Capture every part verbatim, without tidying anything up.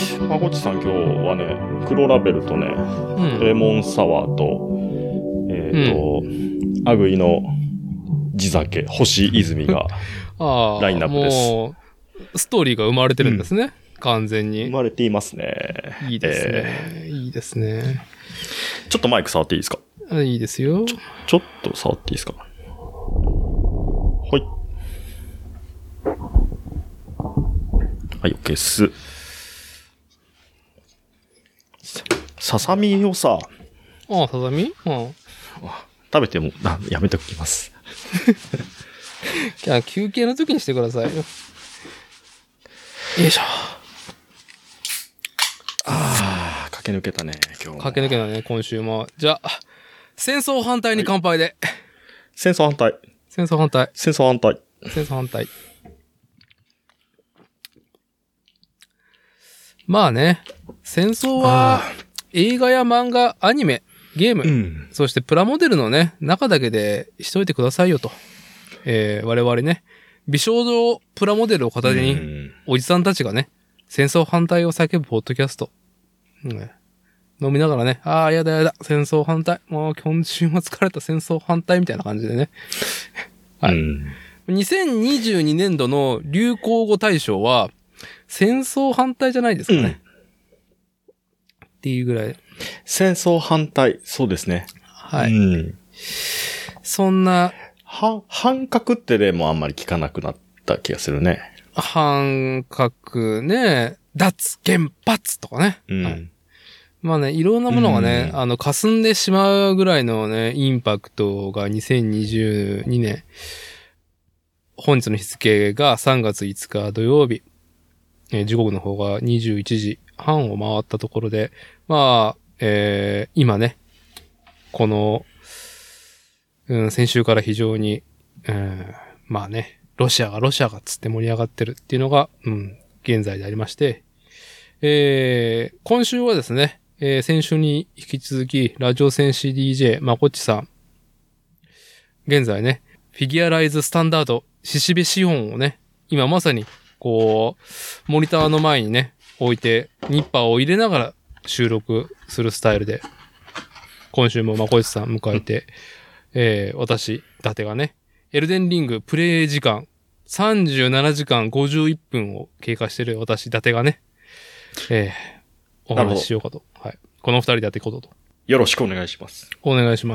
まこっちさん今日はね、黒ラベルとね、うん、レモンサワーと、えっ、ー、と、うん、アグイの地酒、星泉がラインナップです。 もう、ストーリーが生まれてるんですね。うん、完全に。 生まれていますね。 いいですね。えー、いいですね。 ちょっとマイク触っていいですか？ いいですよ。 ちょ、ちょっと触っていいですか？はい。はい、OK です。ささみをさ。 ああ、ささみ？うん。 食べても、あ、やめておきます。 じゃあ、休憩の時にしてくださいよ。よいしょ。 ああ、駆け抜けたね、今日も。 駆け抜けたね、今週も。じゃあ、戦争反対に乾杯で。はい、 戦争反対。 戦争反対。 戦争反対。 戦争反対。まあね、戦争は映画や漫画、アニメ、ゲーム、うん、そしてプラモデルのね、中だけでしといてくださいよと。えー、我々ね、美少女プラモデルを片手に、おじさんたちがね、戦争反対を叫ぶポッドキャスト。うん、飲みながらね、ああ、やだやだ、戦争反対。もう今週も疲れた戦争反対みたいな感じでね。はい、うん。にせんにじゅうにねんどの流行語大賞は、戦争反対じゃないですかね。うん、っていうぐらい。 戦争反対、そうですね。 はい。うん、そんな、 は、反核って例もあんまり聞かなくなった気がするね。 反核ね、脱原発とかね。うん、はい、まあね、いろんなものがね、うん、あの、霞んでしまうぐらいのね、インパクトがにせんにじゅうにねん。本日の日付がさんがついつか土曜日。えー、時刻の方がにじゅういちじはんを回ったところで、まあ、えー、今ね、この、うん、先週から非常に、うん、まあね、ロシアがロシアがつって盛り上がってるっていうのが、うん、現在でありまして、えー、今週はですね、えー、先週に引き続き、ラジオ戦士 ディージェー、まこっちさん、現在ね、フィギュアライズスタンダード、シシベシオンをね、今まさに、こう、モニターの前にね、置いて、ニッパーを入れながら収録するスタイルで、今週もまこいつさん迎えて、えー、私、伊達がね、エルデンリングプレイ時間、さんじゅうななじかんごじゅういっぷんを経過している私、伊達がね、えー、お話ししようかと。はい。この二人でやっていこうと。 よろしくお願いします。 お願いします。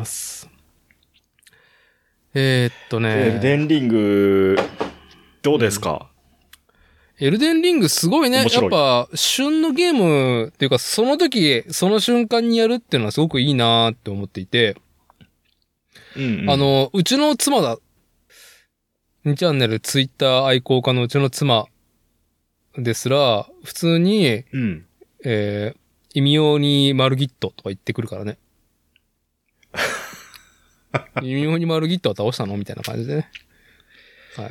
えー、っとね。 エルデンリング、どうですか？うんエルデンリングすごいね。やっぱ、旬のゲームっていうか、その時、その瞬間にやるっていうのはすごくいいなーって思っていて。うんうん、あの、うちの妻だ。にチャンネルツイッター愛好家のうちの妻ですら、普通に、うん、えー、意味用にマルギットとか言ってくるからね。意味用にマルギットは倒したのみたいな感じでね。はい。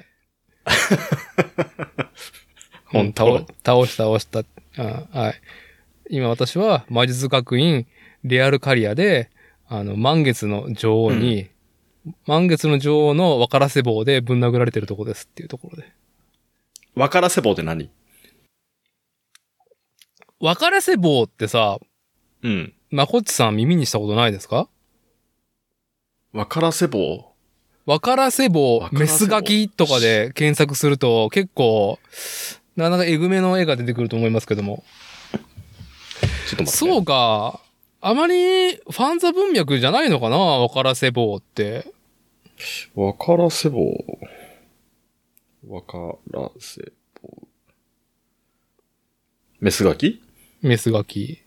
本当倒した倒した。あはい。今私は魔術学院レアルカリアで、あの、満月の女王に、うん、満月の女王の分からせ棒でぶん殴られてるとこですっていうところで。 分からせ棒って何？ 分からせ棒ってさ、 うん。 まこっちさん耳にしたことないですか？ 分からせ棒分からせ棒、メスガキとかで検索すると結構、なかなかエグめの絵が出てくると思いますけども。 ちょっと待って、ね。 そうか。あまりファンザ文脈じゃないのかな？わからせ棒って。 わからせ棒。わからせ棒。メスガキ？ メスガキ。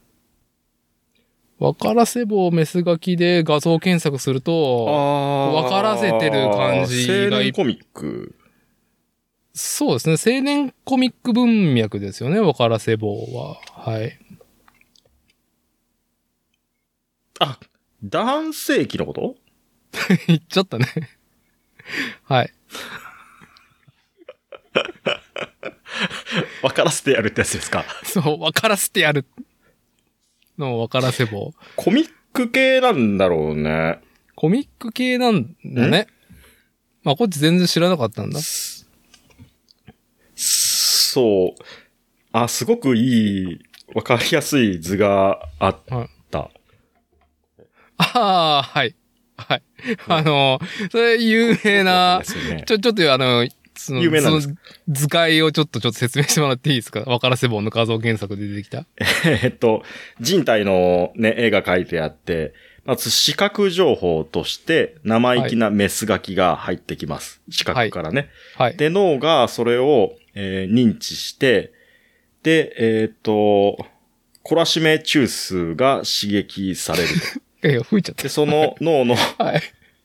わからせ棒メスガキで画像検索すると、わからせてる感じが。 青年コミック。 そうですね。青年コミック文脈ですよね。わからせ棒は。はい。 あ、男性器のこと言っちゃったね。はい。 わからせてやるってやつですか？ そう、わからせてやる。のわからせ棒。 コミック系なんだろうね。 コミック系なんだね。まあ、こっち全然知らなかったんだ。 そう。 あ、すごくいい、わかりやすい図があった。はい、 ああ、はい。はい。あの、それ有名な、ね、ちょ、ちょっとあの、その、有名なその図解をちょっとちょっと説明してもらっていいですか？わからせ棒の画像検索で出てきた。 えっと、人体のね、絵が描いてあって、まず視覚情報として生意気なメスガキが入ってきます。はい、視覚からね。はい。で、脳がそれを、えー、認知して、で、えっと、懲らしめ中枢が刺激されると。いや、吹いちゃった。 で、その脳の、 はい。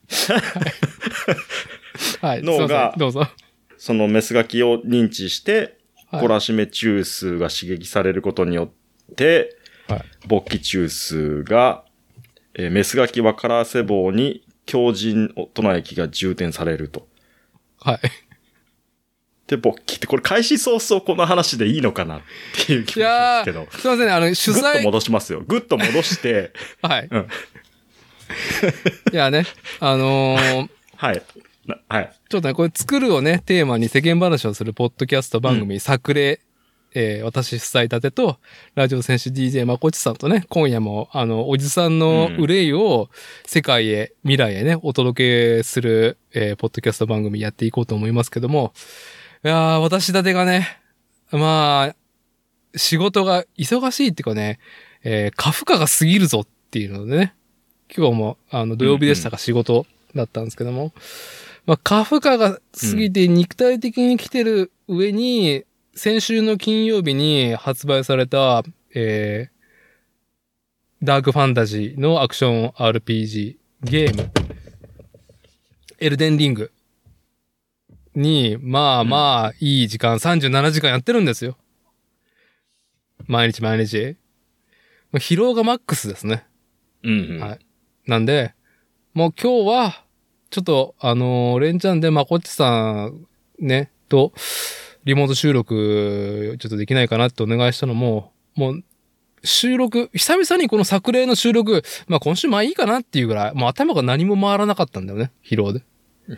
はい。 脳が、 どうぞ。 そのメスガキを認知して、懲らしめ中枢が刺激されることによって、はい、勃起中枢が、えー、メスガキ分からせ棒に強靭大人液が充填されると。 はい。 で、勃起って、これ開始早々この話でいいのかなっていう気がしますけど。 すいませんね、あの、取材。 ぐっと戻しますよ。ぐっと戻して。 はい。うん。いやね、あのー、 はい。はい。 ちょっとね、これ作るをね、テーマに世間話をするポッドキャスト番組、うん、作例、えー、私主催立てと、ラジオ選手 ディージェー まこちさんとね、今夜も、あの、おじさんの憂いを世界へ、未来へね、お届けする、えー、ポッドキャスト番組やっていこうと思いますけども、いやー、私立てがね、まあ、仕事が忙しいっていうかね、えー、過負荷が過ぎるぞっていうのでね、今日も、あの、土曜日でしたが仕事だったんですけども、うんうん、まあ、過負荷が過ぎて肉体的に来てる上に、うん、先週の金曜日に発売された、えー、ダークファンタジーのアクション アールピージー ゲーム、エルデンリングに、まあまあ、いい時間、さんじゅうななじかんやってるんですよ。毎日毎日。疲労がマックスですね。 うんうん、 はい。なんで、もう今日は、ちょっと、あのー、レンチャンでまこっちさん、ね、と、リモート収録、ちょっとできないかなってお願いしたのも、もう、収録、久々にこの作例の収録、まあ今週まあいいかなっていうぐらい、もう頭が何も回らなかったんだよね、疲労で。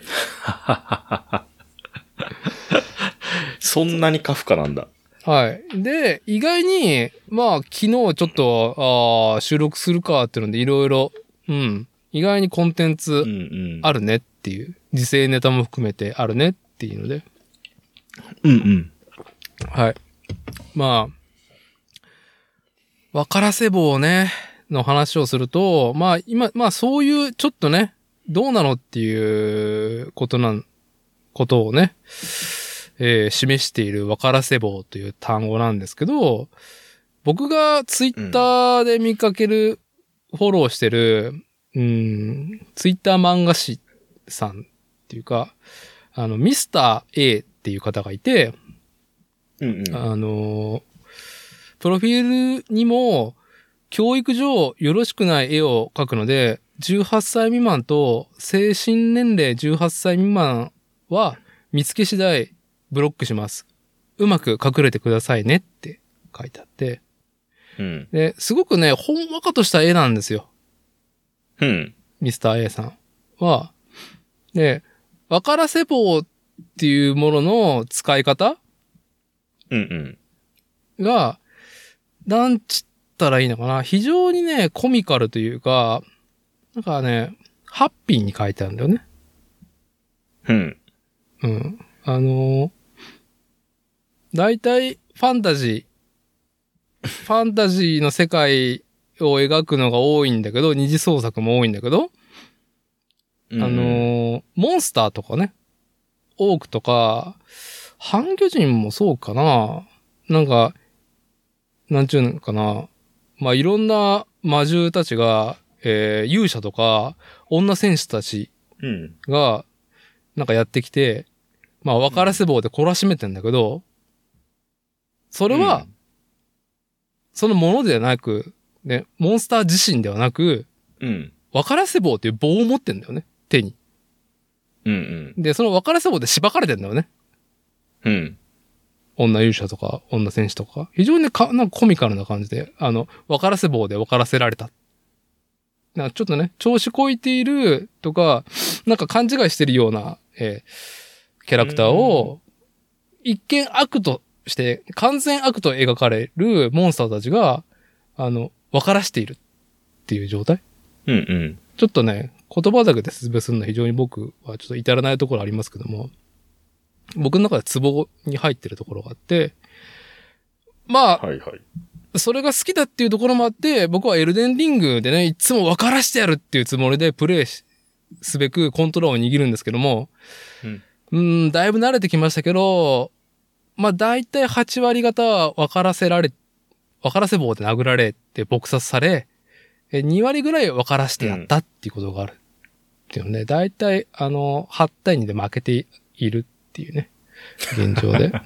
そんなに過負荷なんだ。 はい。で、意外に、まあ昨日ちょっと、あ収録するかっていうのでいろいろ、うん、意外にコンテンツあるねっていう、うんうん、時勢ネタも含めてあるねっていうので。 うんうん。 はい。まあ、わからせ棒ね、の話をすると、まあ今、まあそういうちょっとね、どうなのっていうことなん、ことをね、えー、示しているわからせ棒という単語なんですけど、僕がツイッターで見かける、うん、フォローしてる、うん、ツイッター漫画誌さんっていうか、あの、ミスター A っていう方がいて、 うんうん、 あの、プロフィールにも、教育上よろしくない絵を描くので、じゅうはっさい未満と精神年齢じゅうはっさい未満は見つけ次第ブロックします。うまく隠れてくださいねって書いてあって、 うん、 で、すごくね、ほんわかとした絵なんですよ。 うん。 ミスター A さんは。で、わからせ棒っていうものの使い方うんうん。が、なんちったらいいのかな。非常にね、コミカルというか、なんかね、ハッピーに書いてあるんだよね。 うん。 うん。あのー、大体ファンタジー、ファンタジーの世界を描くのが多いんだけど、二次創作も多いんだけど、うん、あのー、モンスターとかね、オークとか、半魚人もそうかな。なんか、なんちゅうのかな。まあ、いろんな魔獣たちが、えー、勇者とか、女戦士たちが、なんかやってきて、まあ、分からせ棒で懲らしめてんだけど、それは、そのものではなく、ね、モンスター自身ではなく、 うん、 分からせ棒っていう棒を持ってんだよね、手に。 うんうん、 で、その分からせ棒で縛かれてんだよね。 うん。 女勇者とか、女戦士とか。非常にか、なんかコミカルな感じで、あの、分からせ棒で分からせられた。なんかちょっとね、調子こいているとか、なんか勘違いしてるような、えー、キャラクターを、一見悪として、完全悪と描かれるモンスターたちが、あの、分からしているっていう状態。 うんうん。 ちょっとね、言葉だけで説明するのは非常に僕はちょっと至らないところありますけども、僕の中でツボに入ってるところがあって、まあ、 はいはい。 それが好きだっていうところもあって、僕はエルデンリングでね、いつも分からしてやるっていうつもりでプレイすべくコントローラーを握るんですけども、うん、うーん、だいぶ慣れてきましたけど、まあ大体はち割方は分からせられ、分からせ棒で殴られて撲殺され、に割ぐらい分からしてやったっていうことがある。っていうのね、大体あの、はち対にで負けているっていうね、現状で。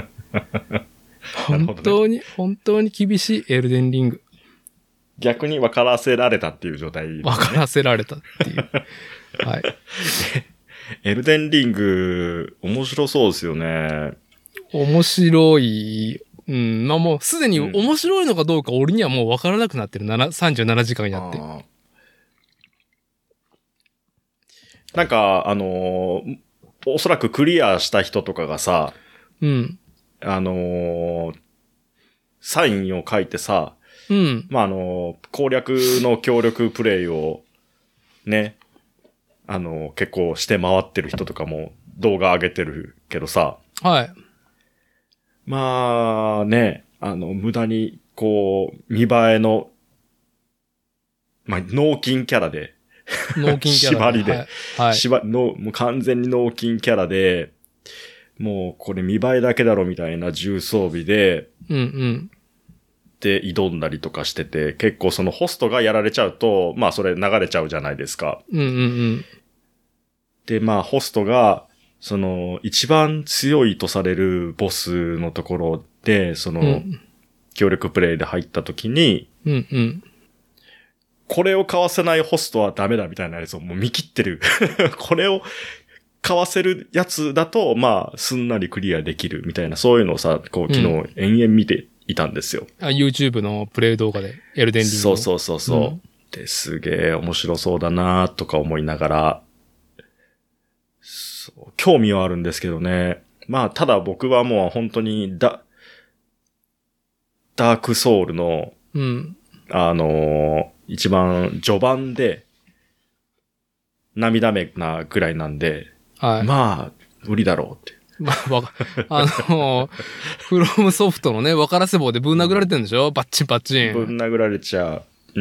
本当に、ね、本当に厳しいエルデンリング。 逆に分からせられたっていう状態、ね。 分からせられたっていう。はい。 エルデンリング、面白そうですよね。 面白い。うん。まあもうすでに面白いのかどうか俺にはもう分からなくなってる。さんじゅうななじかんやって。 なんか、あのー、おそらくクリアした人とかがさ、 うん。 あのー、サインを書いてさ、 うん。 まあ、あのー、攻略の協力プレイを、ね、あのー、結構して回ってる人とかも動画上げてるけどさ。 はい。 まあ、ね、あの、無駄に、こう、見栄えの、まあ、脳筋キャラで、 脳筋キャラ縛りで、 はいはい、 縛の、もう完全に脳筋キャラで、もうこれ見栄えだけだろみたいな重装備で、 うんうん。 で挑んだりとかしてて、結構そのホストがやられちゃうと、まあそれ流れちゃうじゃないですか。 うんうんうん。 で、まあホストが、その一番強いとされるボスのところで、その、うん、協力プレイで入った時に、 うんうん。 これを買わせないホストはダメだみたいなやつをもう見切ってる。これを買わせるやつだと、まあ、すんなりクリアできるみたいな、そういうのをさ、こう、昨日延々見ていたんですよ。 うん、あ、YouTube のプレイ動画で、エルデンリング。 そうそうそうそう。うん、で、すげえ面白そうだなとか思いながら、そう、興味はあるんですけどね。まあ、ただ僕はもう本当にダ、ダークソウルの、 うん、 あのー、一番序盤で涙目なぐらいなんで、 はい、 まあ、無理だろうって。 まあ、わか、あの、フロムソフトのね、分からせ棒でぶん殴られてるんでしょ、バッチンバッチン。 ぶん殴られちゃう。うん。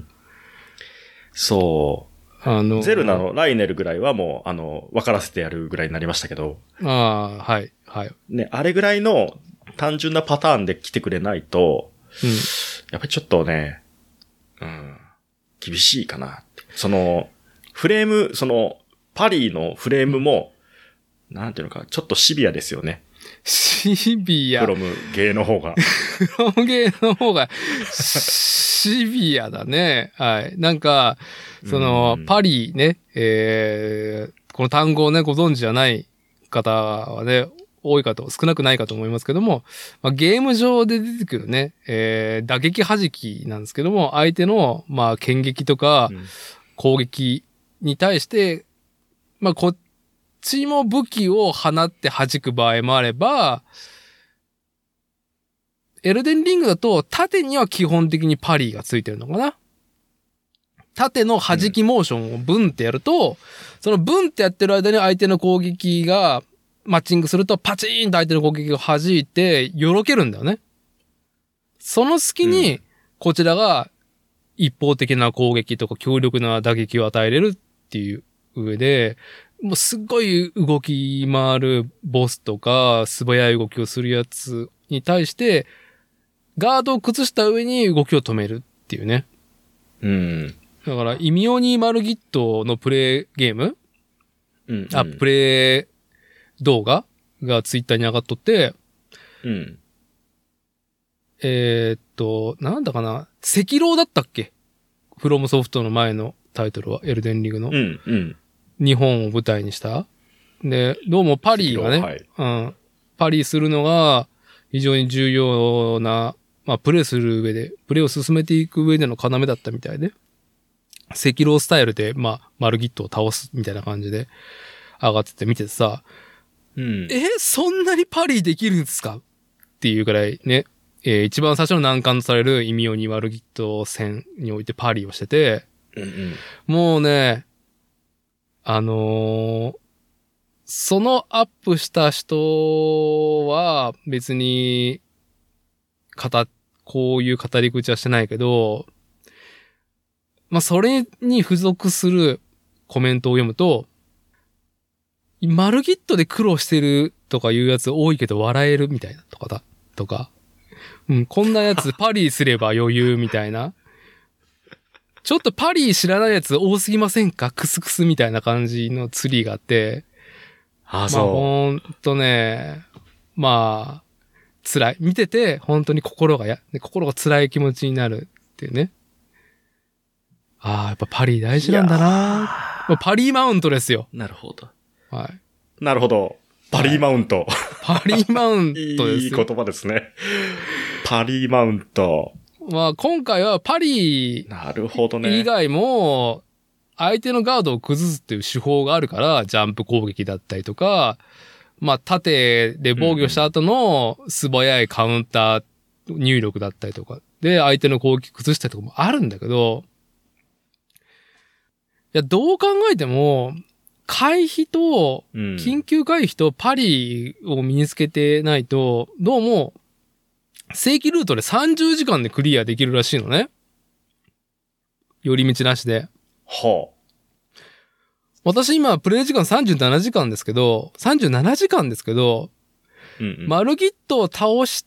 そう。あの、ゼルナのライネルぐらいはもう、あの、分からせてやるぐらいになりましたけど。 ああ、はい、はい。 ね、あれぐらいの単純なパターンで来てくれないと、 うん、 やっぱりちょっとね、うん、厳しいかなって。その、フレーム、その、パリのフレームも、なんていうのか、ちょっとシビアですよね。 シビア。 フロムゲーの方が。 フロムゲーの方が、シビアだね。はい。なんか、その、パリね、えー、この単語をね、ご存知じゃない方はね、多いかと、少なくないかと思いますけども、まあ、ゲーム上で出てくるね、えー、打撃弾きなんですけども、相手の、まあ、剣撃とか、攻撃に対して、まあ、こっちも武器を放って弾く場合もあれば、エルデンリングだと、縦には基本的にパリーがついてるのかな。縦の弾きモーションをブンってやると、うん、そのブンってやってる間に相手の攻撃が、マッチングするとパチーンと相手の攻撃を弾いて、よろけるんだよね。その隙に、こちらが一方的な攻撃とか強力な打撃を与えれるっていう上で、もうすっごい動き回るボスとか、素早い動きをするやつに対して、ガードを崩した上に動きを止めるっていうね。 うん。 だから、イミオニマルギットのプレイゲーム、 うん、うん。 あ、プレイ、動画がツイッターに上がっとって、 うん。 えー、っと、なんだかな、赤狼だったっけ？フロムソフトの前のタイトルは、エルデンリングの。 うん、うん。 日本を舞台にした。で、どうもパリがね、はい、うん、パリするのが非常に重要な、まあ、プレイする上で、プレイを進めていく上での要だったみたいで、赤狼スタイルで、まあ、マルギットを倒すみたいな感じで上がってて見ててさ、 うん、 え、そんなにパリできるんですかっっていうくらいね、えー、一番最初の難関とされるイミオニ・マルギット戦においてパリをしてて、 うんうん、 もうね、あのー、そのアップした人は別に、語、こういう語り口はしてないけど、まあ、それに付属するコメントを読むと、マルギットで苦労してるとかいうやつ多いけど笑えるみたいなとかだ、とか、うん、こんなやつパリすれば余裕みたいな。ちょっとパリ知らないやつ多すぎませんかクスクスみたいな感じのツリーがあって、 ああ、そう。 まあほんとね、まあ、辛い。見てて本当に心がや、心が辛い気持ちになるっていうね。ああ、やっぱパリ大事なんだな。パリマウントですよ。 なるほど。 はい。 なるほど。パリマウント。 はい、パリマウントですよ。 いい言葉ですね。パリマウント。 まあ今回はパリなるほどね。 以外も相手のガードを崩すっていう手法があるから、ジャンプ攻撃だったりとか、まあ縦で防御した後の素早いカウンター入力だったりとかで相手の攻撃崩したりとかもあるんだけど、いやどう考えても回避と緊急回避とパリを身につけてないと、どうも正規ルートでさんじゅうじかんでクリアできるらしいのね。寄り道なしで。 はあ。 私今プレイ時間さんじゅうななじかんですけど、さんじゅうななじかんですけど、 うんうん、 マルギットを倒して、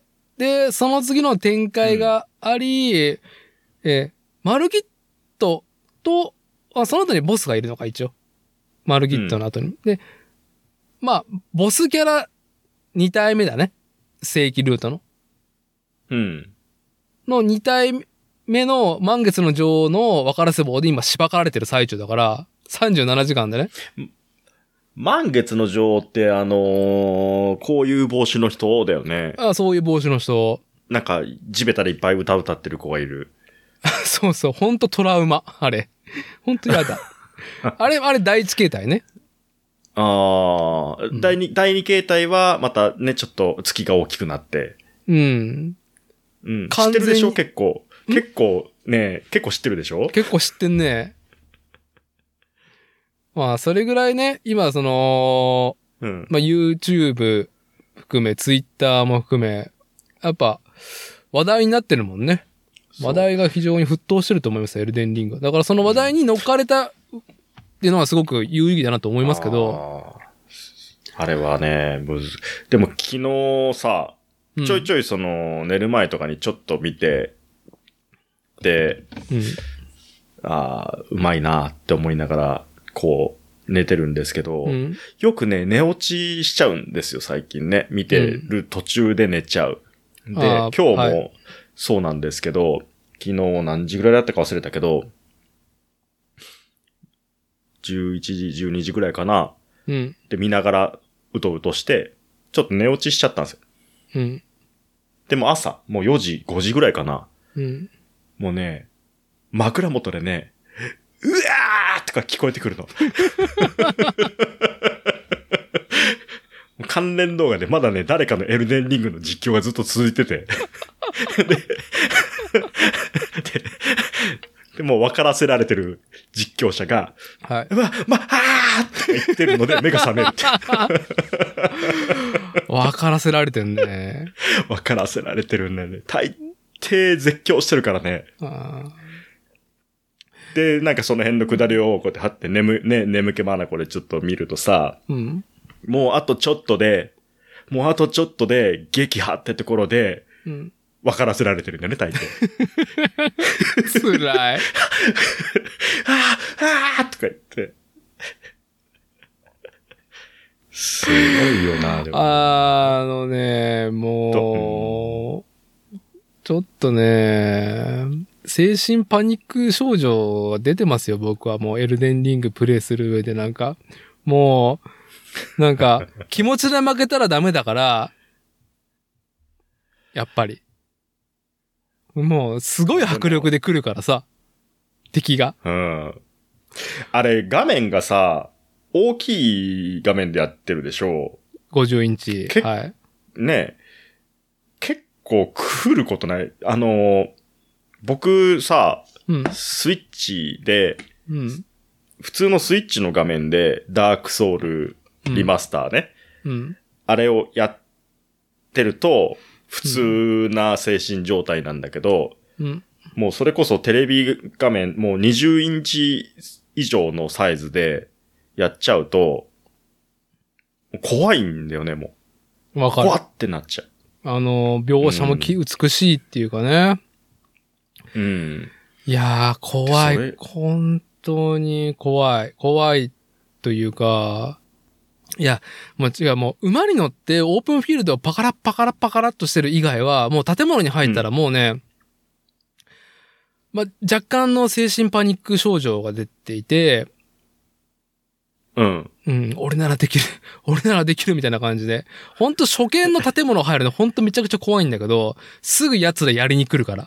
で、その次の展開があり、うん、え、マルギットと、あ、その後にボスがいるのか一応。マルギットの後に。うん、で、まあ、ボスキャラに体目だね。正規ルートの。 うん。 のに体目の満月の女王の分からせ棒で今しばかられてる最中だから、さんじゅうななじかんでね。 満月の女王ってあのー、こういう帽子の人だよね。 ああ、そういう帽子の人。 なんか、地べたでいっぱい歌歌ってる子がいる。 そうそう、ほんとトラウマ。あれ。ほんとやだ。あれ、あれ第一形態ね。 ああ、うん、第二、第二形態はまたね、ちょっと月が大きくなって。 うん。 うん。知ってるでしょ結構。結構ね、結構知ってるでしょ結構知ってんね。まあ、それぐらいね、今その、うん、まあ YouTube 含め、Twitter も含め、やっぱ話題になってるもんね。話題が非常に沸騰してると思います、エルデンリング。だからその話題に乗っかれたっていうのはすごく有意義だなと思いますけど。 あ, あれはね、むず、でも昨日さ、ちょいちょいその、寝る前とかにちょっと見て、で、うん、ああ、うまいなって思いながら、こう、寝てるんですけど、うん、よくね、寝落ちしちゃうんですよ、最近ね。見てる途中で寝ちゃう。うん、で、今日もそうなんですけど、はい、昨日何時ぐらいだったか忘れたけど、じゅういちじ、じゅうにじぐらいかな。 うん、 で、見ながらうとうとして、ちょっと寝落ちしちゃったんですよ。 うん、 でも朝、もうよじ、ごじぐらいかな。 うん、 もうね、枕元でね、うわーとか聞こえてくるの。関連動画でまだね、誰かのエルデンリングの実況がずっと続いてて。で, で, でもう分からせられてる実況者が、 はい。 うわ、ま、あーって言ってるので目が覚めるって。 分からせられてんね。 分からせられてるんだよね。大抵絶叫してるからね。 あで、なんかその辺の下りをこうやって貼って眠、ね、眠気まなこれちょっと見るとさ、 うん、 もうあとちょっとで、もうあとちょっとで撃破ってところで、 うん、 分からせられてるんだよね、大抵。 辛い。ああ、ああとか言って。すごいよな、でも。 あのね、もう、ちょっとね、精神パニック症状が出てますよ、僕はもうエルデンリングプレイする上でなんか、もう、なんか、気持ちで負けたらダメだから、やっぱり。もう、すごい迫力で来るからさ、敵が。 うん。あれ、画面がさ、大きい画面でやってるでしょう。ごじゅうインチ。はい。 ね構来ることない。あの、僕さ、 うん、 スイッチで、 うん、 普通のスイッチの画面でダークソウルリマスターね。 うんうん、 あれをやってると、普通な精神状態なんだけど、 うん、 もうそれこそテレビ画面、もうにじゅうインチ以上のサイズでやっちゃうと、怖いんだよね、もう。 わかる。 怖ってなっちゃう。 あの、描写もき、うん、美しいっていうかね。 うん。 いやー、怖い。本当に怖い。怖いというか、いや、もう違う、もう馬に乗ってオープンフィールドをパカラッパカラッパカラッとしてる以外は、もう建物に入ったらもうね、うん、まあ、若干の精神パニック症状が出ていて、 うん。 うん、俺ならできる。俺ならできるみたいな感じで。ほんと初見の建物入るのほんとめちゃくちゃ怖いんだけど、すぐ奴らやりに来るから。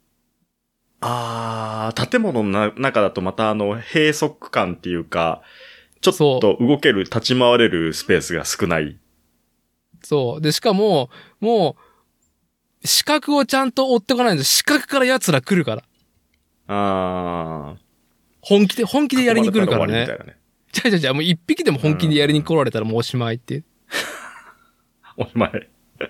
あー、建物の中だとまたあの、閉塞感っていうか、ちょっと動ける、立ち回れるスペースが少ない。 そう。で、しかも、もう、視覚をちゃんと追ってこないと、視覚から奴ら来るから。 あー。 本気で、本気でやりに来るからね。じゃあじゃあじゃあもう一匹でも本気でやりに来られたらもうおしまいって。 おしまい。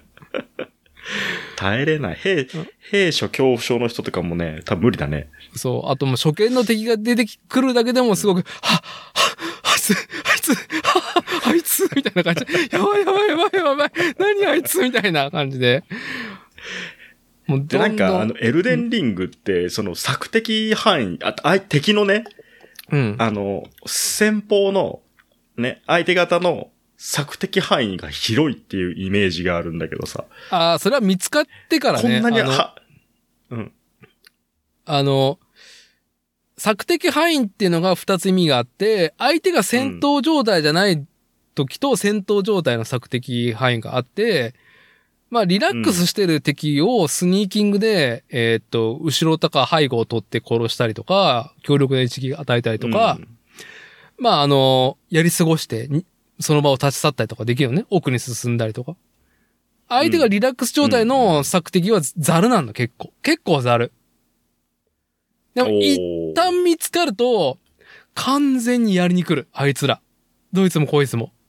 耐えれない。兵、兵所恐怖症の人とかもね、多分無理だね。 そう。あともう初見の敵が出てくるだけでもすごく、うん、はっ、はっ、あいつ、あいつ、はっ、あいつ、みたいな感じで、やばいやばいやばいやばい、何あいつみたいな感じで。 もうどんどんで、なんかあの、エルデンリングって、その索敵範囲、あ、あ敵のね、 うん。 あの、先方の、ね、相手方の索敵範囲が広いっていうイメージがあるんだけどさ。 ああ、それは見つかってからね。 こんなに、は、うん。 あの、索敵範囲っていうのが二つ意味があって、相手が戦闘状態じゃない時と戦闘状態の索敵範囲があって、まあ、リラックスしてる敵をスニーキングで、うん、えー、っと、後ろとか背後を取って殺したりとか、強力な一撃与えたりとか、うん、まあ、あの、やり過ごして、その場を立ち去ったりとかできるよね。奥に進んだりとか。相手がリラックス状態の索敵はザルなんだ、結構。結構ザル。でも、一旦見つかると、完全にやりに来る、あいつら。どいつもこいつも。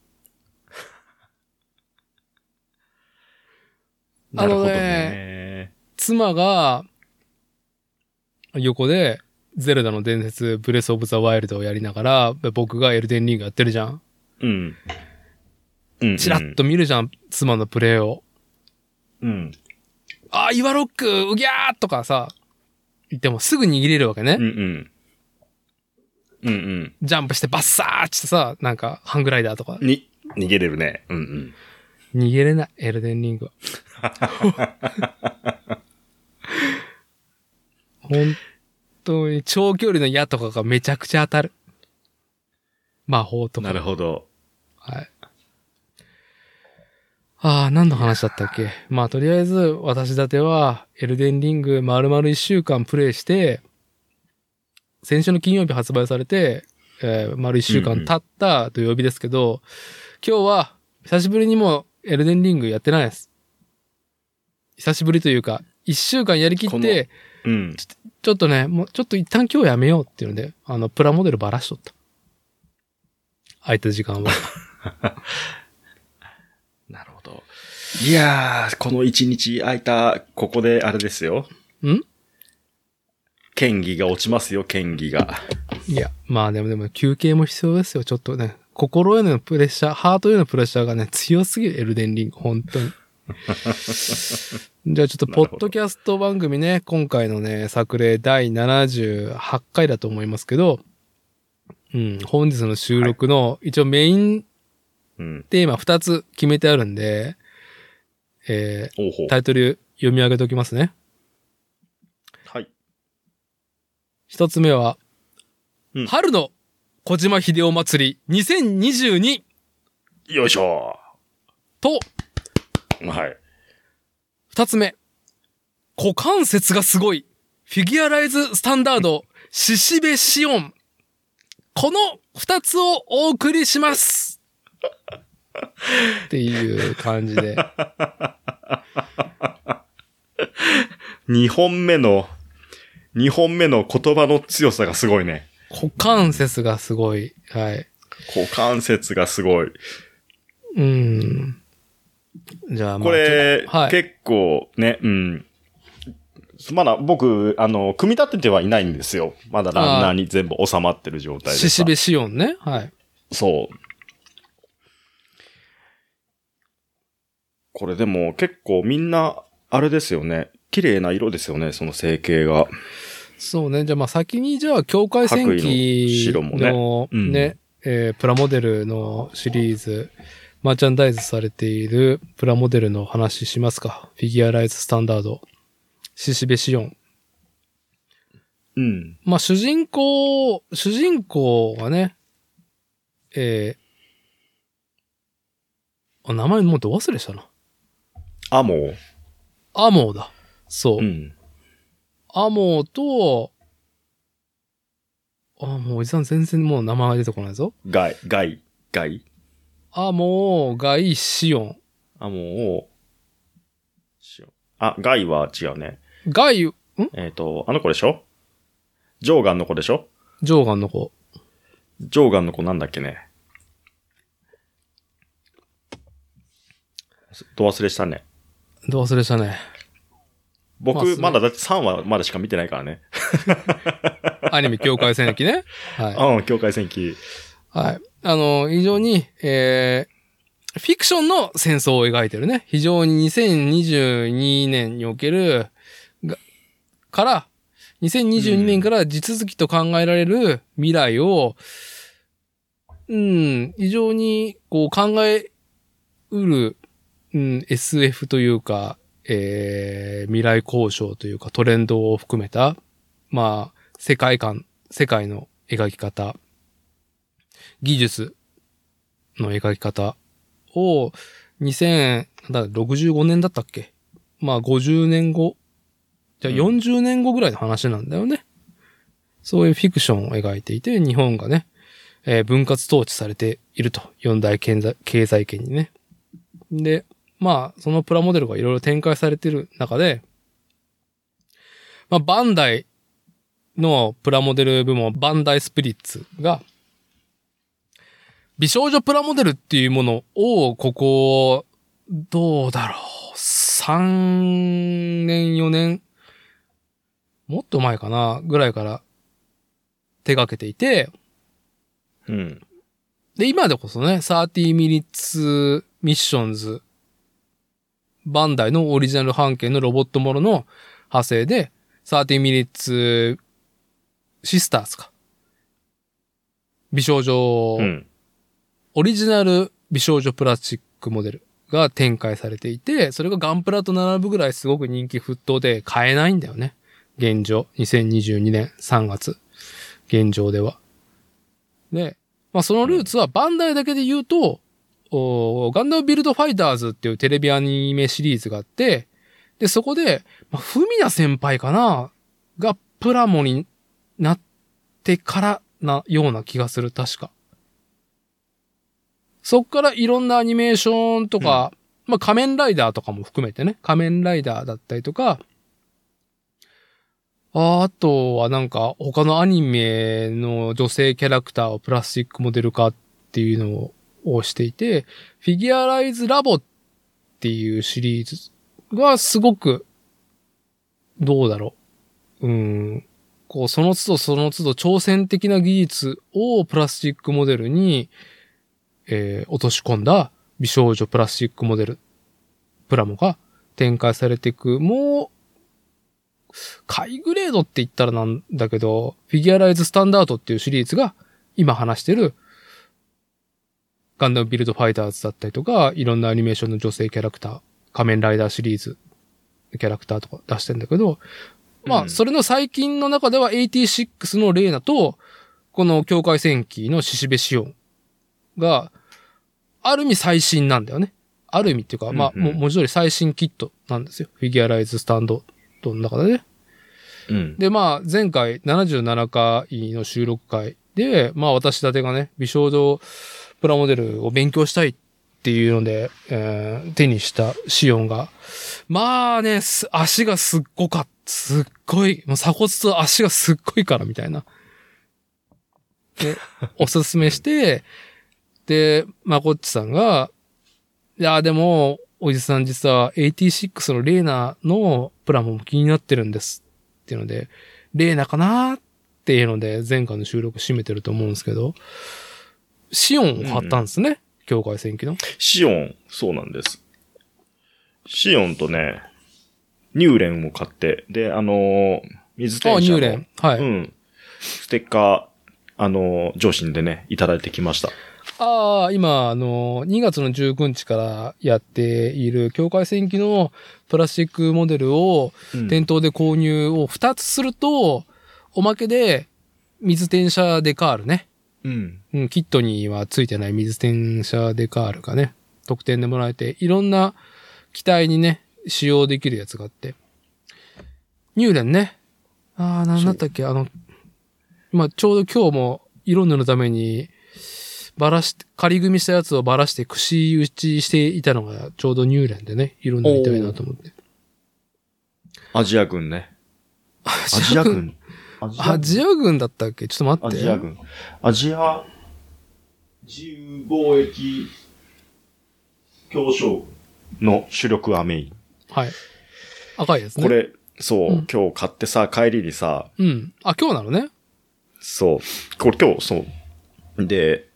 なるほどね。あのね、 妻が、横で、ゼルダの伝説、ブレスオブザワイルドをやりながら、僕がエルデンリングやってるじゃん。 うん。うん、うん。 チラッと見るじゃん、妻のプレイを。 うん。 あ、岩ロック、うぎゃーとかさ、言ってもすぐ逃げれるわけね。 うんうん。うんうん。 ジャンプしてバッサーってさ、なんか、ハングライダーとか。 に、逃げれるね。うんうん。 逃げれない、エルデンリングは。本当に長距離の矢とかがめちゃくちゃ当たる。魔法とか。 なるほど。 はい。ああ、何の話だったっけ。まあ、とりあえず、私立ては、エルデンリング丸々一週間プレイして、先週の金曜日発売されて、えー、丸一週間経った土曜日ですけど、うんうん、今日は、久しぶりにもエルデンリングやってないです。久しぶりというか、一週間やりきって、 うん、 ちょ、ちょっとね、もうちょっと一旦今日やめようっていうので、あの、プラモデルばらしとった。空いた時間は。 なるほど。いやー、この一日空いた、ここであれですよ。 ん？ 剣技が落ちますよ、剣技が。 いや、まあでもでも休憩も必要ですよ、ちょっとね。心へのプレッシャー、ハートへのプレッシャーがね、強すぎる、エルデンリング、本当に。じゃあちょっと、ポッドキャスト番組ね、今回のね、作例だいななじゅうはちかいだと思いますけど、うん、本日の収録の、一応メインテーマふたつ決めてあるんで、えー、 ほうほうタイトル読み上げておきますね。 はい。 一つ目は、 うん、 春の小島秀夫祭りにせんにじゅうに。 よいしょと、 はい。 二つ目、股関節がすごい、フィギュアライズスタンダード、シシベシオン。この二つをお送りします。っていう感じで。 にほんめの、にほんめの言葉の強さがすごいね。 股関節がすごい。はい。 股関節がすごい。 うん。じゃあ、 まあ、これ、はい、結構ね、うん。まだ僕、あの、組み立ててはいないんですよ。まだランナーに全部収まってる状態で。 ししべしおんね。はい。 そう。これでも結構みんな、あれですよね。綺麗な色ですよね、その成形が。 そうね。じゃあまあ先にじゃあ境界線機の、のね、うん、えー、プラモデルのシリーズ、マーチャンダイズされているプラモデルの話しますか。フィギュアライズスタンダード。ししべしおん。 うん。 まあ主人公、主人公がね、えー、あ、名前もうど忘れしたな。 アモー。 アモーだ。そう。 うん。 アモーと、あ、もうおじさん全然もう名前が出てこないぞ。 ガイ、ガイ、ガイ。 アモー、ガイ、シオン。 アモー、シオン。あ、ガイは違うね。 ガイ、んえっと、あの子でしょ？ジョーガンの子でしょ？ ジョーガンの子。 ジョーガンの子なんだっけね。ど忘れしたね。 ど忘れしたね。 僕、ま, まだだってさんわまでしか見てないからね。 アニメ境界線機ね。 はい。うん、境界線機。 はい。あの、非常に、えー、フィクションの戦争を描いてるね。非常ににせんにじゅうにねんにおける、が、から、にせんにじゅうにねんから地続きと考えられる未来を、うん、非常に、こう考えうる、うん、エスエフ というか、えー、未来交渉というかトレンドを含めた、まあ、世界観、世界の描き方、技術の描き方をにせんろくじゅうごねんだったっけ？まあごじゅうねんご、じゃあよんじゅうねんごぐらいの話なんだよね。そういうフィクションを描いていて、日本がね、えー、分割統治されていると。四大経済、経済圏にね。で、まあ、そのプラモデルがいろいろ展開されている中で、まあ、バンダイのプラモデル部門、バンダイスピリッツが、美少女プラモデルっていうものを、ここ、どうだろう、さんねん、よねん、もっと前かな、ぐらいから手掛けていて、 うん。 で、今でこそね、さんじゅうミニッツミッションズ、バンダイのオリジナル半径のロボットものの派生で、さんじゅうミニッツシスターズか。美少女、うん、オリジナル美少女プラスチックモデルが展開されていて、それがガンプラと並ぶぐらいすごく人気沸騰で買えないんだよね。現状。にせんにじゅうにねんさんがつ。現状では。で、まあそのルーツはバンダイだけで言うと、ガンダムビルドファイターズっていうテレビアニメシリーズがあって、で、そこで、まあ、フミヤ先輩かながプラモになってからなような気がする、確か。そっからいろんなアニメーションとか、うん、まあ仮面ライダーとかも含めてね、仮面ライダーだったりとか、あとはなんか他のアニメの女性キャラクターをプラスチックモデル化っていうのををしていて、フィギュアライズラボっていうシリーズがすごく、どうだろう。うーん。こう、その都度その都度挑戦的な技術をプラスチックモデルに、えー、落とし込んだ美少女プラスチックモデル、プラモが展開されていく。もう、ハイグレードって言ったらなんだけど、フィギュアライズスタンダードっていうシリーズが今話してるガンダムビルドファイターズだったりとか、いろんなアニメーションの女性キャラクター、仮面ライダーシリーズキャラクターとか出してんだけど、うん、まあ、それの最近の中でははちじゅうろくのレーナと、この境界線機のシシベシオンが、ある意味最新なんだよね。ある意味っていうか、うんうん、まあ、も文字通り最新キットなんですよ。フィギュアライズスタンドの中でね。うん、で、まあ、前回ななじゅうななかいの収録会で、まあ、私立てがね、美少女プラモデルを勉強したいっていうので、えー、手にしたシオンが、 まあね、足がすっごかった。すっごい。もう鎖骨と足がすっごいからみたいな。で、おすすめして、で、まこっちさんが、いや、でも、おじさん実はエイティシックスのレーナのプラモも気になってるんです。っていうので、レーナかなっていうので、前回の収録締めてると思うんですけど、シオンを買ったんですね。うん、境界戦記の。 シオン、そうなんです。シオンとね、ニューレンを買って、で、あのー、水転写の。あ、ニューレン。はい。うん。ステッカー、あのー、上心でね、いただいてきました。 ああ、今、あのー、にがつのじゅうくにちからやっている境界戦記のプラスチックモデルを店頭で購入をふたつすると、うん、おまけで水転写デカールね。うん。うん、キットにはついてない水転写デカールがね、特典でもらえて、いろんな機体にね、使用できるやつがあって。ニューレンね。ああ、なんだったっけあの、まあ、ちょうど今日も色塗るために、ばらして、仮組みしたやつをばらして串打ちしていたのがちょうどニューレンでね、色塗りたいなと思って。 アジア軍ね。 アジア軍アジア軍だったっけちょっと待って。 アジア軍。アジア自由貿易協商の主力はメイン。 はい。赤いですね。 これ、そう、うん、今日買ってさ、帰りにさ。 うん。あ、今日なのね。 そう。これ今日、そう。で、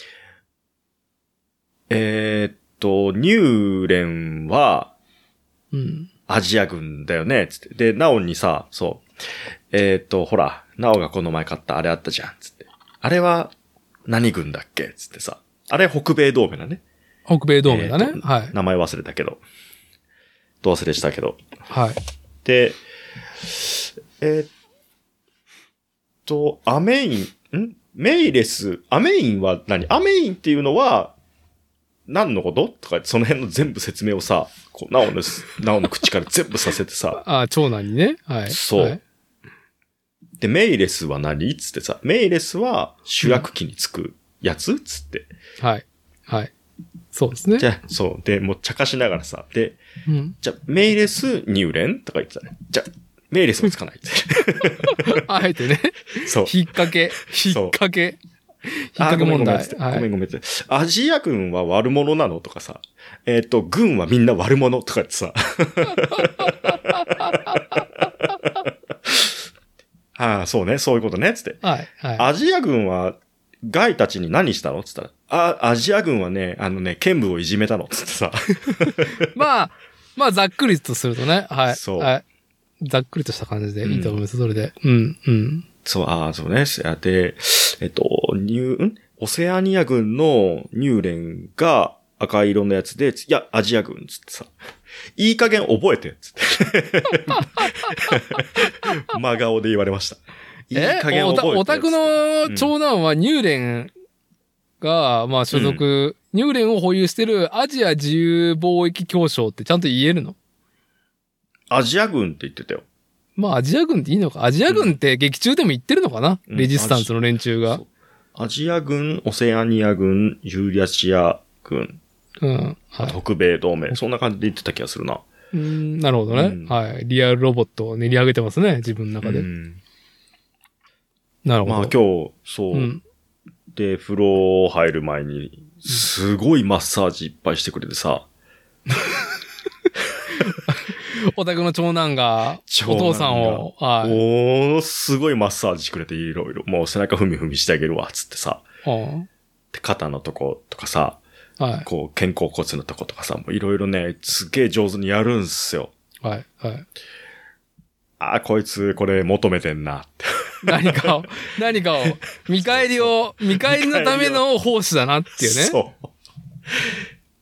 えー、っと、ニューレンは、うん。アジア軍だよね、つって。で、ナオにさ、そう。えー、っと、ほら、ナオがこの前買ったあれあったじゃん、つって。あれは何軍だっけつってさ。あれ北米同盟だね。 北米同盟だね。はい。 名前忘れたけど。ど忘れしたけど。 はい。 で、えー、っと、アメイン、んメイレス、アメインは何アメインっていうのは、何のこととか、その辺の全部説明をさ、こう、ナオの、ナオの口から全部させてさ。 ああ、長男にね。はい。 そう。 はい、 で、メイレスは何つってさ、メイレスは主役機につくやつ、うん、つって。 はい。はい。そうですね。 じゃあ、そう。で、もう茶化しながらさ、で、うん、じゃあ、メイレス、ニューレンとか言ってたね。じゃあ、メイレスもつかないって。 あえてね。 そう。 引っ掛け、引っ掛け。引っ掛け問題。 ごめんごめん。アジア軍は悪者なのとかさ。えっと、軍はみんな悪者とかってさ。ああ、そうね。そういうことね。つって。 はい。はい。 アジア軍は、ガイたちに何したのつったら。あ、アジア軍はね、あのね、剣舞をいじめたのつってさ。 まあ、まあ、ざっくりとするとね。はい。 そう。 はい。ざっくりとした感じでいいと思います。うん、それで。うん、うん。 そう、ああ、そうね。で、えっと、ニュー、んオセアニア軍のニューレンが赤色のやつで、いや、アジア軍つってさ、いい加減覚えてつって。真顔で言われました。いい加減覚えて。 お宅の長男はニューレンが、まあ所属、うん、ニューレンを保有してるアジア自由貿易協商ってちゃんと言えるの？ アジア軍って言ってたよ。 まあアジア軍っていいのか。アジア軍って劇中でも言ってるのかな、うん、レジスタンスの連中が。 アジア軍、オセアニア軍、ユーラシア軍、 うん、はい、 北米同盟。そんな感じで言ってた気がするな。 うん、なるほどね、うん。はい。リアルロボットを練り上げてますね、自分の中で。うん、なるほど。 まあ今日、そう。うん、で、風呂入る前に、すごいマッサージいっぱいしてくれてさ。 お宅の長男が、お父さんを、はい。 もう、すごいマッサージしてくれていろいろ。もう背中ふみふみしてあげるわ、つってさ。はあ、で肩のとことかさ、はい。こう、肩甲骨のとことかさ、もういろいろね、すげえ上手にやるんすよ。 はい、はい。 ああ、こいつ、これ求めてんなって。 何かを、何かを、見返りを、見返りのための奉仕だなっていうね。 そう。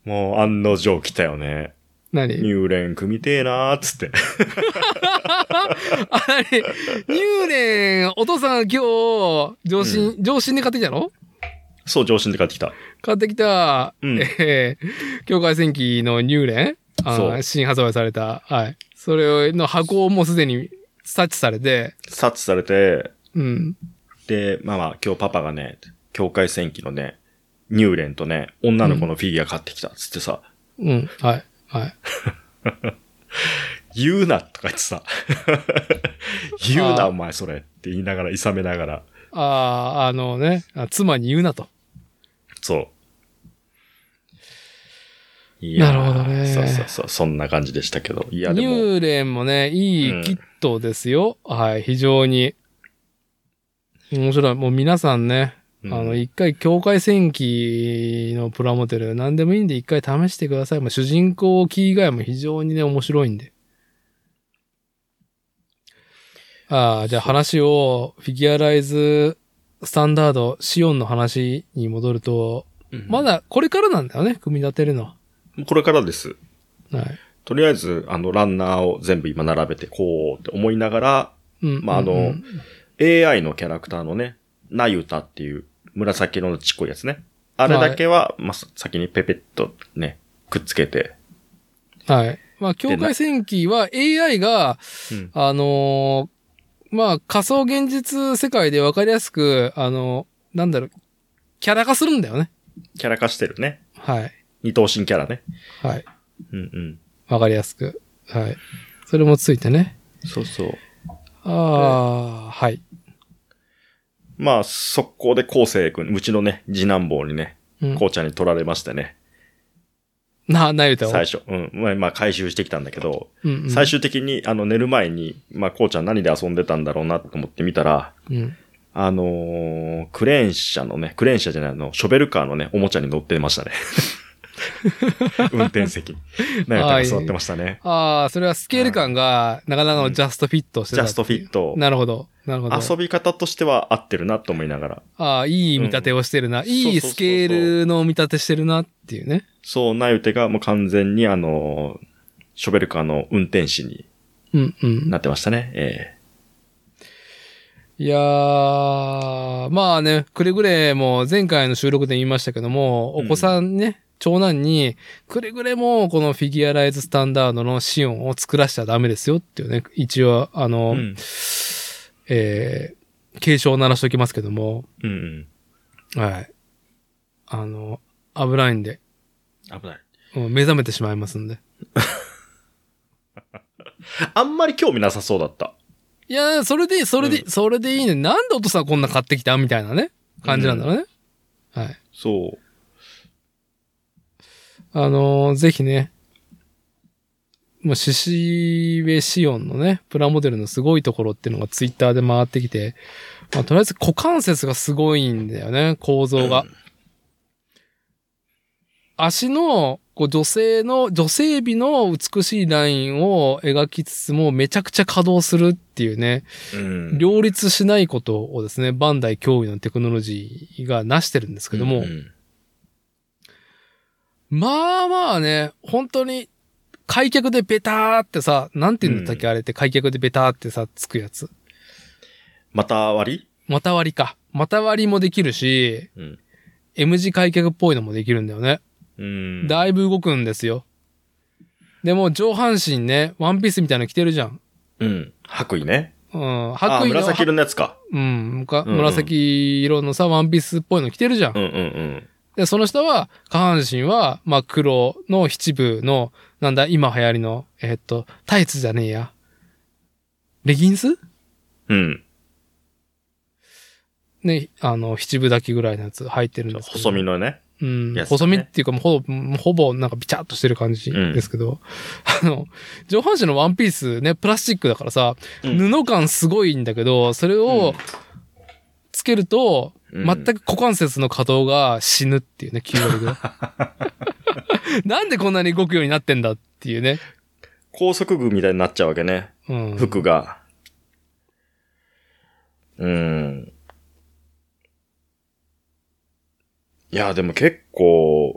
もう、案の定来たよね。 何？ ニューレン組みてえなーっつって。 あ、何？ニューレン、お父さん今日、上新、うん、上新で買ってきたの？ そう、上新で買ってきた。 買ってきた、うん、えー、境界戦記のニューレン？あ、新発売された。はい。それの箱をもうすでに察知されて。 察知されて。 うん。 で、まあまあ、今日パパがね、境界戦記のね、ニューレンとね、女の子のフィギュア買ってきたっつってさ。 うん、うん、はい。はい。 言うなとか言ってさ。言うなお前それって言いながら、いさめながら。 ああ、あのね、妻に言うなと。 そう。 いやなるほどね。 そうそうそう。そんな感じでしたけど。いやでも。 ニューレンもね、いいキットですよ。うん、はい、非常に。面白い。もう皆さんね、うん、あの、一回境界戦記のプラモデル、何でもいいんで一回試してください。まあ、主人公キー以外も非常にね、面白いんで。ああ、じゃあ話を、フィギュアライズスタンダード、シオンの話に戻ると、うん、まだこれからなんだよね、組み立てるの。 これからです。 はい。 とりあえず、あの、ランナーを全部今並べて、こうって思いながら、うん、まあ、あの、うんうん、エーアイ のキャラクターのね、ナユタっていう紫色のちっこいやつね。あれだけは、はい、まあ、先にペペッとね、くっつけて。 はい。まあ、境界戦記は エーアイ が、うん、あのー、まあ、仮想現実世界でわかりやすく、あのー、なんだろう、キャラ化するんだよね。 キャラ化してるね。 はい。 二頭身キャラね。 はい。 うんうん。 わかりやすく。はい。それもついてね。 そうそう。 ああ、はい。 まあ、速攻で昴生君、うちのね、次男坊にね、こうちゃんに取られましてね。 な、なゆたを最初。うん。まあ、まあ、回収してきたんだけど、 うんうん、 最終的に、あの、寝る前に、まあ、こうちゃん何で遊んでたんだろうなと思って見たら、 うん、 あのー、クレーン車のね、クレーン車じゃないの、ショベルカーのね、おもちゃに乗ってましたね。運転席。なゆたが座ってましたね。 ああ、それはスケール感が、なかなかのジャストフィットしてた、うん。 ジャストフィット。 なるほど。なるほど。 遊び方としては合ってるなと思いながら。 ああ、いい見立てをしてるな。うん、いいスケールの見立てしてるなっていうね。 そう、なゆてがもう完全にあの、ショベルカーの運転士になってましたね。 うんうん、えー、いやー、まあね、くれぐれも前回の収録で言いましたけども、お子さんね、うん、長男に、くれぐれもこのフィギュアライズスタンダードのシオンを作らせちゃダメですよっていうね、一応、あの、うん、えー、警鐘を鳴らしておきますけども、 うんうん、 はい。あの、危ないんで。 危ない。 もう目覚めてしまいますんで。 あんまり興味なさそうだった。 いや、それでいい、それでいい、うん、それでいいね。なんでお父さんこんな買ってきたみたいなね、感じなんだろうね。うん、はい。 そう。 あのー、ぜひね、もうシシベシオンのね、プラモデルのすごいところっていうのがツイッターで回ってきて、まあ、とりあえず股関節がすごいんだよね、構造が。うん、足の、こう女性の、女性美の美しいラインを描きつつもめちゃくちゃ稼働するっていうね、 うん、 両立しないことをですね、バンダイ驚異のテクノロジーが成してるんですけども、うんうんまあまあね、本当に、開脚でベターってさ、なんて言うんだったっけ、うん、あれって開脚でベターってさ、つくやつ。 股割り股割りか。股割りもできるし、 うん、 M 字開脚っぽいのもできるんだよね。 うん、 だいぶ動くんですよ。でも上半身ね、ワンピースみたいなの着てるじゃん。 うん。白衣ね。 うん。 白衣の。紫色のやつか。 うん。紫色のさ、ワンピースっぽいの着てるじゃん。 うんうんうん。 で、その下は、下半身は、まあ、黒の七分の、なんだ、今流行りの、えー、っと、タイツじゃねえや。レギンス？ うん。 ね、あの、七分だけぐらいのやつ入ってるんですけど。 細身のね。 うん。ね、細身っていうか、もうほぼ、ほぼなんかビチャッとしてる感じですけど、うん、あの、上半身のワンピースね、プラスチックだからさ、うん、布感すごいんだけど、それをつけると、うん、全く股関節の可動が死ぬっていうね、きゅう割ぐらい。なんでこんなに動くようになってんだっていうね。 高速具みたいになっちゃうわけね。 うん、 服が。うん。いや、でも結構、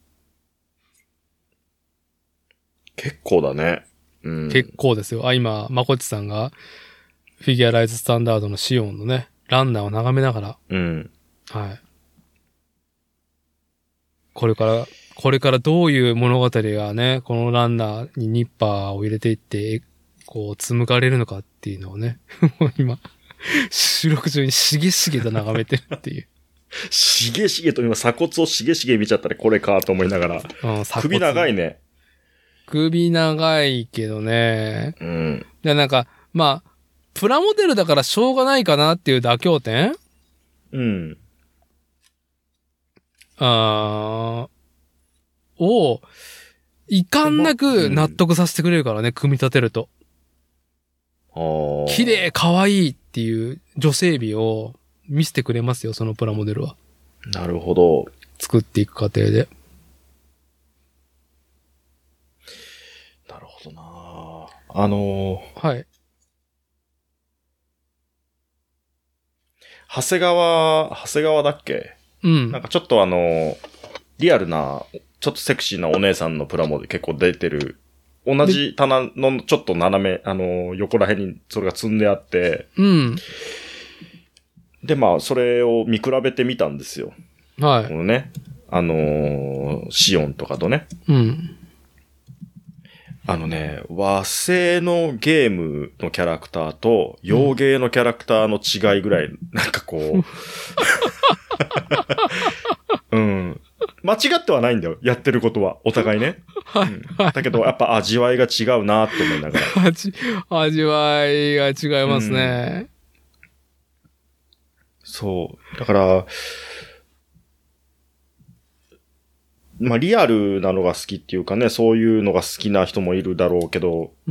結構だね。うん、 結構ですよ。あ、今、まこちさんが、フィギュアライズスタンダードのシオンのね、ランナーを眺めながら。 うん。 はい。これから、これからどういう物語がね、このランナーにニッパーを入れていって、こう、紡がれるのかっていうのをね、もう今、収録中にしげしげと眺めてるっていう。 しげしげと今鎖骨をしげしげ見ちゃったらこれかと思いながら。 うん、 首長いね。 首長いけどね。 うん。 で、なんか、まあ、プラモデルだからしょうがないかなっていう妥協点うん。 あー、を、いかんなく納得させてくれるからね、組み立てると。綺麗、可愛いっていう女性美を見せてくれますよ、そのプラモデルは。 なるほど。 作っていく過程で。 なるほどな。あのー、はい。 長谷川、長谷川だっけ？ うん。 なんかちょっとあの、リアルな、ちょっとセクシーなお姉さんのプラモで結構出てる。同じ棚のちょっと斜め、あの、横ら辺にそれが積んであって。 うん。 で、まあ、それを見比べてみたんですよ。 はい。 このね、あのー、シオンとかとね。 うん。 あのね、和製のゲームのキャラクターと洋芸のキャラクターの違いぐらい、うん、なんかこう、うん。間違ってはないんだよ。やってることは。お互いね。 はい。うん、 だけど、やっぱ味わいが違うなって思いながら。 味、味わいが違いますね。 うん、そう。だから、まあ、リアルなのが好きっていうかね、そういうのが好きな人もいるだろうけど、 うん、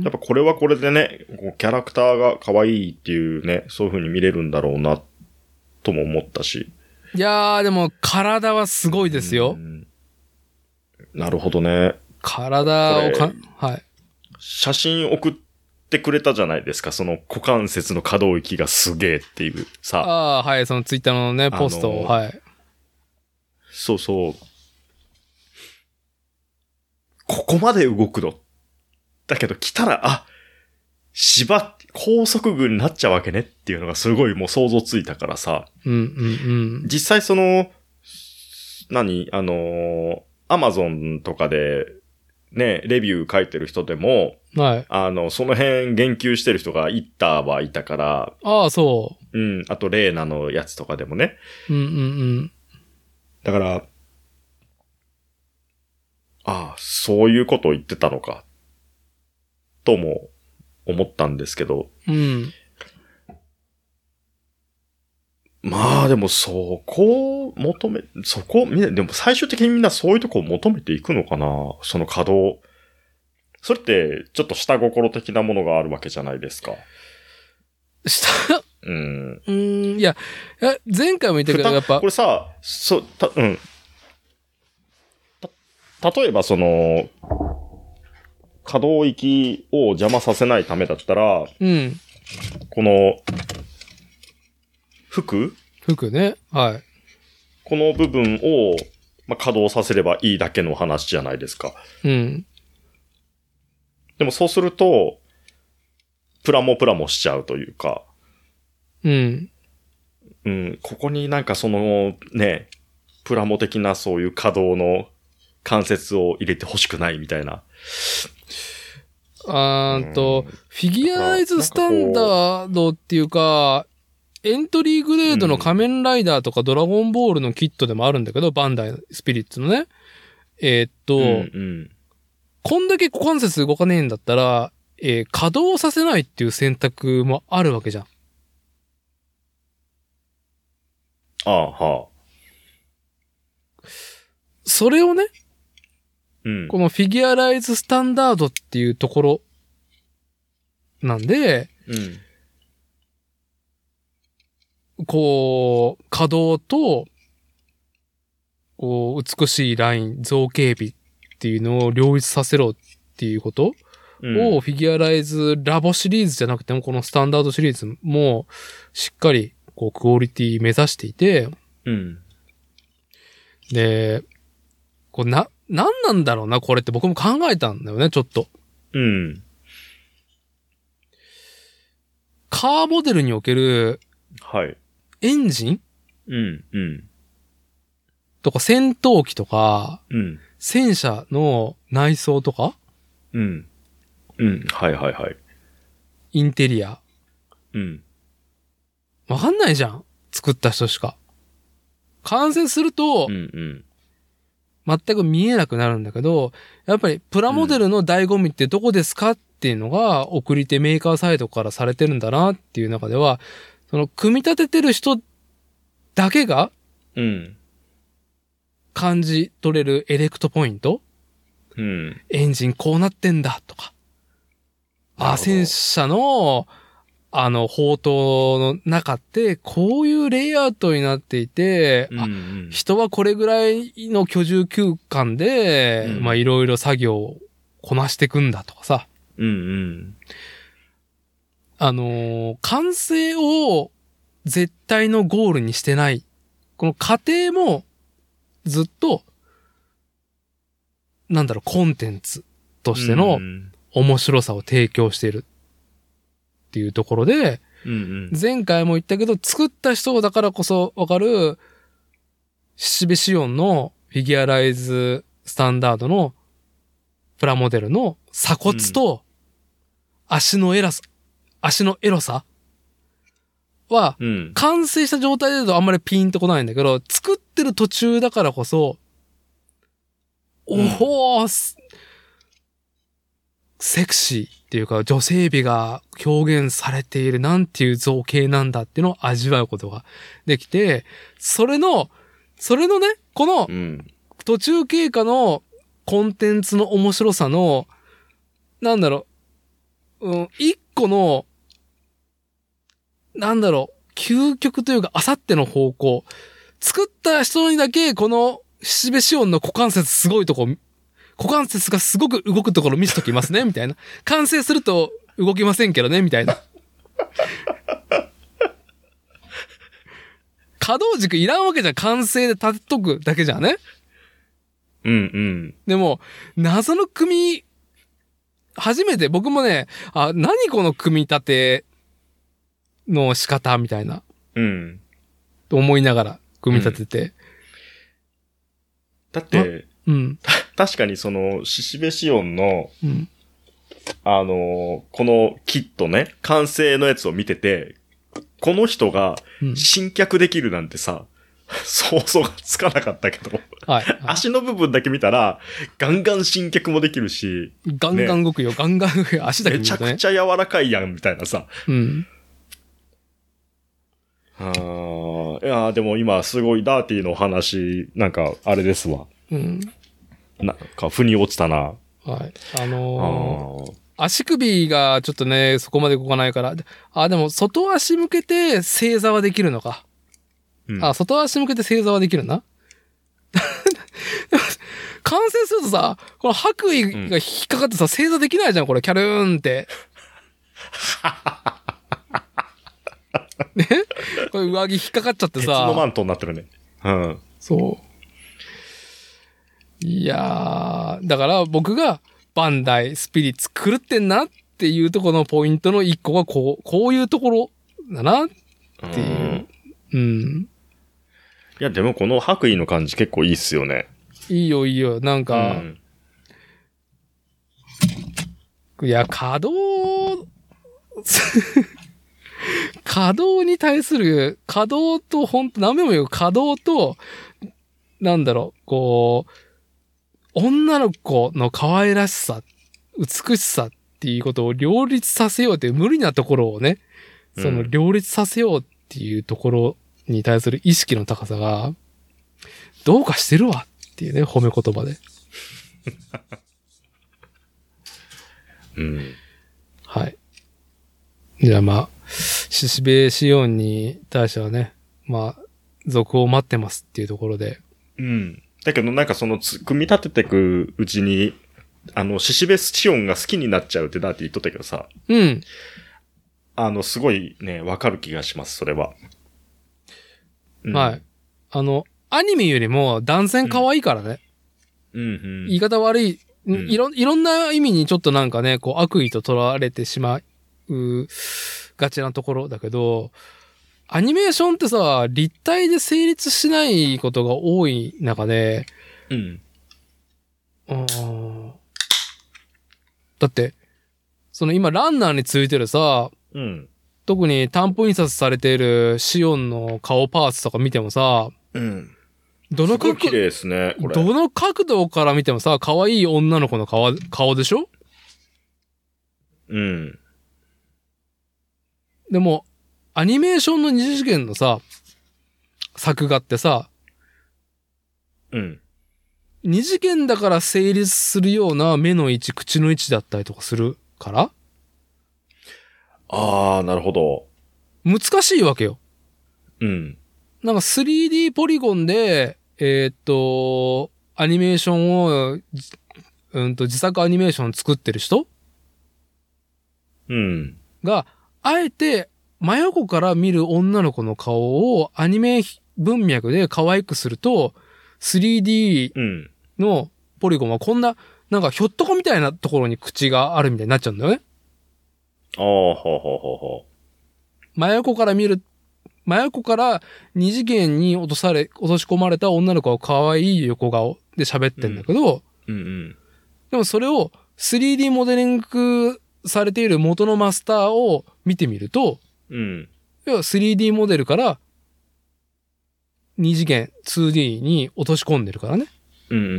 やっぱこれはこれでね、こうキャラクターが可愛いっていうね、そういう風に見れるんだろうな、とも思ったし。 いやー、でも体はすごいですよ。 なるほどね。 体をか、はい。 写真送ってくれたじゃないですか。その股関節の可動域がすげえっていうさ。 ああ、はい。そのツイッターのね、ポストを、はい。 そうそう。ここまで動くの。だけど来たら、あ、芝、高速具になっちゃうわけねっていうのがすごいもう想像ついたからさ。 うんうんうん。 実際その、何あのー、アマゾンとかで、ね、レビュー書いてる人でも、 はい。 あの、その辺言及してる人がいたはいたから。 ああ、そう。うん。あと、レーナのやつとかでもね。 うんうんうん。 だから、ああ、そういうことを言ってたのか。とも思ったんですけど。 うん。 まあでもそこを求め、そこ、でも最終的にみんなそういうとこを求めていくのかな、その稼働。それってちょっと下心的なものがあるわけじゃないですか。 下うん。 うん、いや、前回も言ったけどやっぱ。 これさ、そ、た、うん。た、例えばその、可動域を邪魔させないためだったら、 うん。 この、服服ね。はい。 この部分を、まあ、稼働させればいいだけの話じゃないですか。 うん。 でもそうすると、プラモプラモしちゃうというか。 うん。 うん、ここになんかその、ね、プラモ的なそういう稼働の関節を入れてほしくないみたいな。 あーんと、うん、フィギュアライズスタンダードっていうか、エントリーグレードの仮面ライダーとかドラゴンボールのキットでもあるんだけど、バンダイスピリッツのね。えー、っと、うんうん、こんだけ股関節動かねえんだったら、えー、稼働させないっていう選択もあるわけじゃん。 ああ、はあ。それをね、 うん、 このフィギュアライズスタンダードっていうところなんで、 うんこう、稼働と、こう、美しいライン、造形美っていうのを両立させろっていうことを、うん、フィギュアライズラボシリーズじゃなくても、このスタンダードシリーズも、しっかり、こう、クオリティ目指していて、 うん。 で、こう、な、なんなんだろうな、これって僕も考えたんだよね、ちょっと。 うん。 カーモデルにおける、 はい。 エンジンうん、うん。 とか戦闘機とか、 うん。 戦車の内装とかうん。うん。はいはいはい。 インテリア。 うん。 わかんないじゃん。作った人しか。完成すると、 うんうん。 全く見えなくなるんだけど、やっぱりプラモデルの醍醐味ってどこですかっていうのが送り手メーカーサイドからされてるんだなっていう中では、その組み立ててる人だけが感じ取れるエレクトポイント、うん、エンジンこうなってんだとか、あ、戦車のあの、砲塔の中って、こういうレイアウトになっていて、うんうん、あ、人はこれぐらいの居住空間で、うん、まあいろいろ作業をこなしていくんだとかさ。うんうん、あのー、完成を絶対のゴールにしてない。この過程もずっと、なんだろう、コンテンツとしての面白さを提供している。っていうところで、うんうん、前回も言ったけど、作った人だからこそわかる、シベシオンのフィギュアライズスタンダードのプラモデルの鎖骨と足のエラス、うん、足のエロさは、完成した状態だとあんまりピンとこないんだけど、作ってる途中だからこそ、うん、おほー、セクシーっていうか女性美が表現されているなんていう造形なんだっていうのを味わうことができて、それの、それのね、この途中経過のコンテンツの面白さの、なんだろう、うん、一個の、なんだろう、究極というかあさっての方向、作った人にだけこのシベシオンの股関節すごいとこ股関節がすごく動くところ見せときますね、みたいな。完成すると動きませんけどね、みたいな。可動軸いらんわけじゃん。完成で立てとくだけじゃんね。うんうん。でも、謎の組み、初めて僕もね、あ、何この組み立ての仕方みたいな。うん。と思いながら組み立てて。うん、 だって、うん。確かにその、シシベシオンの、うん、あの、このキットね、完成のやつを見てて、この人が新脚できるなんてさ、うん、想像がつかなかったけど、はいはい、足の部分だけ見たら、ガンガン新脚もできるし、 ガンガン動くよ、ね、ガンガン動くよ、足だけ見るとね。 めちゃくちゃ柔らかいやん、みたいなさ。うん。あいやでも今すごいダーティーの話、なんかあれですわ。うん。なんか、腑に落ちたな。はい。 あのー、足首がちょっとね、そこまで動かないから。あ、でも、外足向けて正座はできるのか。うん、あ、外足向けて正座はできるな。完成するとさ、この白衣が引っかかってさ、正座できないじゃん、これ、キャルーンって。ね、これ上着引っかかっちゃってさ。鉄のマントになってるね。うん。 そう。いやー、だから僕がバンダイスピリッツ狂ってんなっていうところのポイントの一個がこう、こういうところだなっていう。うん。うん、 いや、でもこの白衣の感じ結構いいっすよね。 いいよいいよ。なんか、うん、いや、稼働、稼働に対する、稼働とほんと、何べも言う稼働と、なんだろう、こう、女の子の可愛らしさ、美しさっていうことを両立させようっていう無理なところをね、その両立させようっていうところに対する意識の高さが、どうかしてるわっていうね、褒め言葉で。うん。はい。じゃあまあ、シシベシオンに対してはね、まあ、続報を待ってますっていうところで。 うん。だけどなんかその組み立ててくうちに、あの、シシベシオンが好きになっちゃうってだって言っとったけどさ。うん。あの、すごいね、わかる気がします、それは。 うん、はい。あの、アニメよりも断然可愛いからね。うん。うんうん、言い方悪い、うん、いろ、いろんな意味にちょっとなんかね、こう悪意と取られてしまう、がちなところだけど、アニメーションってさ、立体で成立しないことが多い中で、うん。うん。だって、その今ランナーについてるさ、うん。特に担保印刷されているシオンの顔パーツとか見てもさ、うん。 どの角度、 綺麗ですね、これ。 どの角度から見てもさ、可愛い女の子の顔、顔でしょ？ うん。 でも、アニメーションの二次元のさ、作画ってさ、 うん。 二次元だから成立するような目の位置、口の位置だったりとかするから？ あー、なるほど。 難しいわけよ。 うん。 なんか スリーディー ポリゴンで、えー、っと、アニメーションを、うんと、自作アニメーション作ってる人うん。 が、あえて、真横から見る女の子の顔をアニメ文脈で可愛くすると、スリーディー のポリゴンはこんな、なんかひょっとこみたいなところに口があるみたいになっちゃうんだよね。 ああ、ほうほうほうほう。真横から見る、真横から二次元に落とされ、落とし込まれた女の子は可愛い横顔で喋ってんだけど、 うん、うんうんでもそれを スリーディー モデリングされている元のマスターを見てみると、 うん。 要は スリーディー モデルから二次元 ツーディー に落とし込んでるからね。 うんうんうん。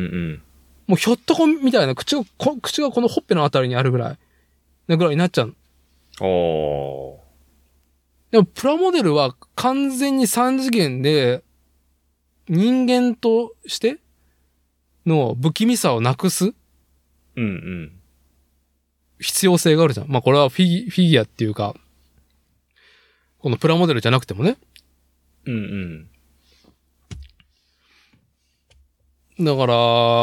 もうひょっとこみたいな口が、口がこのほっぺのあたりにあるぐらい、なぐらいになっちゃう。 ああ。 でもプラモデルは完全に三次元で人間としての不気味さをなくす。 うんうん。 必要性があるじゃん。まあこれはフィギ、フィギュアっていうか、このプラモデルじゃなくてもね。 うんうん。 だから、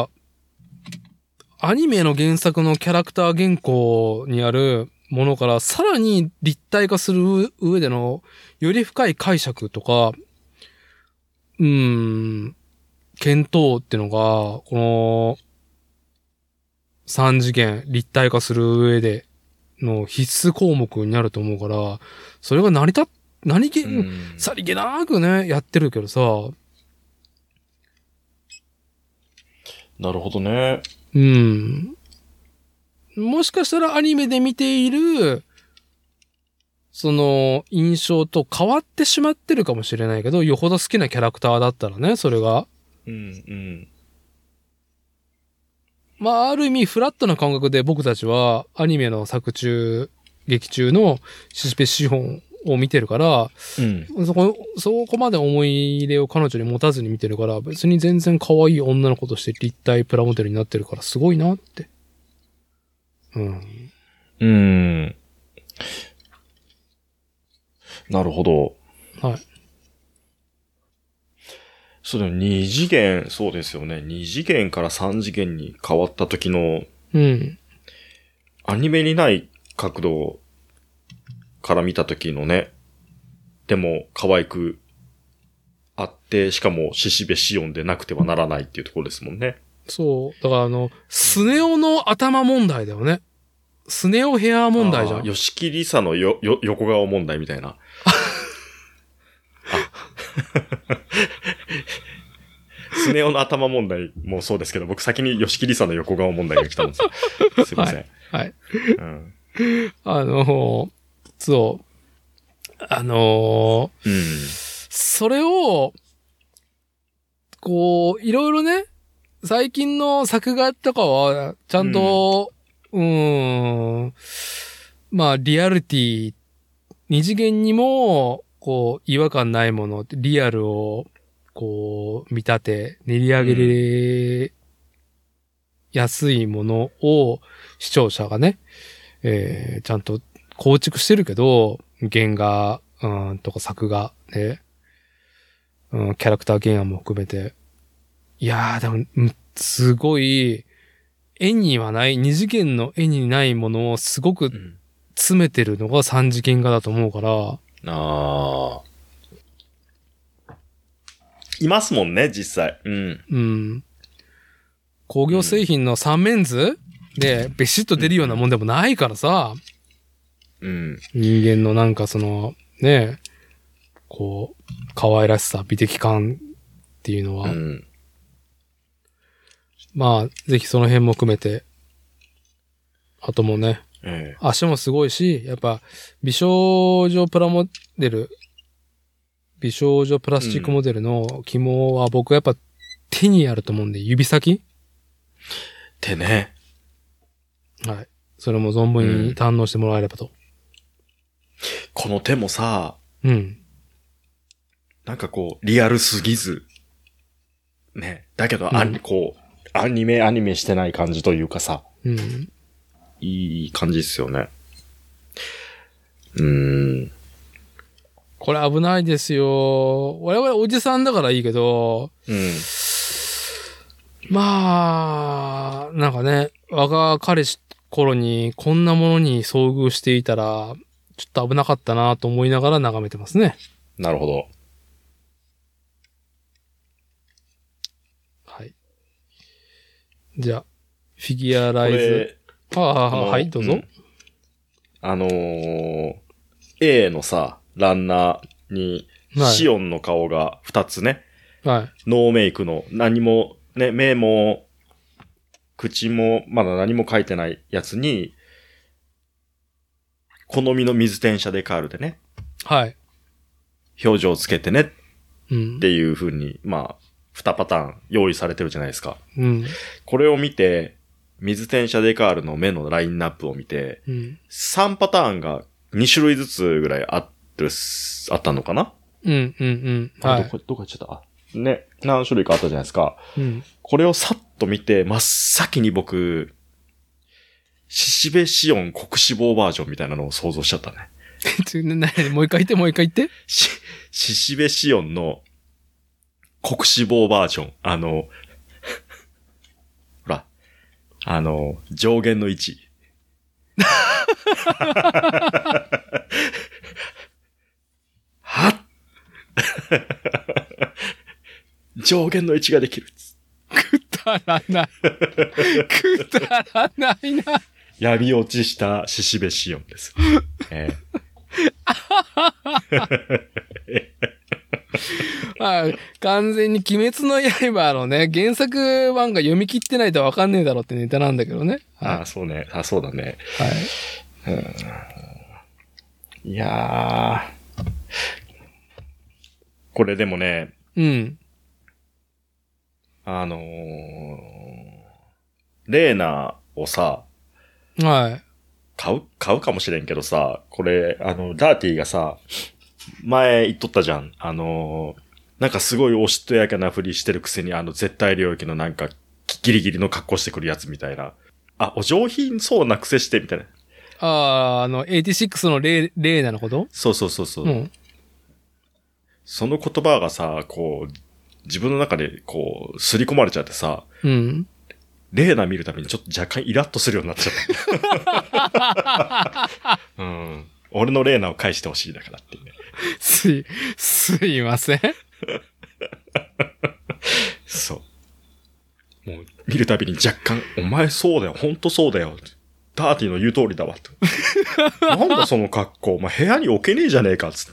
アニメの原作のキャラクター原稿にあるものからさらに立体化する上でのより深い解釈とか、うーん、検討っていうのが、この三次元立体化する上での必須項目になると思うから、それが成り立っ、何気、さりげなくね、やってるけどさ。 なるほどね。 うん。もしかしたらアニメで見ている、その印象と変わってしまってるかもしれないけど、よほど好きなキャラクターだったらね、それが。 うんうん。 まあ、ある意味フラットな感覚で僕たちはアニメの作中、劇中のシスペ資本を見てるから、 うん、 そこ、そこまで思い入れを彼女に持たずに見てるから、別に全然可愛い女の子として立体プラモデルになってるからすごいなって。うん。 うーん。なるほど。 はい。 そうだよ、二次元、そうですよね。二次元から三次元に変わった時の、 うん。 アニメにない角度から見た時のね、でも可愛くあって、しかもシシベシオンでなくてはならないっていうところですもんね。 そう。だからあの、スネ夫の頭問題だよね。スネ夫ヘア問題じゃん。 吉木りさのよ、よ、横顔問題みたいな。スネ夫の頭問題もそうですけど、僕先に吉木りさの横顔問題が来たんですよ。すいません。はい。 はい、 うん、 あのー、そう。あのー、 うん、 それを、こう、いろいろね、最近の作画とかは、ちゃんと、うん、うーん、まあ、リアリティ、二次元にも、こう、違和感ないもの、リアルを、こう、見立て、練り上げれやすいものを、視聴者がね、えー、ちゃんと構築してるけど、原画、うん、とか作画で、うん、キャラクター原案も含めて。いやー、でも、すごい、絵にはない、二次元の絵にないものをすごく詰めてるのが三次元画だと思うから。ああ。いますもんね、実際。うん。 うん。工業製品の三面図で、ベシッと出るようなもんでもないからさ。 うん。 人間のなんかその、ね、こう、可愛らしさ、美的感っていうのは。うん。まあ、ぜひその辺も含めて。あともね、ええ、足もすごいし、やっぱ、美少女プラモデル、美少女プラスチックモデルの肝は僕はやっぱ手にあると思うんで、指先手ね。 はい。それも存分に堪能してもらえればと。うん、 この手もさ、 うん。 なんかこう、リアルすぎず、ね。だけど、あ、うん、こう、アニメ、アニメしてない感じというかさ、 うん。 いい感じですよね。うーん。 これ危ないですよ。我々おじさんだからいいけど、 うん。 まあ、なんかね、若かりし頃にこんなものに遭遇していたら、ちょっと危なかったなと思いながら眺めてますね。 なるほど。 はい。じゃあ、フィギュアライズ。ああ、はい、どうぞ。うん、 あのー、A のさ、ランナーに、シオンの顔がふたつね。 はい。 ノーメイクの、何も、ね、目も、口も、まだ何も書いてないやつに、好みの水転写デカールでね。 はい。 表情をつけてね。 うん。 っていう風に、まあ、にパターン用意されてるじゃないですか。 うん。これを見て、水転写デカールの目のラインナップを見て、 うん、 さんパターンがに種類ずつぐらいあってる、あったのかな？ うんうんうん。 あ、はい、どこ、どこ行っちゃったね、何種類かあったじゃないですか。 うん。これをさっと見て、真っ先に僕、シシベシオン国脂肪バージョンみたいなのを想像しちゃったね。 ちょ、な、もう一回言って、もう一回言って。 し、シシベシオンの国脂肪バージョン。あの、ほら、あの、上限の位置。はっ上限の位置ができる。 くだらない。くだらないな。 闇落ちしたシシベシオンです。えまあ、完全に鬼滅の刃のね、原作漫画読み切ってないとわかんねえだろってネタなんだけどね。 はい、ああ、そうね。あ、そうだね。 はい。 うん、いやー。これでもね。 うん。 あのー、レーナをさ。 はい。 買う買うかもしれんけどさ、これ、あの、ダーティーがさ、前言っとったじゃん。あのー、なんかすごいおしとやかなふりしてるくせに、あの、絶対領域のなんか、ギリギリの格好してくるやつみたいな。あ、お上品そうな癖して、みたいな。 ああ、あの、はちじゅうろくのレレーナのことそうそうそうそう。 うん、 その言葉がさ、こう、自分の中でこう、刷り込まれちゃってさ、 うん。 レーナ見るたびにちょっと若干イラッとするようになっちゃった。うん。俺のレーナを返してほしいだからっていうね。 すい、すいません。 そう。もう、見るたびに若干、お前そうだよ、ほんとそうだよ。ダーティーの言う通りだわ。なんだその格好、お前部屋に置けねえじゃねえか、つって。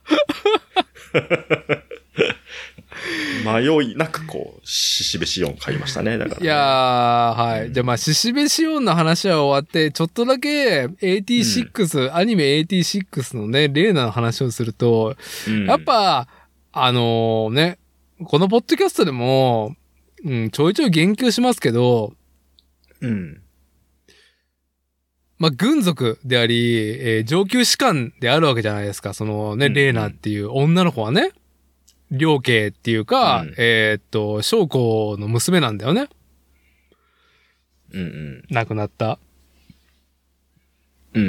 迷いなくこう、シシベシオン買いましたね。だから、ね。 いやー、はい。うん、じゃあまあ、シシベシオンの話は終わって、ちょっとだけ エーティーシックス、うん、アニメ エーティーシックスのね、レーナの話をすると、うん、やっぱ、あのー、ね、このポッドキャストでも、うん、ちょいちょい言及しますけど、 うん。 まあ、軍属であり、えー、上級士官であるわけじゃないですか。そのね、うんうん、レーナっていう女の子はね。両家っていうか、うん、えー、っと、将校の娘なんだよね。 うんうん。 亡くなった。 うん。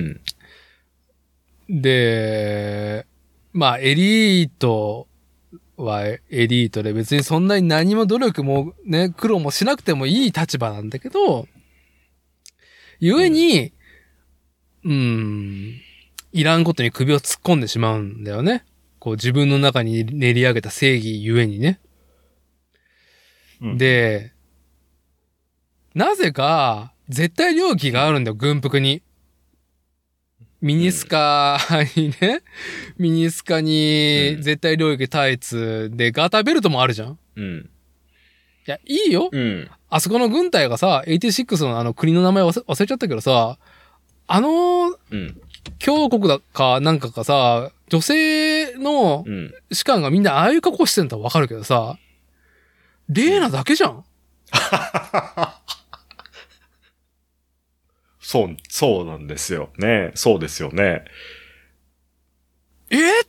で、まあ、エリートはエリートで別にそんなに何も努力もね、苦労もしなくてもいい立場なんだけど、故に、うん、うんいらんことに首を突っ込んでしまうんだよね。こう自分の中に練り上げた正義ゆえにね。うん、で、なぜか、絶対領域があるんだよ、軍服に。ミニスカにね、うん、ミニスカに絶対領域タイツでガーターベルトもあるじゃん。 うん。 いや、いいよ。 うん。 あそこの軍隊がさ、エイティーシックスのあの国の名前忘れ、忘れちゃったけどさ、あの、うん。強国だかなんかかさ、女性の士官がみんなああいう格好してるんだわかるけどさ、 レーナだけじゃん。 そう、そうなんですよね。そうですよね。 えー、って、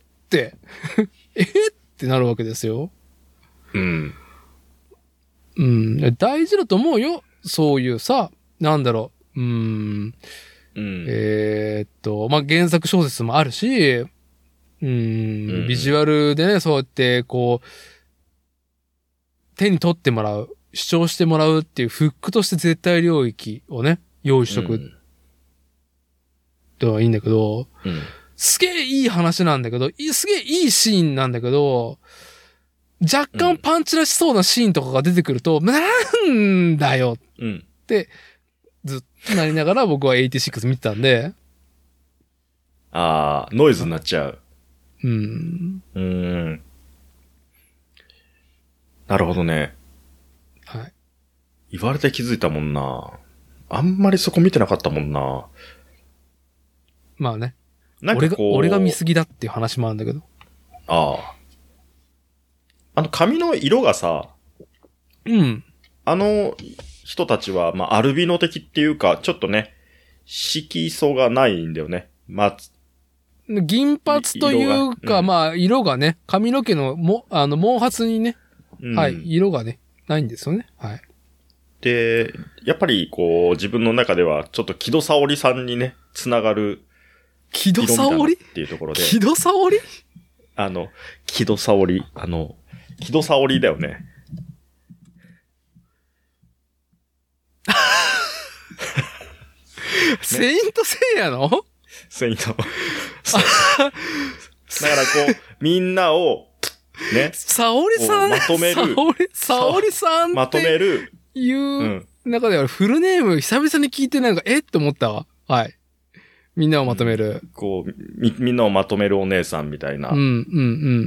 えー、ってなるわけですよ。 うん。 うん、大事だと思うよ。そういうさ、なんだろう。うーん。うん、えー、っと、まあ、原作小説もあるし、うーん、ビジュアルでね、そうやって、こう、手に取ってもらう、主張してもらうっていうフックとして絶対領域をね、用意しとく。とはいいんだけど、うん、すげえいい話なんだけど、すげえいいシーンなんだけど、若干パンチらしそうなシーンとかが出てくると、うん、なんだよって、ずっとなりながら僕ははちじゅうろく見てたんで。 ああ、ノイズになっちゃう。 うん。 うん。なるほどね。 はい。 言われて気づいたもんな。あんまりそこ見てなかったもんな。 まあね。なんかこう。俺が、俺が見すぎだっていう話もあるんだけど。 ああ。あの髪の色がさ。 うん。 あの人たちは、まあ、アルビノ的っていうか、ちょっとね、色素がないんだよね。まあ、 銀髪というか、うん、まあ、色がね、髪の毛のも、あの、毛髪にね、うん、はい、色がね、ないんですよね。はい。 で、やっぱり、こう、自分の中では、ちょっと木戸沙織さんにね、つながる。 木戸沙織っていうところで。 木戸沙織あの、木戸沙織、あの、木戸沙織だよね。 セイントセイヤのセイント。だからこう、みんなを、ね。 沙織さんまとめる。 沙織、沙織さんって。 まとめる。 いう中ではフルネーム久々に聞いてなんか、えって思ったわ。はい。みんなをまとめる。 うん、こう、み、みんなをまとめるお姉さんみたいな。 うん、うん、うん。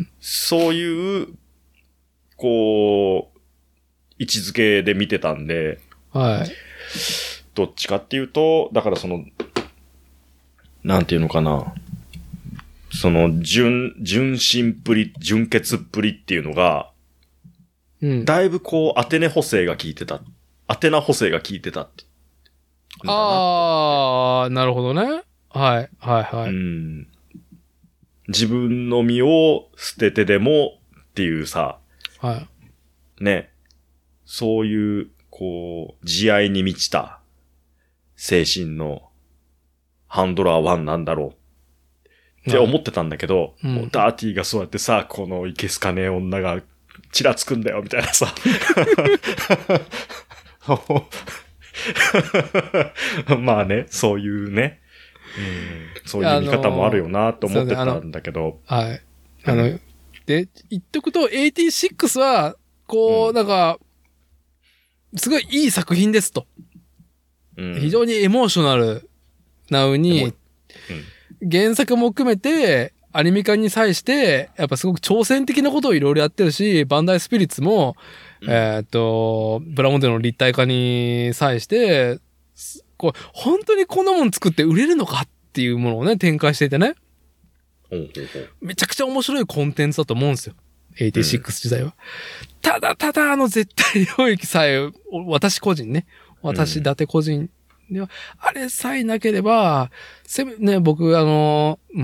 そういう、こう、位置づけで見てたんで。 はい。 どっちかっていうと、だからその、なんていうのかな。その、純、純真っぷり、純潔っぷりっていうのが、うん、だいぶこう、アテネ補正が効いてた。アテナ補正が効いてたって。 ああ、なるほどね。はい、はい、はい。 うん。自分の身を捨ててでもっていうさ。 はい。 ね。そういう、こう、慈愛に満ちた精神のハンドラーワンなんだろうって思ってたんだけど、うん、ダーティーがそうやってさ、このいけすかねえ女がちらつくんだよみたいなさ。まあね、そういうね、うん、そういう見方もあるよなと思ってたんだけど。 はい。あの、うん、で、言っとくと、はちじゅうろくは、こう、うん、なんか、すごいいい作品ですと。うん、非常にエモーショナルな上に、うん、原作も含めて、アニメ化に際して、やっぱすごく挑戦的なことをいろいろやってるし、バンダイスピリッツも、うん、えっと、プラモデルの立体化に際して、こう、本当にこんなもん作って売れるのかっていうものをね、展開していてね。 うん、 めちゃくちゃ面白いコンテンツだと思うんですよ。はちじゅうろく時代は。うん、ただただあの絶対領域さえ、私個人ね、私伊達個人では、あれさえなければ、せめ、ね、僕あの、うん、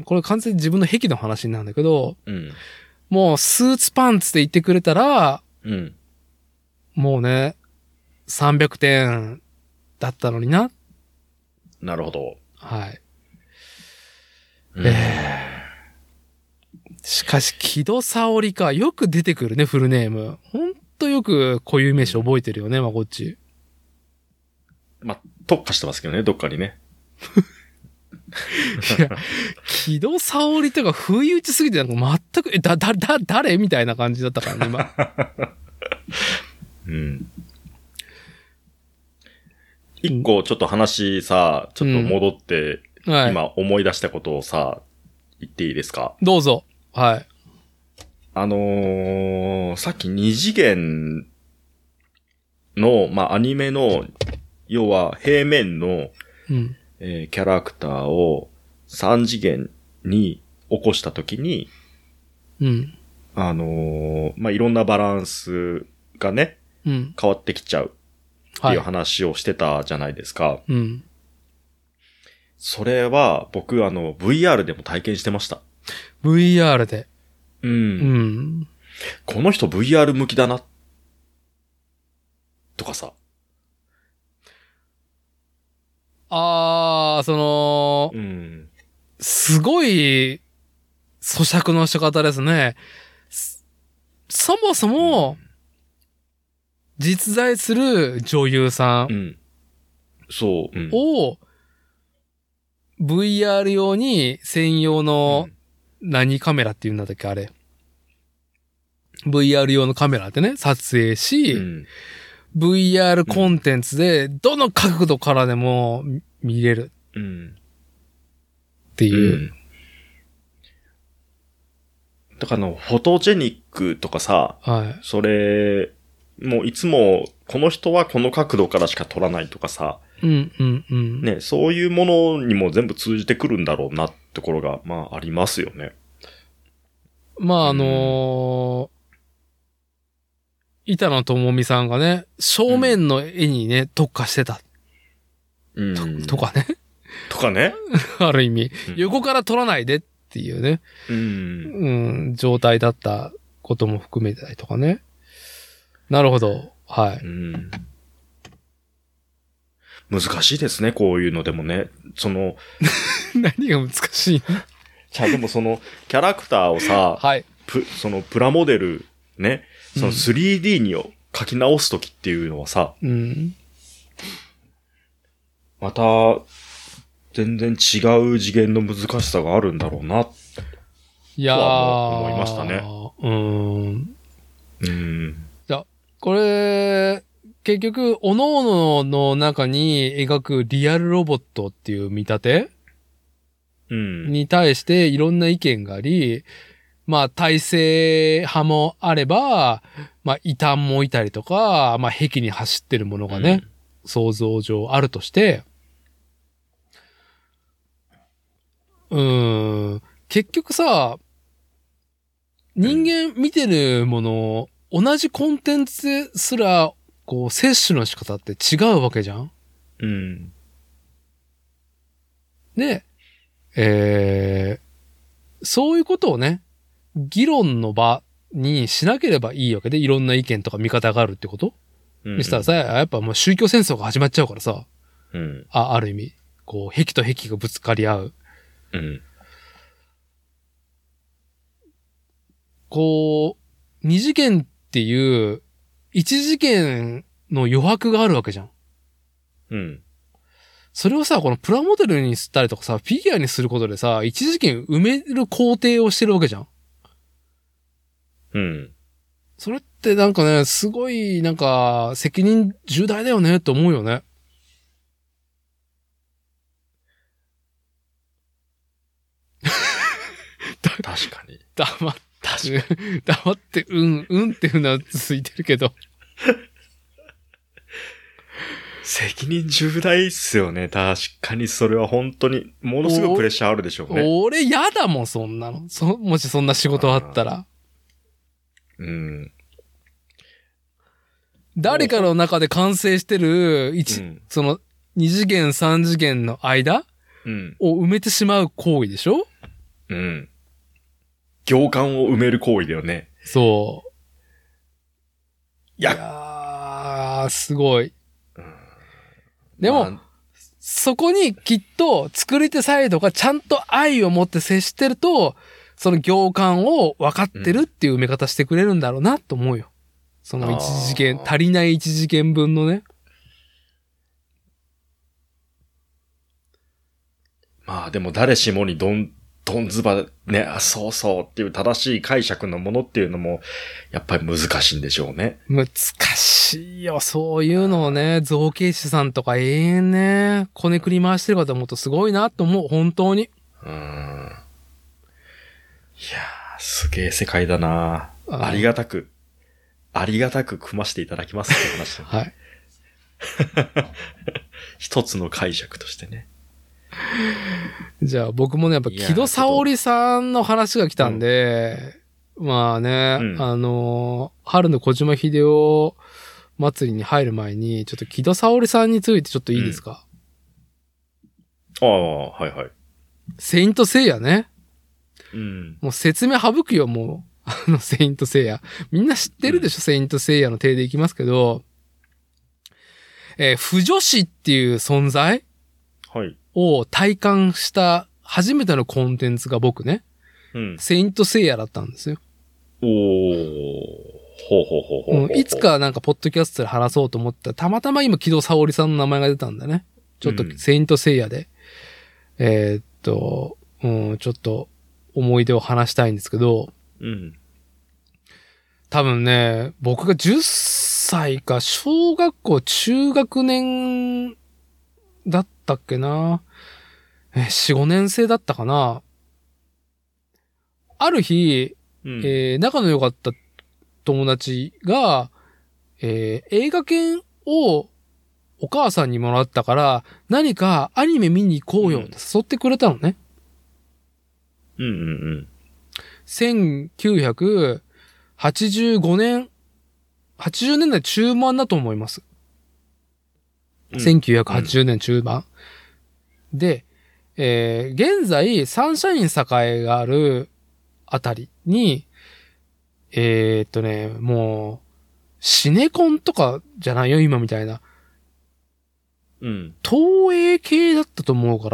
これ完全に自分の癖の話なんだけど、 うん、 もうスーツパンツで言ってくれたら、 うん、 もうね、さんびゃくてんだったのにな。 なるほど。 はい。 うん、 えーしかし、木戸沙織か。よく出てくるね、フルネーム。ほんとよく固有名詞覚えてるよね、まあ、こっち。 まあ、特化してますけどね、どっかにね。 いや、木戸沙織とか不意打ちすぎて、なんか全く、え、だ、だ、だ、誰みたいな感じだったからね、今。 うん。一個ちょっと話さ、ちょっと戻って、うんはい、今思い出したことをさ、言っていいですか？ どうぞ。はい。 あのー、さっき二次元の、まあ、アニメの、要は平面の、 うんえー、キャラクターを三次元に起こしたときに、 うん。 あのー、まあ、いろんなバランスがね、 うん、 変わってきちゃうっていう話をしてたじゃないですか。はい、 うん。 それは僕あの ブイアール でも体験してました。 ブイアール で。 うん。 うん。 この人 ブイアール 向きだな。とかさ。 あー、その、 うん。 すごい咀嚼の仕方ですね。そもそも、実在する女優さん、 うん、そう、うん、 を ブイアール 用に専用の何カメラっていうんだっけあれ。ブイアール 用のカメラでね、撮影し、うん、ブイアール コンテンツでどの角度からでも見れる。っていう。うん、 だからあの、フォトジェニックとかさ、 はい、 それ、もういつもこの人はこの角度からしか撮らないとかさ、 うんうんうん、 ね、そういうものにも全部通じてくるんだろうなってところが、まあありますよね。 まああのー、板野友美さんがね、正面の絵にね、うん、特化してた。 うん、 と, とかね。 とかね。 ある意味、うん、横から撮らないでっていうね、 うんうん、状態だったことも含めてたりとかね。なるほど。はい。 うん、難しいですね、こういうのでもね。その、 何が難しいの？ じゃあでもその、キャラクターをさ、 はい。 プそのプラモデル、ね、その スリーディー にを書き直すときっていうのはさ、 うん、 また、全然違う次元の難しさがあるんだろうな、 いやー、 とは思いましたね。 うーん。 うん。 じゃあ、これ、結局、各々の中に描くリアルロボットっていう見立て、 うん、 に対していろんな意見があり、まあ、体制派もあれば、まあ、異端もいたりとか、まあ、壁に走ってるものがね、うん、想像上あるとして、うーん、結局さ、人間見てるもの、同じコンテンツすら、こう、摂取の仕方って違うわけじゃん？ うん。 で、えー、そういうことをね、議論の場にしなければいいわけで、いろんな意見とか見方があるってこと？うん、うん。そしたらさ、やっぱもう宗教戦争が始まっちゃうからさ、 うん。 あ、ある意味、こう、壁と壁がぶつかり合う。 うん。 こう、二次元っていう、一次元の余白があるわけじゃん。 うん。 それをさ、このプラモデルにしたりとかさ、フィギュアにすることでさ、一次元埋める工程をしてるわけじゃん。 うん。 それってなんかね、すごい、なんか、責任重大だよねって思うよね。 確かに。 黙って、黙って、うん、うんっていうのは続いてるけど。 責任重大っすよね。確かにそれは本当に、ものすごいプレッシャーあるでしょうね。 俺やだもん、そんなの。そ、もしそんな仕事あったら。 うん。 誰かの中で完成してる、一、うん、その、二次元、三次元の間、うん、を埋めてしまう行為でしょ？ うん。行間を埋める行為だよね。 そう。 いや、 いやー、すごい。うん、でも、まあ、そこにきっと作り手サイドがちゃんと愛を持って接してると、その行間を分かってるっていう埋め方してくれるんだろうなと思うよ。その一次元、足りない一次元分のね。 まあでも誰しもにどん、どんずばね、あ、そうそうっていう正しい解釈のものっていうのも、やっぱり難しいんでしょうね。 難しいよ。そういうのをね、造形師さんとか永遠ね、こねくり回してるかと思うとすごいなと思う。本当に。 うーん。いやー、すげえ世界だなあ。ありがたく、ありがたく組ましていただきますって話だね。 はい。 一つの解釈としてね。 じゃあ僕もね、やっぱ木戸沙織さんの話が来たんで、 まあね、うん、あのー、春の小島秀夫祭りに入る前に、ちょっと木戸沙織さんについてちょっといいですか？ うん、ああ、はいはい。 セイントセイヤね。 うん。 もう説明省くよ、もう。あの、セイントセイヤ。みんな知ってるでしょ、うん、セイントセイヤの体でいきますけど、えー、不女子っていう存在を体感した初めてのコンテンツが僕ね、うん、セイントセイヤだったんですよ。 おー。ほうほうほうほうほう、 うん。いつかなんかポッドキャストで話そうと思ったら、たまたま今木戸沙織さんの名前が出たんだね。ちょっとセイントセイヤで、うん、えー、っと、うん、ちょっと思い出を話したいんですけど、 うん、 多分ね、僕がじゅっさいか小学校中学年だったっけな。え、よん、ごねん生だったかな。ある日、うん、えー、仲の良かった友達が、えー、映画券をお母さんにもらったから、何かアニメ見に行こうよって誘ってくれたのね。 うんうんうん。 せんきゅうひゃくはちじゅうごねん、はちじゅうねんだい中盤だと思います。うん、せんきゅうひゃくはちじゅうねん中盤。うん、で、えー、現在、サンシャイン栄があるあたりに、えー、っとね、もう、シネコンとかじゃないよ、今みたいな。 うん。 東映系だったと思うから、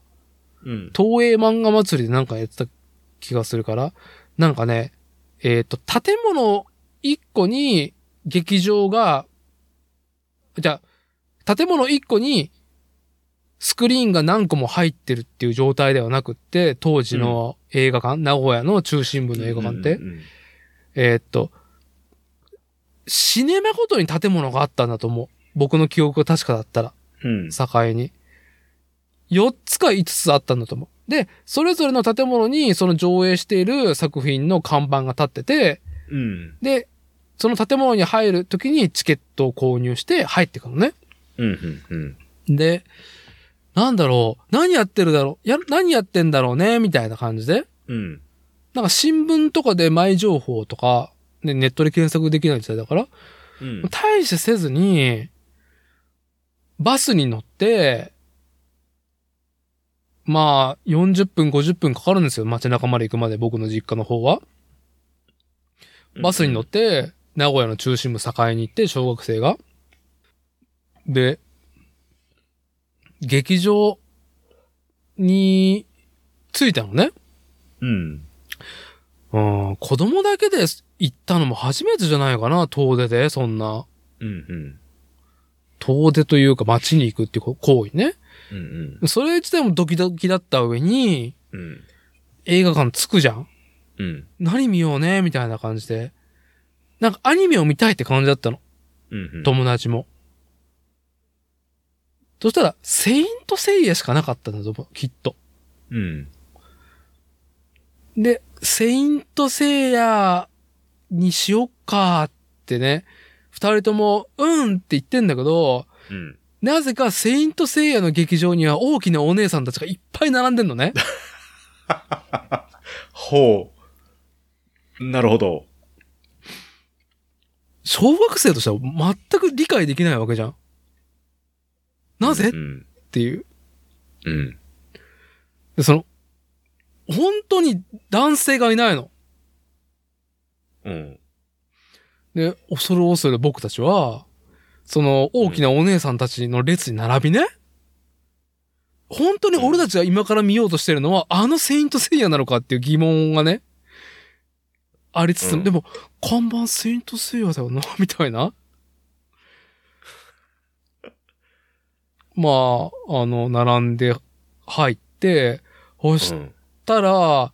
うん。 東映漫画祭りでなんかやってた気がするから、なんかね、えー、っと、建物一個に劇場が、じゃあ、建物一個にスクリーンが何個も入ってるっていう状態ではなくって、当時の映画館、うん、名古屋の中心部の映画館って、うんうんうん、えー、っと、シネマごとに建物があったんだと思う。僕の記憶が確かだったら。 うん。 境に。よっつかいつつあったんだと思う。で、それぞれの建物にその上映している作品の看板が立ってて、 うん。 で、その建物に入るときにチケットを購入して入ってくるのね。 うん、うん、 うん。で、なんだろう、何やってるだろう、や、何やってんだろうね、みたいな感じで。 うん。 なんか新聞とかで前情報とか、ね、ネットで検索できない時代だから、うん、大してせずに、バスに乗って、まあ、よんじゅっぷん、ごじゅっぷんかかるんですよ。街中まで行くまで、僕の実家の方は。バスに乗って、名古屋の中心部栄に行って、小学生が。で、劇場に着いたのね。 うん。 うん、子供だけで行ったのも初めてじゃないかな、遠出で、そんな。 うんうん。 遠出というか街に行くっていう行為ね。 うんうん。 それ自体もドキドキだった上に、 うん、 映画館着くじゃん。 うん。 何見ようねみたいな感じで。なんかアニメを見たいって感じだったの。 うんうん、 友達も。そしたら、セイントセイヤしかなかったんだぞ、きっと。 うん。 で、セイントセイヤにしよっかってね、二人とも、うんって言ってんだけど、 うん、 なぜかセイントセイヤの劇場には大きなお姉さんたちがいっぱい並んでんのね。 ほう。なるほど。 小学生としては全く理解できないわけじゃん。なぜ、うんうん、っていう。 うん。 で、その、本当に男性がいないの。 うん。 で、恐る恐る僕たちは、その大きなお姉さんたちの列に並びね。本当に俺たちが今から見ようとしてるのは、あのセイントセイヤなのかっていう疑問がね、ありつつ、うん、でも、看板セイントセイヤだよな、みたいな。まあ、あの、並んで入って、そしたら、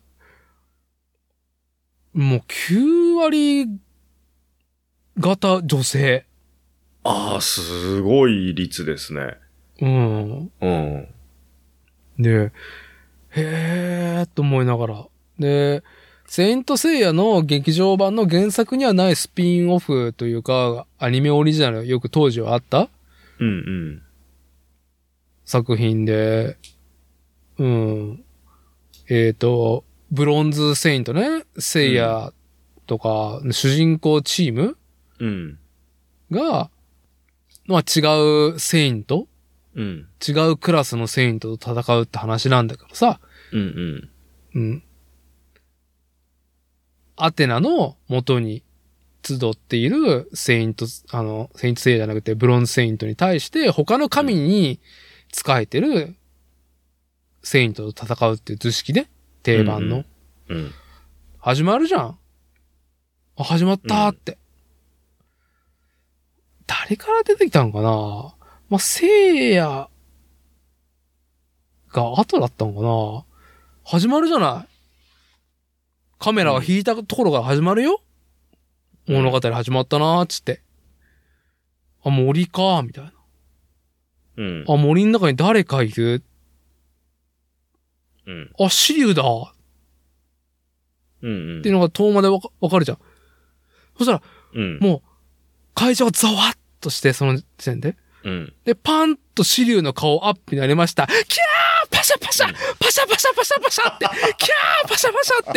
うん、もうきゅうわり方女性。 ああ、すごい率ですね。 うん。 うん。 で、へーっと思いながら。で、セイントセイヤの劇場版の原作にはないスピンオフというか、アニメオリジナルよく当時はあったうんうん。 作品で、うん。えっと、ブロンズセイントね、セイヤとか、主人公チームうん。 が、まあ違うセイント、 うん、 違うクラスのセイントと戦うって話なんだけどさ。 うんうん。 うん。アテナの元に集っているセイント、あの、セイントセイヤじゃなくてブロンズセイントに対して他の神に仕えてるセイントと戦うっていう図式で、定番の。 うん、うん。 始まるじゃん。あ、始まったーって。うん、誰から出てきたんかな。まあ、聖夜が後だったのかな。始まるじゃない。カメラが引いたところから始まるよ。うん、物語始まったなーっつって。あ、森かーみたいな。 うん。 あ、森の中に誰かいる。 うん。 あ、シリュウだ。 うんうん。 っていうのが遠間でわか、わかるじゃん。そしたら、 うん、 もう、会場がザワッとして、その時点で。 うん。 で、パンとシリュウの顔アップになりました。キャーパシャパシャ、うん、パシャパシャパシャパシャって、キャーパシャパシャって。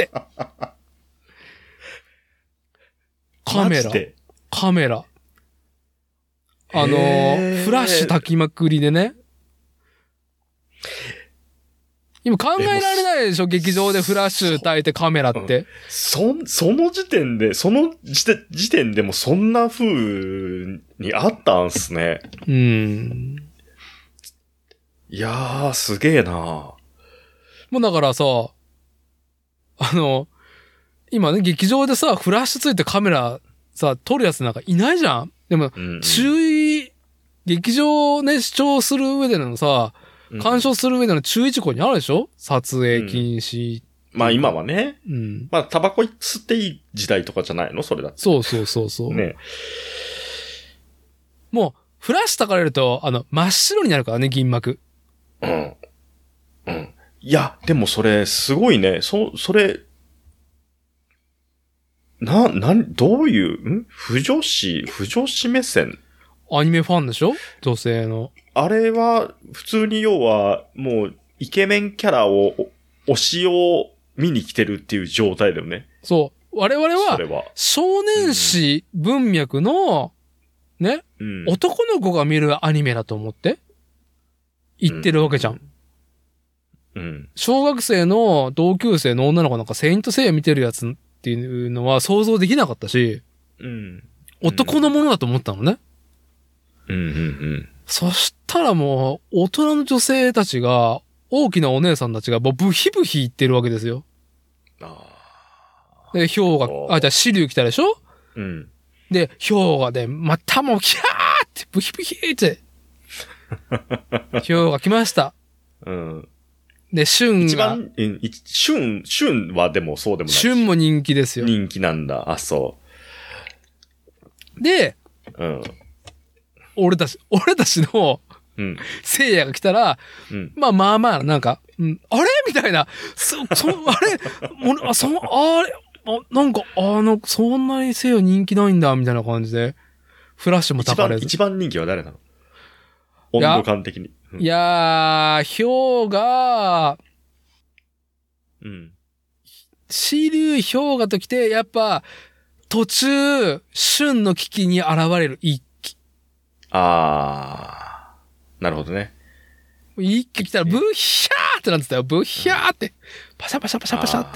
カメラ。カメラ。あのー、フラッシュ焚きまくりでね。今考えられないでしょ、劇場でフラッシュ焚いてカメラって。 そ、その時点で、その時点でもそんな風にあったんすね。 うん。 いやー、すげえなー。もうだからさ、あの、今ね、劇場でさ、フラッシュついてカメラさ、撮るやつなんかいないじゃん。でも、うんうん、注意、劇場をね、視聴する上でのさ、鑑賞する上での注意事項にあるでしょ、撮影禁止、 うん。まあ今はね。 うん。 まあタバコ吸っていい時代とかじゃないのそれだって。 そうそうそうそう。 ね。 もう、フラッシュ焚かれると、あの、真っ白になるからね、銀幕。 うん。うん。いや、でもそれ、すごいね。そ、それ、な、な、どういう、ん不女子、不女子目線アニメファンでしょ女性の。 あれは、普通に要は、もう、イケメンキャラを、推しを見に来てるっていう状態だよね。 そう。我々は、少年誌文脈の、ね、うん、男の子が見るアニメだと思って、言ってるわけじゃん。 うん。うん、 小学生の同級生の女の子なんかセイントセイヤ見てるやつっていうのは想像できなかったし、 うん、 男のものだと思ったのね。 うんうんうん。 そしたらもう、大人の女性たちが、大きなお姉さんたちが、もうブヒブヒ言ってるわけですよ。 ああ。で、氷河、あ、じゃあ、シリュウ来たでしょ？ うん。 で、氷河で、またもう、キャーってブヒブヒって。氷河来ました。 うん。 で、シュンが。 一番、シュン、シュンはでもそうでもない。 シュンも人気ですよ。 人気なんだ。あ、そう。 で、 うん。 俺たち、俺たちの、 うん。 聖夜が来たら、うん、まあまあまあ、なんか、うん、あれみたいな、そ、そ、あれあ、そ、あれあ、なんか、あの、そんなに聖夜人気ないんだ、みたいな感じで、フラッシュも高れず。 一番、一番人気は誰なの？温度感的に。 うん、いやー、ヒョウが、 うん。 シリュウヒョウがと来て、やっぱ、途中、旬の危機に現れる一気。 あー。なるほどね。 一気来たら、ブッヒャーってなってたよ。ブッヒャーって。パシャパシャパシャパシャって。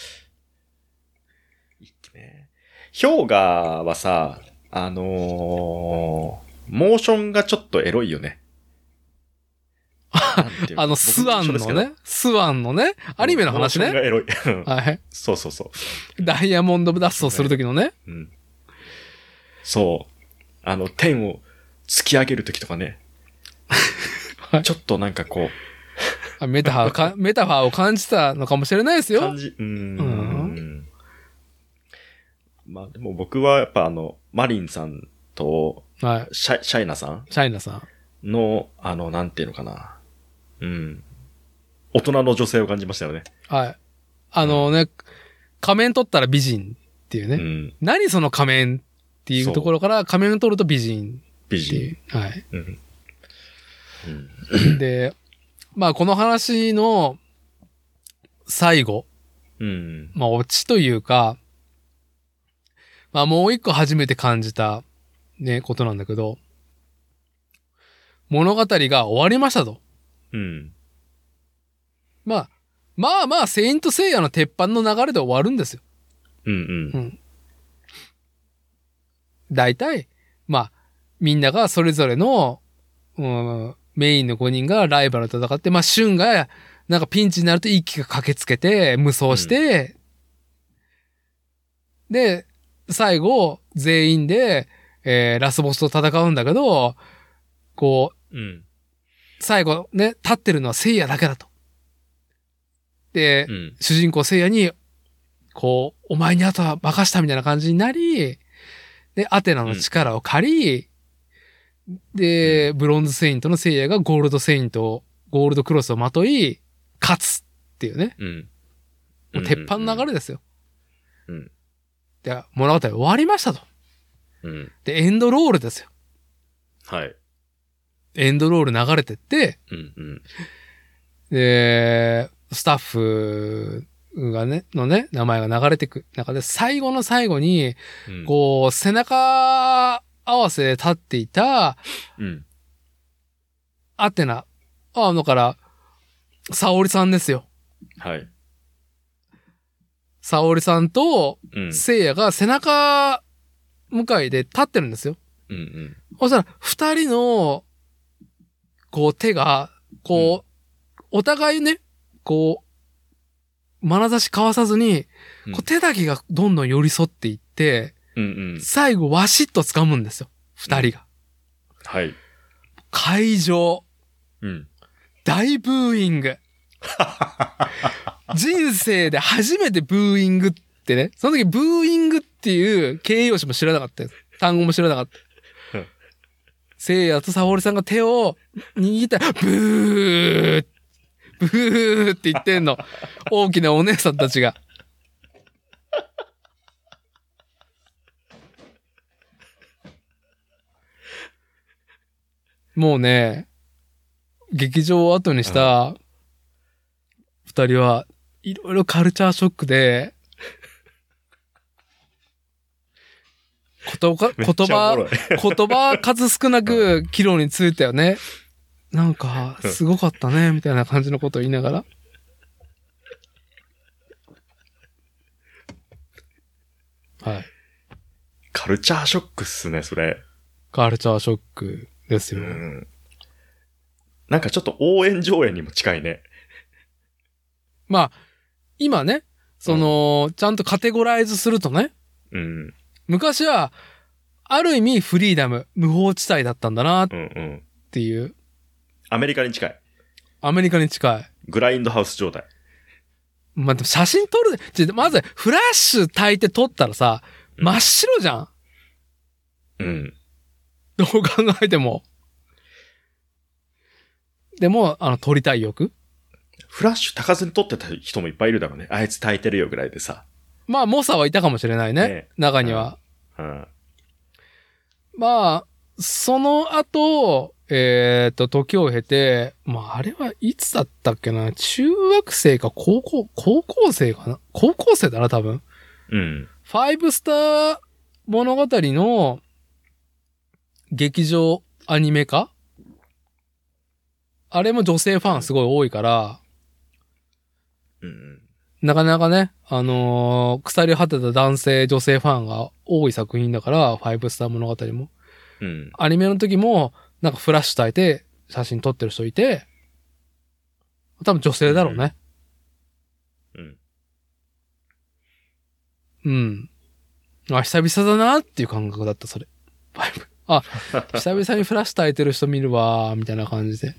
一気ね。氷河はさ、あのー、モーションがちょっとエロいよね。 あの、スワンのね、スワンのね、アニメの話ね。 モーションがエロい。 はい。 そうそうそう。 ダイヤモンド脱走するときのね。 うん。そう。あの、天を突き上げるときとかね。はい、ちょっとなんかこう。メタファーか、メタファーを感じたのかもしれないですよ。 感じ、うーん。うん。まあでも僕はやっぱあの、マリンさんと、 はい。 シャイ、シャイナさんシャイナさんの、あの、なんていうのかな。うん。大人の女性を感じましたよね。 はい。あのね、うん、仮面取ったら美人っていうね。うん、何その仮面っていうところから仮面取ると美人。 美人。 はい。 うんうん、で、まあこの話の、、最後。 うん。 まあ、オチというか、 まあもう一個初めて感じたね、ことなんだけど、物語が終わりましたと。 うん。 まあ、まあまあ、セイントセイヤの鉄板の流れで終わるんですよ。 うんうん。うん。 大体、まあ、みんながそれぞれの、うん、メインのごにんがライバルと戦って、まあ、シュンが、なんかピンチになると一気が駆けつけて、無双して、うん、で、最後、全員で、えー、ラスボスと戦うんだけど、こう、うん、最後ね、立ってるのはセイヤだけだと。で、うん、主人公セイヤに、こう、お前にあとは任したみたいな感じになり、で、アテナの力を借り、うん、で、ブロンズセイントのセイヤがゴールドセイント、ゴールドクロスをまとい、勝つっていうね。うん、もう鉄板の流れですよ。うん、で、物語終わりましたと。うん、で、エンドロールですよ。 はい。 エンドロール流れてって、うんうん、で、スタッフがね、のね、名前が流れてく中で、最後の最後に、うん、こう、背中合わせで立っていた、うん、アテナ、あのから、沙織さんですよ。 はい。 沙織さんと、聖夜が背中向かいで立ってるんですよ。うんうん。そしたら、二人の、こう手が、こう、うん、お互いね、こう、眼差し交わさずに、うん、こう手だけがどんどん寄り添っていって、うんうん、最後ワシッと掴むんですよ。二人が、 うん。はい。 会場。うん。大ブーイング。人生で初めてブーイングってね。その時ブーイングっていう形容詞も知らなかったよ。単語も知らなかった。聖夜と沙織さんが手を握ったら、ブーブーって言ってんの。大きなお姉さんたちが。もうね、劇場を後にした二人はいろいろカルチャーショックで、言葉、言葉、言葉数少なく岐路についたよね。なんか、すごかったね、みたいな感じのことを言いながら。はい。 カルチャーショックっすね、それ。 カルチャーショックですよ。うん、 なんかちょっと応援上映にも近いね。 まあ、今ね、その、うん、ちゃんとカテゴライズするとね。うん。昔は、ある意味フリーダム、無法地帯だったんだな、っていう、うんうん。 アメリカに近い。 アメリカに近い。 グラインドハウス状態。 まあ、でも写真撮る、まずフラッシュ焚いて撮ったらさ、うん、真っ白じゃん。うん。どう考えても。でも、あの、撮りたい欲。 フラッシュ焚かずに撮ってた人もいっぱいいるだろうね。あいつ焚いてるよぐらいでさ。 まあ、猛者はいたかもしれないね。ね、中には。うん。うん、まあ、その後、えっと、時を経て、まあ、あれはいつだったっけな、中学生か高校、高校生かな高校生だな、多分。うん。ファイブスター物語の劇場アニメ化？あれも女性ファンすごい多いから、うん。なかなかね、あのー、腐り果てた男性、女性ファンが多い作品だから、ファイブスター物語も。うん。アニメの時も、なんかフラッシュ焚いて写真撮ってる人いて、多分女性だろうね。うん。うん。あ、久々だなっていう感覚だった、それ。ファイブ。あ、久々にフラッシュ焚いてる人見るわー、みたいな感じで。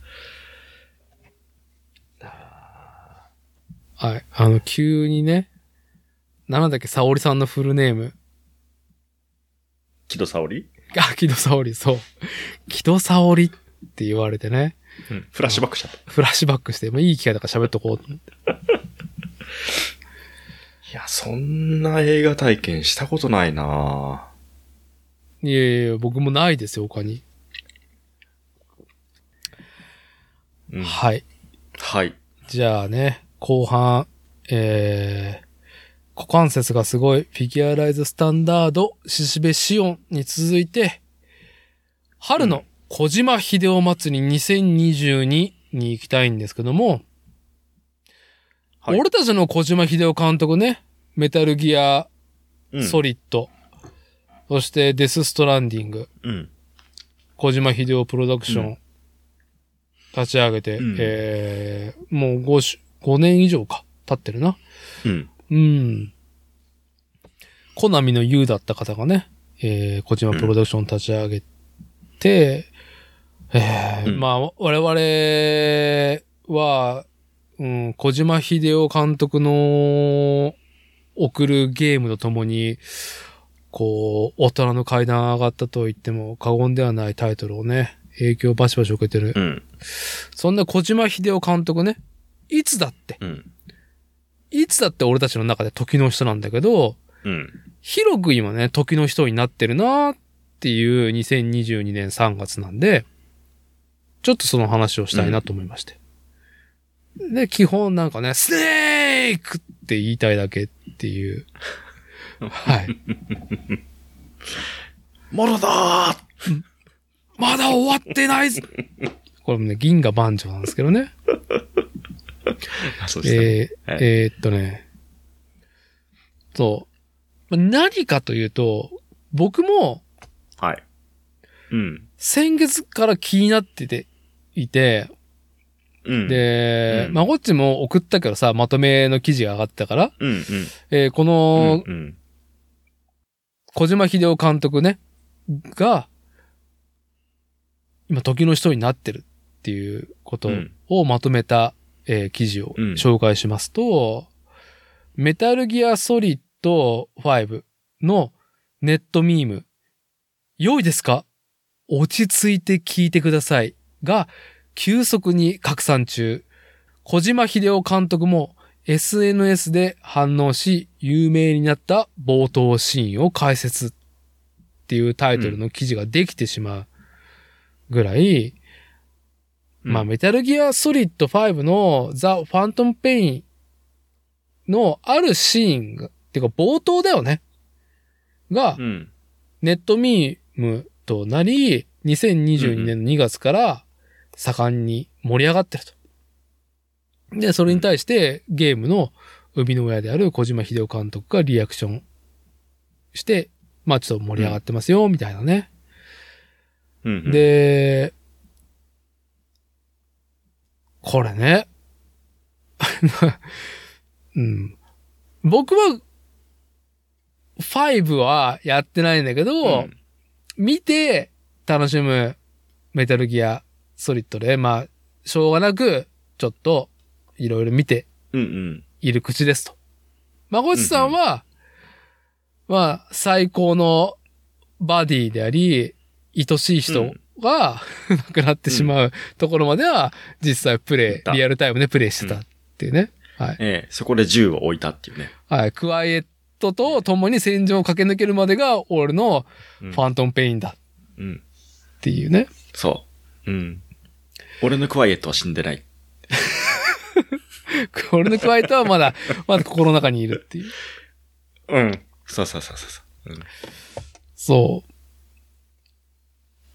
はい。あの、急にね、なんだっけ、沙織さんのフルネーム。 木戸沙織？ あ、木戸沙織、そう。木戸沙織って言われてね。 うん、フラッシュバックしちゃった。 フラッシュバックして、もういい機会だから喋っとこうと思って。 いや、そんな映画体験したことないないやいや、僕もないですよ、他に。うん、はい。 はい。 じゃあね、後半、えー、 股関節がすごい、フィギュアライズスタンダード、ししべシオンに続いて、春の小島秀夫祭りにせんにじゅうにに行きたいんですけども、はい、俺たちの小島秀夫監督ね、メタルギア、ソリッド、うん、そしてデスストランディング、うん、小島秀夫プロダクション、うん、立ち上げて、うん、えー、もう 5, ごねん以上か、経ってるな。うん。うん。コナミの U だった方がね、えー、小島プロダクション立ち上げて、うん、えーうん、まあ、我々は、うん、小島秀夫監督の送るゲームとともに、こう、大人の階段上がったと言っても過言ではないタイトルをね、影響をバシバシ受けてる。うん、そんな小島秀夫監督ね、いつだって、うん、いつだって俺たちの中で時の人なんだけど、うん、広く今ね、時の人になってるなーっていうにせんにじゅうにねんさんがつなんで、ちょっとその話をしたいなと思いまして。うん、で、基本なんかね、スネークって言いたいだけっていう。はい。 まだだーまだ終わってないぞこれもね、銀河万丈なんですけどね。 そうですね。 えーはい、えー、っとね。そう。何かというと、僕も、 はい。うん。 先月から気になってて、いて、うん、で、うん、まあ、こっちも送ったけどさ、まとめの記事が上がったから、うんうんえー、この、うんうん、小島秀夫監督ね、が、今時の人になってるっていうことをまとめた、うんえー、記事を紹介しますと、うん、メタルギアソリッドファイブのネットミーム、良いですか？落ち着いて聞いてくださいが急速に拡散中。小島秀夫監督も エスエヌエス で反応し有名になった冒頭シーンを解説っていうタイトルの記事ができてしまうぐらい、うん、まあメタルギアソリッドファイブのザ・ファントムペインのあるシーンが、ってか冒頭だよね。が、うん、ネットミームとなり、にせんにじゅうにねんのにがつから盛んに盛り上がってると。で、それに対してゲームの生みの親である小島秀夫監督がリアクションして、まあちょっと盛り上がってますよ、みたいなね。うんうん、で、これね。うん、僕は、ファイブはやってないんだけど、うん、見て楽しむメタルギアソリッドで、まあ、しょうがなく、ちょっと、いろいろ見て、いる口ですと。まこちさんは、うんうん、まあ、最高のバディであり、愛しい人が、うん、亡くなってしまうところまでは、実際プレイ、リアルタイムでプレイしてたっていうね。うん、はい。 ええ、そこで銃を置いたっていうね。 はい。クワイエットと共に戦場を駆け抜けるまでが、俺のファントムペインだ。うん。っていうね。 そう。うん。俺のクワイエットは死んでない。 俺のクワイエットはまだ、まだ心の中にいるっていう。 うん。そうそうそうそう。うん、 そう。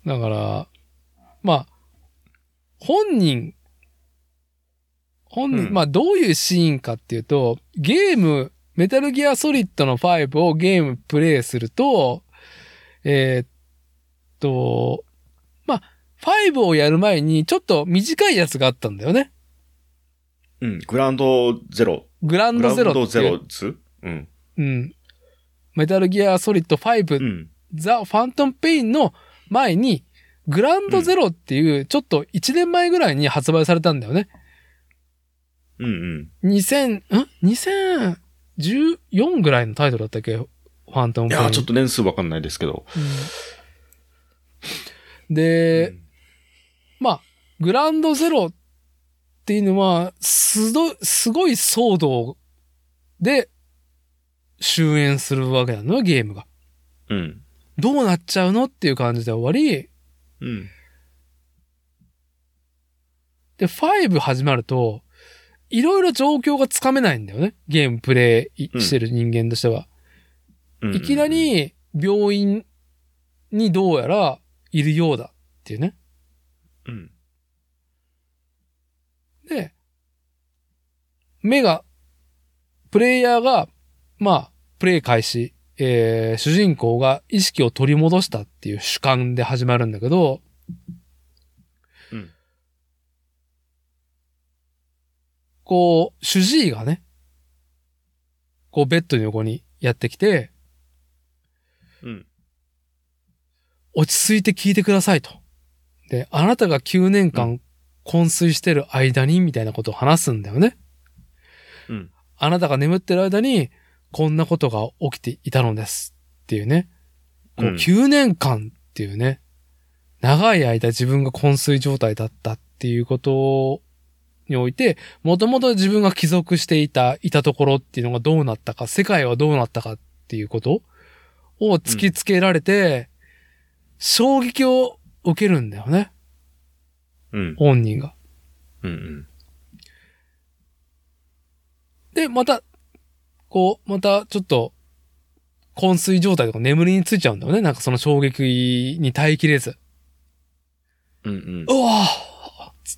だから、まあ、本人、本人、うん、まあどういうシーンかっていうと、ゲーム、メタルギアソリッドのファイブをゲームプレイすると、えー、っと、まあ、ファイブをやる前にちょっと短いやつがあったんだよね。 うん、グランドゼロ。 グランドゼロ。 グランドゼロツうん。 うん。メタルギアソリッドファイブ、うん、ザ・ファントムペインの前に、グランドゼロっていう、ちょっといちねんまえぐらいに発売されたんだよね。 うんうん。 にせん、ん ?にせんじゅうよん ぐらいのタイトルだったっけファントムペイン。 いや、ちょっと年数わかんないですけど。 うん、で、うん、まあ、グランドゼロっていうのは、すど、すごい騒動で終焉するわけなのよ、ゲームが。 うん。 どうなっちゃうのっていう感じで終わり、 うん。 で、ファイブ始まると、 いろいろ状況がつかめないんだよね。ゲームプレイしてる人間としては。うん、いきなり病院にどうやらいるようだっていうね。うん。で、目が、プレイヤーが、まあ、プレイ開始、えー、主人公が意識を取り戻したっていう主観で始まるんだけど、うん。こう、主治医がね、こうベッドの横にやってきて、うん。落ち着いて聞いてくださいと。で、あなたがきゅうねんかん昏睡してる間にみたいなことを話すんだよね。うん。あなたが眠ってる間にこんなことが起きていたのですっていうね。こうきゅうねんかんっていうね、長い間自分が昏睡状態だったっていうことにおいて、もともと自分が帰属していた、いたところっていうのがどうなったか、世界はどうなったかっていうことを突きつけられて、うん、衝撃を受けるんだよね。うん。本人が。うんうん。で、また、こう、またちょっと、昏睡状態とか眠りについちゃうんだよね。なんかその衝撃に耐えきれず。うんうん。うわーつって。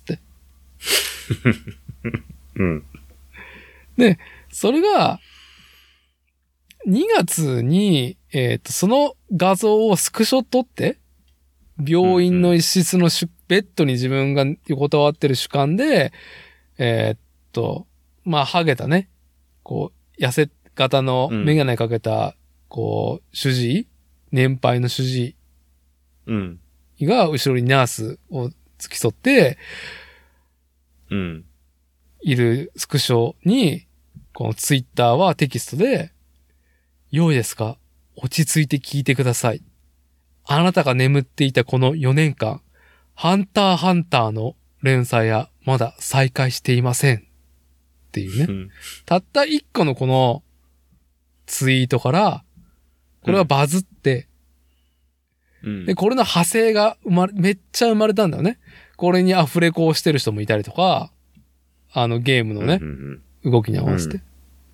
うん。で、それが、にがつに、えっと、その画像をスクショ撮って、病院の一室のしゅ、ベッドに自分が横たわってる主観で、えー、っと、まあ、ハゲたね、こう、痩せ型のメガネかけた、こう、主治医年配の主治医が後ろにナースを付き添って、うん。いるスクショに、このツイッターはテキストで、良いですか？落ち着いて聞いてください。あなたが眠っていたこのよねんかん、ハンターハンターの連載はまだ再開していません。っていうね。うん、たった一個のこのツイートから、これがバズって、うん、で、これの派生が生まれ、めっちゃ生まれたんだよね。これにアフレコをしてる人もいたりとか、あのゲームのね、うんうん、動きに合わせて、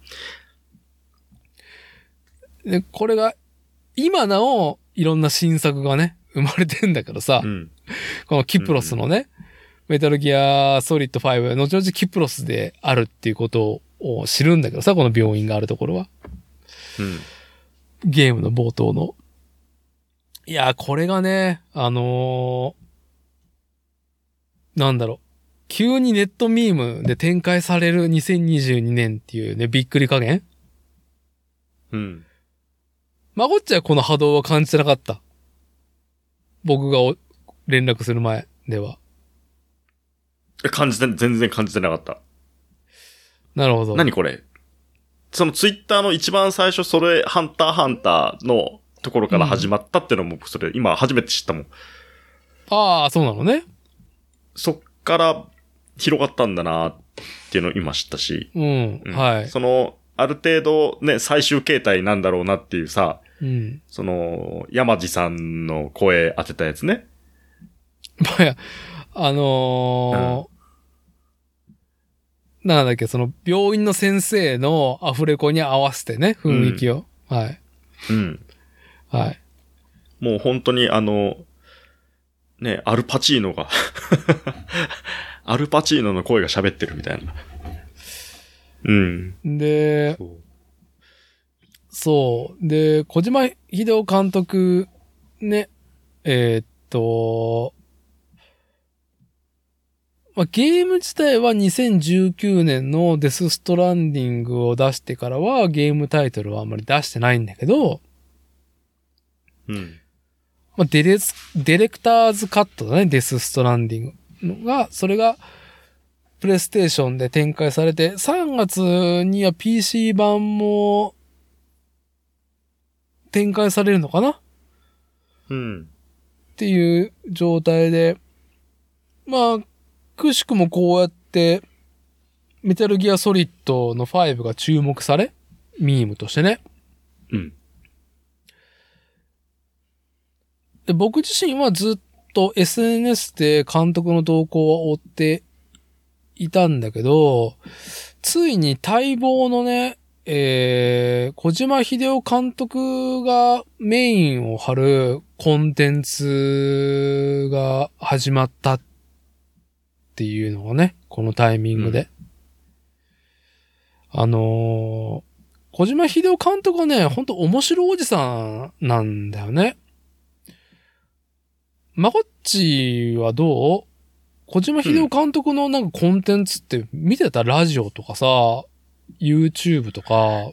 うん。で、これが、今なお、いろんな新作がね、生まれてんだけどさ、うん、このキプロスのね、うん、メタルギアソリッドファイブ、後々キプロスであるっていうことを知るんだけどさ、この病院があるところは。うん、ゲームの冒頭の。いや、これがね、あのー、なんだろう。急にネットミームで展開されるにせんにじゅうにねんっていうね、びっくり加減。うん。まこっちゃこの波動は感じてなかった。僕が連絡する前では。 感じて、全然感じてなかった。 なるほど。 何これ？そのツイッターの一番最初、それ、ハンターハンターのところから始まったっていうのも、それ、今初めて知ったもん。 ああ、そうなのね。 そっから広がったんだなっていうのを今知ったし。 うん。うん、はい。 その、ある程度ね、最終形態なんだろうなっていうさ、うん、その、山地さんの声当てたやつね。 まあ、や、あのー、うん、なんだっけ、その、病院の先生のアフレコに合わせてね、雰囲気を。うん、はい。うん。はい。 もう本当にあの、ね、アルパチーノが、アルパチーノの声が喋ってるみたいな。うん。 で、そう。そう。で、小島秀夫監督、ね、えー、っと、まあ、ゲーム自体はにせんじゅうきゅうねんのデスストランディングを出してからはゲームタイトルはあんまり出してないんだけど、うん。まあ、デレス、ディレクターズカットだね、デスストランディングのが、それが、プレイステーションで展開されて、さんがつには ピーシー 版も、展開されるのかな？うん。っていう状態で、まあ、くしくもこうやって、メタルギアソリッドのごが注目され、ミームとしてね。うん。で、僕自身はずっと エスエヌエス で監督の動向を追っていたんだけど、ついに待望のね、えー、小島秀夫監督がメインを張るコンテンツが始まったっていうのがね、このタイミングで。うん、あのー、小島秀夫監督はね、ほんと面白おじさんなんだよね。まこっちはどう？小島秀夫監督のなんかコンテンツって見てた？ラジオとかさ、YouTube とか。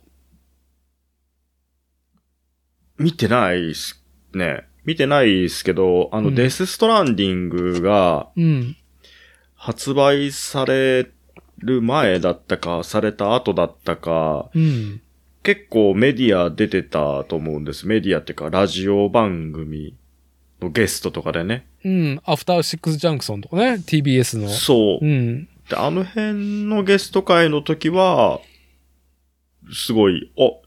見てないっすね。見てないっすけど、あの、うん、デスストランディングが、発売される前だったか、された後だったか、うん、結構メディア出てたと思うんです。メディアっていうか、ラジオ番組のゲストとかでね。 うん。アフターシックスジャンクションとかね。ティービーエス の。 そう。うん。で、あの辺のゲスト会の時は、すごい、お、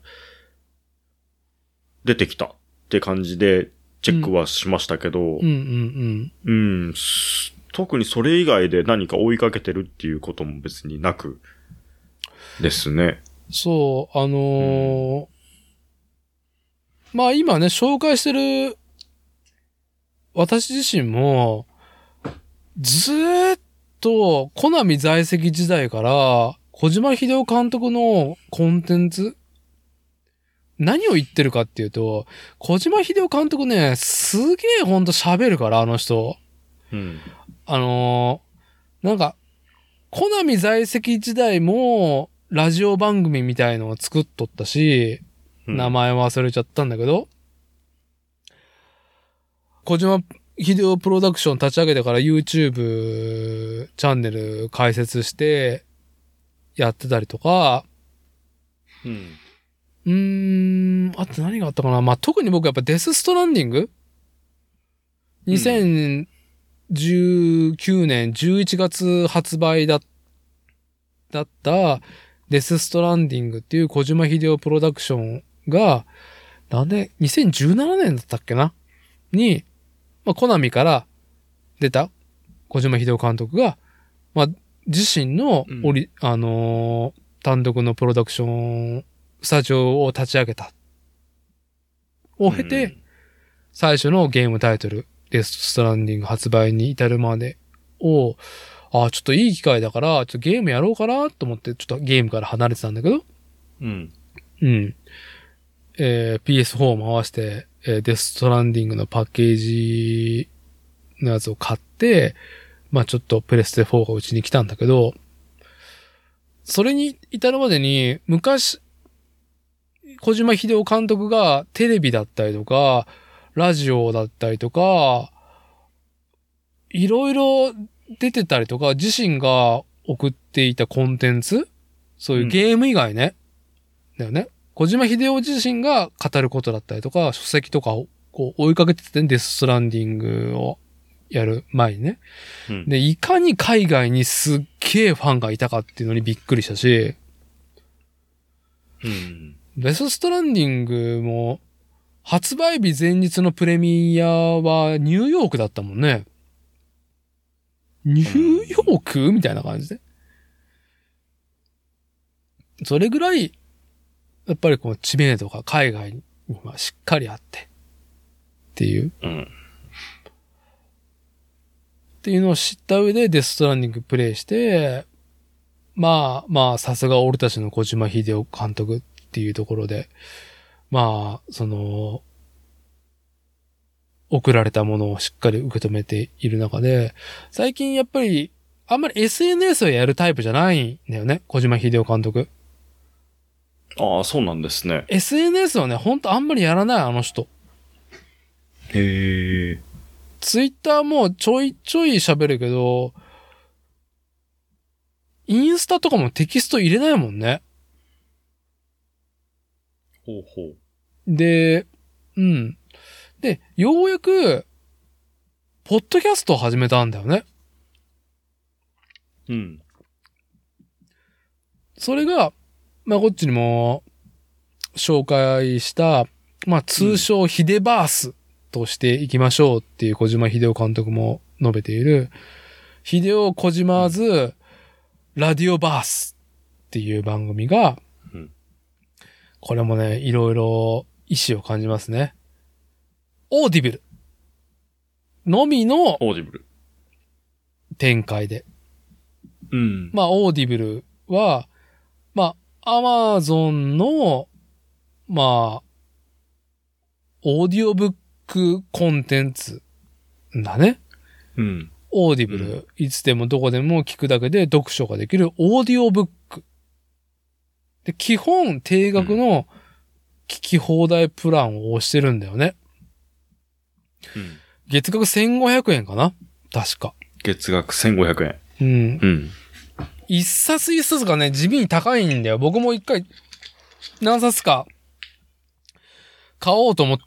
出てきたって感じでチェックはしましたけど、うん、うんうんうん。うん。特にそれ以外で何か追いかけてるっていうことも別になくですね。 そう、あのーうん、まあ今ね、紹介してる私自身も、ずーっと、コナミ在籍時代から、小島秀夫監督のコンテンツ、何を言ってるかっていうと、小島秀夫監督ね、すげえほんと喋るから、あの人。うん。あのー、なんか、コナミ在籍時代も、ラジオ番組みたいのを作っとったし、うん、名前忘れちゃったんだけど、小島秀夫プロダクション立ち上げてから YouTube チャンネル開設してやってたりとか、うん。うーん、あと何があったかな。まあ、特に僕やっぱデスストランディング、うん、にせんじゅうきゅうねんじゅういちがつ発売だ、だったデスストランディングっていう小島秀夫プロダクションが、なんでにせんじゅうななねんだったっけなに、まあ、コナミから出た小島秀夫監督が、まあ、自身のオリ、うん、あのー、単独のプロダクション、スタジオを立ち上げた。を経て、うん、最初のゲームタイトル、デスストランディング発売に至るまでを、ああ、ちょっといい機会だから、ちょっとゲームやろうかなと思って、ちょっとゲームから離れてたんだけど、うん。うん。えー、ピーエスフォー も合わせて、えー、デストランディングのパッケージのやつを買って、まあちょっとプレステフォーがうちに来たんだけど、それに至るまでに、昔、小島秀夫監督がテレビだったりとか、ラジオだったりとか、いろいろ出てたりとか、自身が送っていたコンテンツ、そういうゲーム以外ね、うん、だよね。小島秀夫自身が語ることだったりとか、書籍とかをこう追いかけてて、デスストランディングをやる前にね、うん。で、いかに海外にすっげえファンがいたかっていうのにびっくりしたし、うん、デスストランディングも、発売日前日のプレミアはニューヨークだったもんね。ニューヨークみたいな感じで。それぐらい、やっぱりこう知名度が海外にはしっかりあって。っていう。うん。っていうのを知った上でデスストランディングプレイして、まあまあさすが俺たちの小島秀夫監督っていうところで、まあ、その、送られたものをしっかり受け止めている中で、最近やっぱり、あんまり エスエヌエス をやるタイプじゃないんだよね、小島秀夫監督。 ああ、そうなんですね。 エスエヌエス はね、ほんとあんまりやらない、あの人。 へえ。 ツイッターもちょいちょい喋るけど、インスタとかもテキスト入れないもんね。 ほうほう。 で、うん。で、ようやく、ポッドキャストを始めたんだよね。うん。それが、まあ、こっちにも、紹介した、まあ、通称ヒデバースとしていきましょうっていう小島秀夫監督も述べている、秀夫小島ズ、 ラディオバースっていう番組が、うん、これもね、いろいろ意志を感じますね。オーディブルのみのオーディブル展開で。 うん。 まあ、オーディブルは、まあ、アマゾンの、まあ、オーディオブックコンテンツだね。 うん。 オーディブル、うん、いつでもどこでも聞くだけで読書ができるオーディオブック。で、基本、定額の聞き放題プランを押してるんだよね。 うん。 月額せんごひゃくえんかな確か。 月額せんごひゃくえん。うん。 うん。 一冊一冊がね、地味に高いんだよ。僕も一回、何冊か、買おうと思って、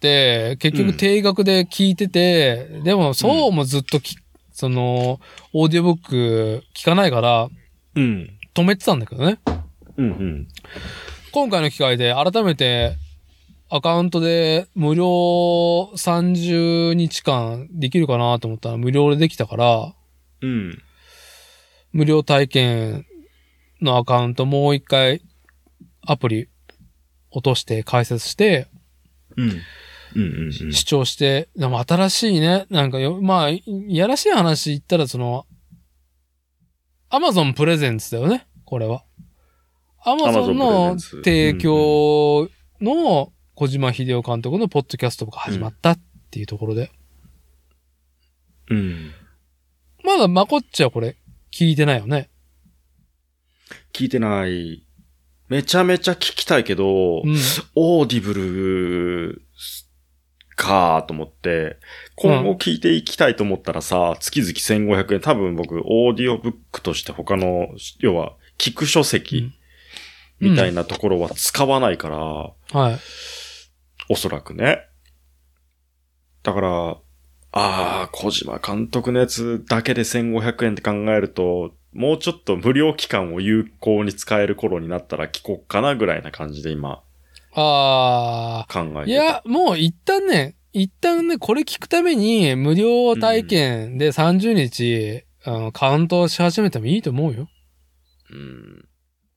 結局定額で聞いてて、うん、でもそうもずっとき、うん、その、オーディオブック聞かないから、 うん。 止めてたんだけどね。 うんうん。 今回の機会で改めて、アカウントで無料さんじゅうにちかんできるかなと思ったら無料でできたから、 うん。 無料体験のアカウントもう一回アプリ落として解説して、 うん。うんうんうん、 視聴して、でも新しいね、なんかよ、まあ、いやらしい話言ったらその、アマゾンプレゼンツだよね、これは。アマゾンの提供の小島秀夫監督のポッドキャストが始まったっていうところで。 うん。 まだまこっちゃこれ聞いてないよね。 聞いてない。めちゃめちゃ聞きたいけど、うん、オーディブルかーと思って、今後聞いていきたいと思ったらさ、うん、月々せんごひゃくえん、多分僕、オーディオブックとして他の、要は、聞く書籍みたいなところは使わないから、うんはい。 おそらくね。だから、ああ、小島監督のやつだけでせんごひゃくえんって考えると、もうちょっと無料期間を有効に使える頃になったら聞こうかなぐらいな感じで今。 ああ。 考えてた。 いや、もう一旦ね、一旦ね、これ聞くために無料体験でさんじゅうにち、うん、あのカウントし始めてもいいと思うよ。 うん。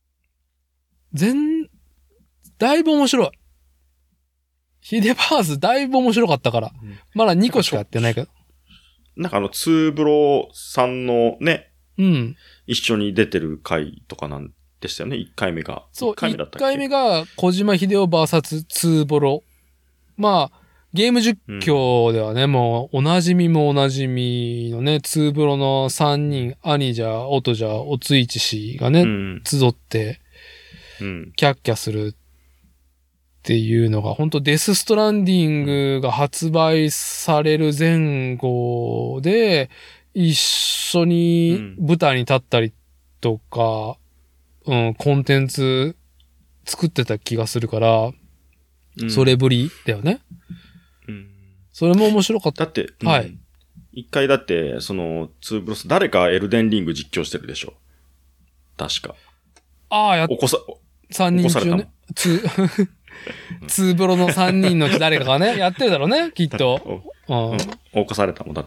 全、だいぶ面白い。ヒデバースだいぶ面白かったから。うん、まだにこしかやってないけど。 なんかあの、ツーブロさんのね、 うん。 一緒に出てる回とかなんでしたよね、いっかいめが。 そう、いっかいめだったっけ？いっかいめが小島秀夫 ブイエス ツーボロ。まあ、ゲーム実況ではね、うん、もうおなじみもおなじみのね、ツーブロのさんにん、兄じゃ、音じゃ、おついち氏がね、うん、集って、 うん、 キャッキャするっていうのが、本当デスストランディングが発売される前後で、一緒に舞台に立ったりとか、うん、コンテンツ作ってた気がするから、うん、それぶりだよね。 うん。 それも面白かった。 だって、 はい。 一回だって、その、ツーブロス、誰かエルデンリング実況してるでしょ。確か。 ああ、やっ起こさ、 三人中ね。ツー、ツーブロの三人のうち誰かがね、やってるだろうね、きっと。 うん。起こされたもんだって。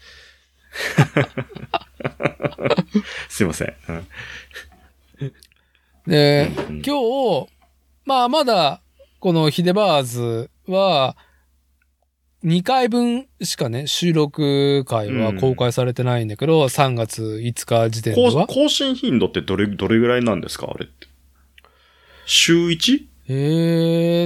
すいません。うんで、うんうん、今日、まあまだ、このヒデバーズは、にかいぶんしかね、収録回は公開されてないんだけど、うん、さんがついつか時点では。 更新頻度ってどれ、どれぐらいなんですかあれって。週 いち？ えー、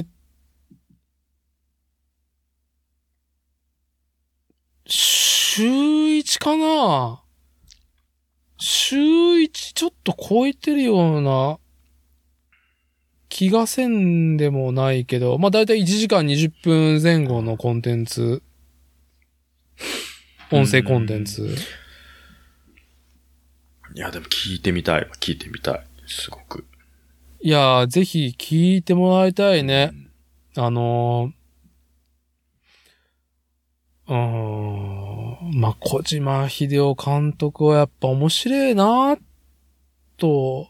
週いちかな？週いちちょっと超えてるような気がせんでもないけど、まあだいたいいちじかんにじゅっぷんぜん後のコンテンツ、音声コンテンツ。 いやでも聞いてみたい。聞いてみたい。すごく。 いやー、ぜひ聞いてもらいたいね。うん、あのー、うーん、まあ、小島秀夫監督はやっぱ面白いなーと、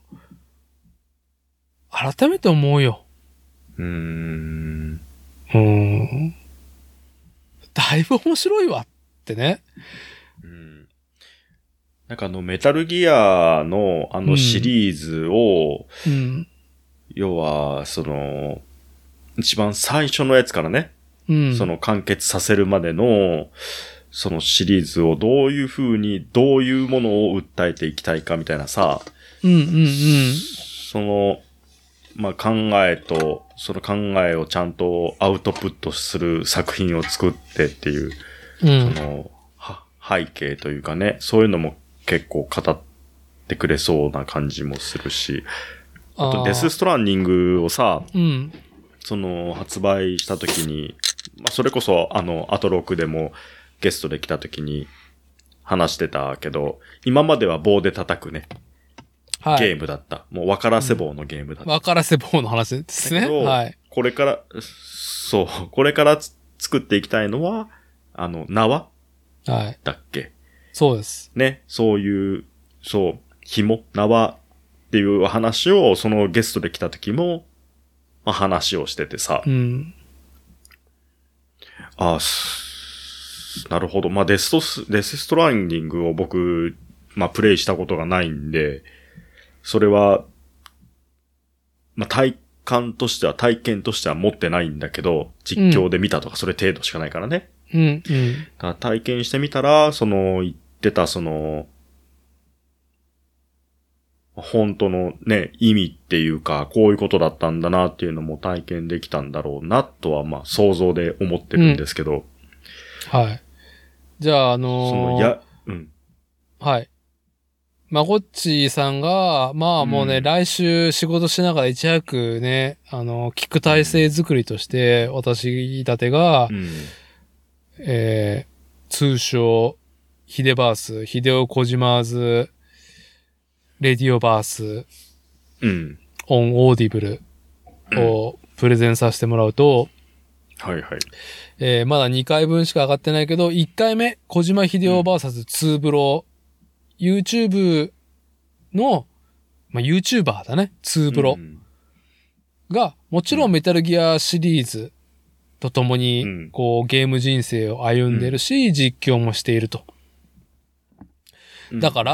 改めて思うよ。 うーん。 うーん。だいぶ面白いわってね。 うん。 なんかあの、メタルギアのあのシリーズを、うんうん、要は、その、一番最初のやつからね、うん、その完結させるまでの、そのシリーズをどういう風に、どういうものを訴えていきたいかみたいなさ、 うんうんうん、 その、まあ、考えと、その考えをちゃんとアウトプットする作品を作ってっていう、うん、その、背景というかね、そういうのも結構語ってくれそうな感じもするし、あとデスストランディングをさ、うん、その発売した時に、まあ、それこそあの、アトロクでもゲストで来た時に話してたけど、今までは棒で叩くね、はい、ゲームだった。もう分からせ棒のゲームだった。 分からせ棒の話ですね。はい。 これから、そう、これから作っていきたいのは、あの、縄はい。だっけ？ そうです。 ね。そういう、そう、紐縄っていう話を、そのゲストで来た時も、まあ、話をしててさ。うん。ああ、なるほど。まあ、デストス、デスストランディングを僕、まあ、プレイしたことがないんで、それは、まあ、体感としては、体験としては持ってないんだけど、実況で見たとかそれ程度しかないからね。 うん、うん。 だから体験してみたら、その、言ってたその、本当のね、意味っていうか、こういうことだったんだなっていうのも体験できたんだろうな、とはまあ想像で思ってるんですけど。 うん、はい。じゃあ、あのー、 その、や、うん。 はい。まこっちさんが、まあもうね、うん、来週仕事しながらいち早くね、あの、聞く体制作りとして、私立てが、うん、えー、通称、ヒデバース、ヒデオコジマーズ、レディオバース、 うん、 オンオーディブルをプレゼンさせてもらうと、 うん、はいはい。 えー、まだにかいぶんしか上がってないけど、いっかいめ、小島秀夫 ブイエス ツーブロ、うん、YouTube の、まあ、YouTuber だね、ツーブロ、うん、が、もちろんメタルギアシリーズとともに、こう、ゲーム人生を歩んでるし、うん、実況もしていると。だから、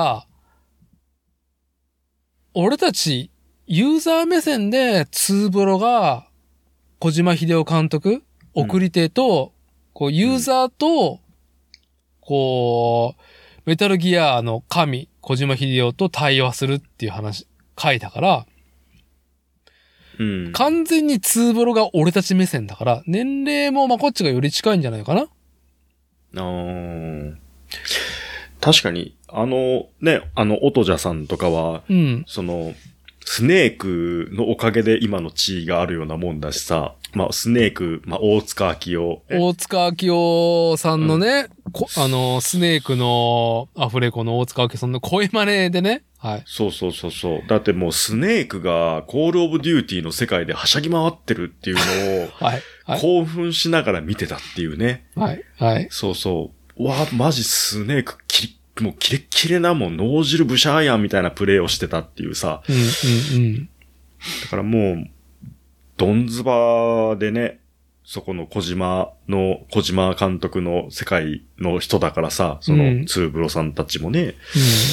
俺たち、ユーザー目線で、ツーブロが、小島秀夫監督、送り手と、こう、ユーザーと、こう、メタルギアの神、小島秀夫と対話するっていう話、書いたから、うん、完全にツーブロが俺たち目線だから、年齢もまあこっちがより近いんじゃないかな。あー確かに、あのね、あの、オトジャさんとかは、うん、その、スネークのおかげで今の地位があるようなもんだしさ、まあ、スネーク、まあ、大塚明夫。 大塚明夫さんのね、うん、あの、スネークのアフレコの大塚明夫さんの声真似でね、はい。 そうそうそうそう。だってもうスネークがコールオブデューティーの世界ではしゃぎ回ってるっていうのを、はい。はい、興奮しながら見てたっていうね。 はい。はい。 そうそう。うわ、マジスネークキリ、もうキレッキレなもん、脳汁ブシャーやんみたいなプレイをしてたっていうさ。 うんうんうん。 だからもう、ドンズバでね、そこの小島の、小島監督の世界の人だからさ、そのツーブロさんたちもね、うん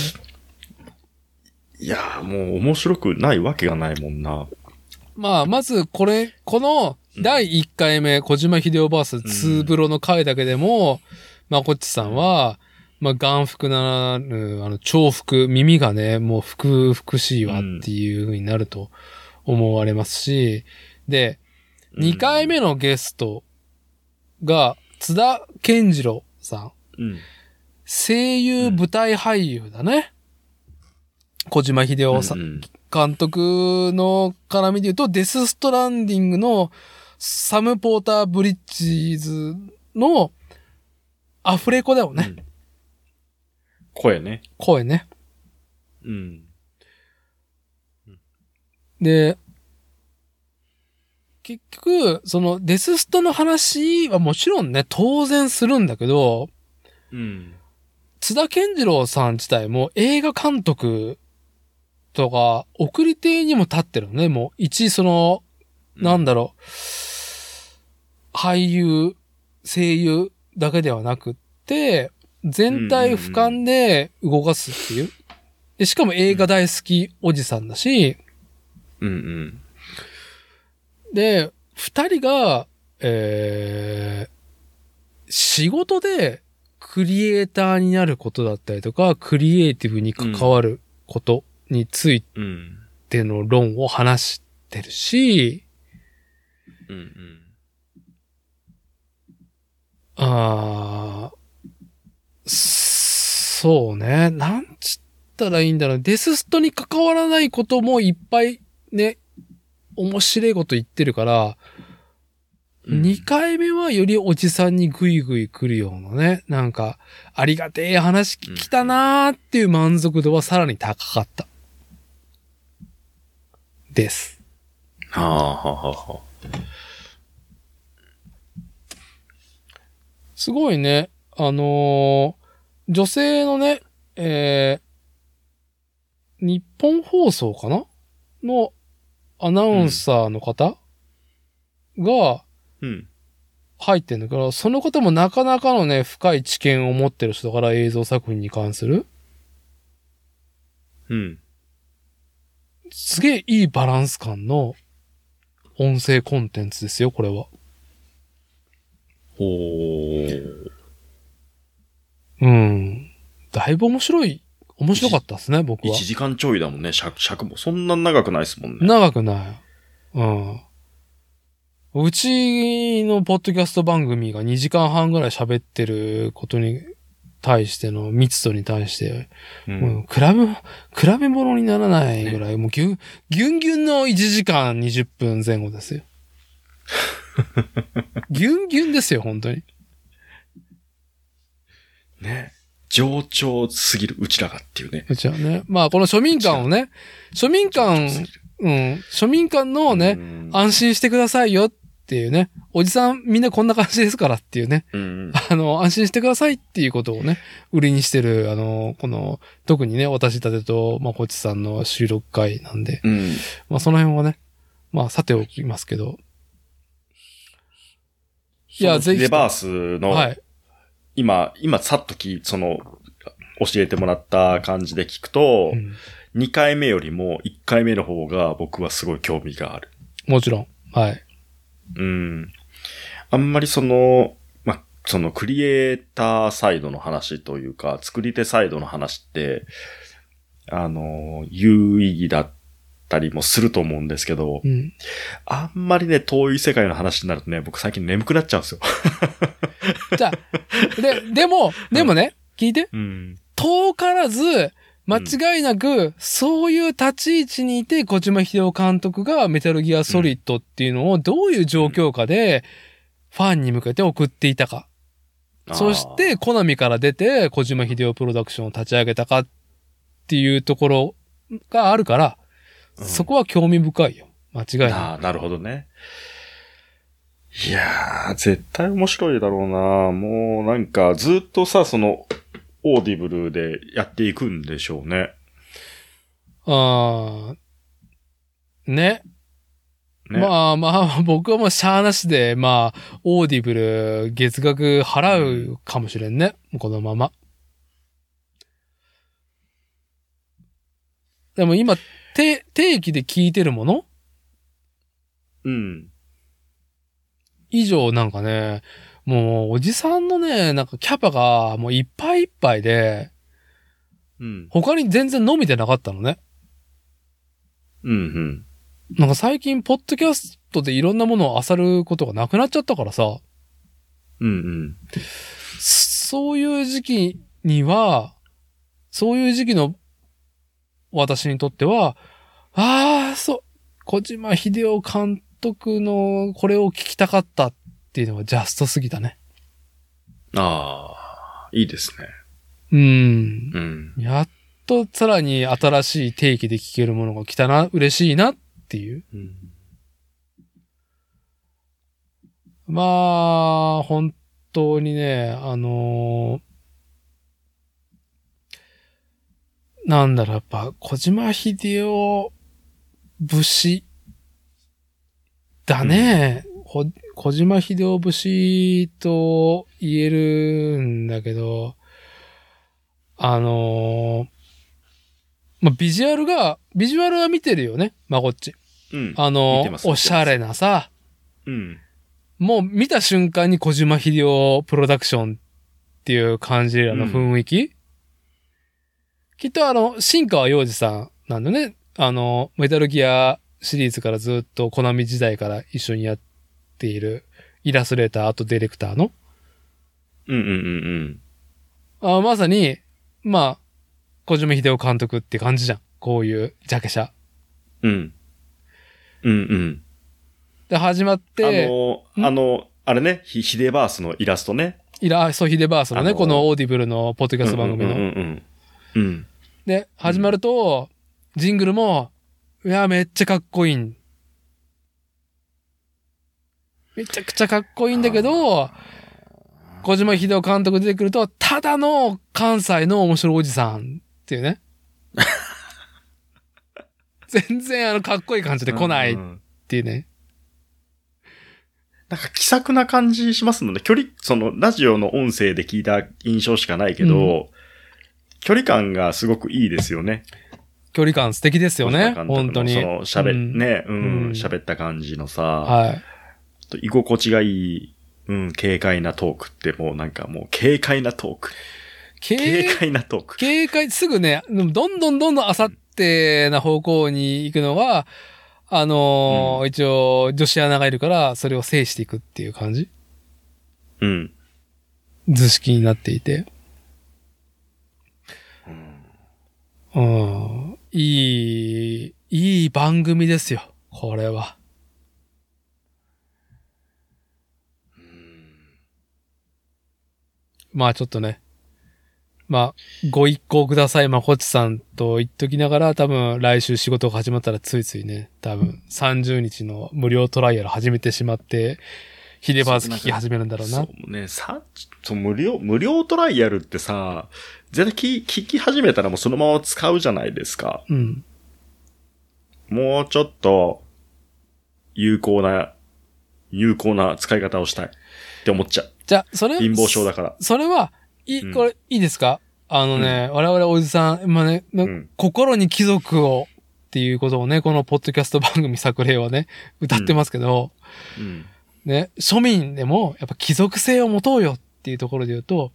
いやーもう面白くないわけがないもんな。 まあ、まずこれ、このだいいっかいめ、うん、小島秀夫 ブイエス ツーブロの回だけでも、うん、まあ、こっちさんは、まあ、眼福ならぬ、あの、重複、耳がね、もうふくふくしいわっていう風になると思われますし、うん、で、にかいめのゲストが、津田健次郎さん。うん、声優舞台俳優だね。小島秀夫さん、うんうん、監督の絡みで言うと、デスストランディングのサム・ポーター・ブリッジーズのアフレコだよね。うん、 声ね。 声ね。 うん。 で、結局、そのデスストの話はもちろんね、当然するんだけど、 うん。 津田健次郎さん自体も映画監督とか、送り手にも立ってるのね。もう、一、その、なんだろう、俳優、声優だけではなくって、 全体俯瞰で動かすっていう。でしかも映画大好きおじさんだし、 うんうん。 で、二人が、えー、仕事でクリエイターになることだったりとか、クリエイティブに関わることについての論を話してるし、 うんうん、 あー、そうね。なんつったらいいんだろう。デスストに関わらないこともいっぱいね、面白いこと言ってるから、うん、にかいめはよりおじさんにグイグイ来るようなね、なんか、ありがてえ話聞きたなーっていう満足度はさらに高かった。です。 はあはあはあ。 すごいね、あのー、女性のね、えー、日本放送かなのアナウンサーの方、うん、が、 うん。 入ってんだから、その方もなかなかのね、深い知見を持ってる人だから、映像作品に関する。 うん。 すげえいいバランス感の音声コンテンツですよ、これは。 ほー。 うん。だいぶ面白い、面白かったですね、僕は。 いちじかんちょいだもんね、尺、尺も。そんな長くないですもんね。 長くない。うん。うちのポッドキャスト番組がにじかんはんぐらい喋ってることに対しての密度に対して、うん、もう比べ、比べ物にならないぐらい、ね、もうギュン、ギュンギュンのいちじかんにじゅっぷんぜん後ですよ。ギュンギュンですよ、本当に。 ね。上調すぎる、うちらがっていうね。 うちはね。まあ、この庶民館をね、庶民館、うん、庶民館のね、安心してくださいよっていうね、おじさんみんなこんな感じですからっていうね、うん、あの、安心してくださいっていうことをね、売りにしてる、あの、この、特にね、私立てと、まあ、こっちさんの収録会なんで、うん、まあ、その辺はね、まあ、さておきますけど。 いや、ぜひ。レバースの、はい、今、今、さっとき、その、教えてもらった感じで聞くと、うん、にかいめよりもいっかいめの方が僕はすごい興味がある。 もちろん。はい。 うん。あんまりその、ま、そのクリエイターサイドの話というか、作り手サイドの話って、あの、有意義だったりもすると思うんですけど、うん、あんまりね、遠い世界の話になるとね、僕最近眠くなっちゃうんですよ。 じゃあ、で、でも、でもね、うん、聞いて。うん、遠からず、間違いなく、そういう立ち位置にいて、小島秀夫監督がメタルギアソリッドっていうのをどういう状況下で、ファンに向けて送っていたか。うん、そして、コナミから出て、小島秀夫プロダクションを立ち上げたかっていうところがあるから、うん、そこは興味深いよ。間違いない。 ああ、なるほどね。いやー、絶対面白いだろうな。もうなんか、ずっとさ、その、オーディブルでやっていくんでしょうね。 あー、ね。ねまあまあ、僕はもうシャーなしで、まあ、オーディブル月額払うかもしれんね。うん、このまま。でも今、定期で聞いてるものうん。 以上なんかね、もうおじさんのね、なんかキャパがもういっぱいいっぱいで、うん。他に全然伸びてなかったのね。 うんうん。 なんか最近、ポッドキャストでいろんなものを漁ることがなくなっちゃったからさ。 うんうん。 そういう時期には、そういう時期の私にとっては、ああ、そう、小島秀夫監督のこれを聞きたかったっていうのがジャストすぎたね。 ああ、いいですね。 うん。うん。やっとさらに新しい定期で聞けるものが来たな、嬉しいなっていう。うん、まあ、本当にね、あのー、なんだろう、やっぱ、小島秀夫節だね。うん、小島秀夫節と言えるんだけど、 あのー、まあ、ビジュアルが、ビジュアルは見てるよね、まこっち。 うん。 あのー、おしゃれなさ、 うん。もう見た瞬間に小島秀夫プロダクションっていう感じの雰囲気、うん、きっとあの、新川洋二さんなんだね。あの、メタルギアシリーズからずっとコナミ時代から一緒にやっているイラストレーター、あとディレクターの。 うんうんうんうん。 あまさに、まあ、小島秀夫監督って感じじゃん。こういうジャケ写。 うん。うんうん。 で、始まって。 あの、あの、あれね、ヒデバースのイラストね。 イラ、そう、ヒデバースのね、このオーディブルのポッドキャスト番組の。 うんうんうんうん。うん。 で、始まると、うん、ジングルも、いや、めっちゃかっこいいん。めちゃくちゃかっこいいんだけど、小島秀夫監督出てくると、ただの関西の面白いおじさんっていうね。全然あのかっこいい感じで来ないっていうね。 なんか気さくな感じしますので、距離、そのラジオの音声で聞いた印象しかないけど、うん、距離感がすごくいいですよね。 距離感素敵ですよね。本当に。 その喋、うん、ね、うん、喋、うん、った感じのさ、 はい。 居心地がいい、うん、軽快なトークってもうなんかもう軽快なトーク。軽快なトーク。 軽快、すぐね、どんどんどんどんあさってな方向に行くのは、あのーうん、一応女子アナがいるからそれを制していくっていう感じ。 うん。 図式になっていて。うん。うん。いい、いい番組ですよ。これは。まあちょっとね。まあ、ご一行ください、まこっちさんと言っときながら、多分来週仕事が始まったらついついね、多分さんじゅうにちの無料トライアル始めてしまって、ヒデバーズ聞き始めるんだろうな。 そうね、さ、そう無料、無料トライアルってさ、絶対聞き始めたらもうそのまま使うじゃないですか。 うん。 もうちょっと、有効な、有効な使い方をしたいって思っちゃう。 じゃあ、それ貧乏症だから。 それは、い、これ、いいですか、うん、あのね、うん、我々おじさん、まあね、うん、心に貴族をっていうことをね、このポッドキャスト番組作例はね、歌ってますけど、 うんうん、 ね、庶民でもやっぱ貴族性を持とうよっていうところで言うと、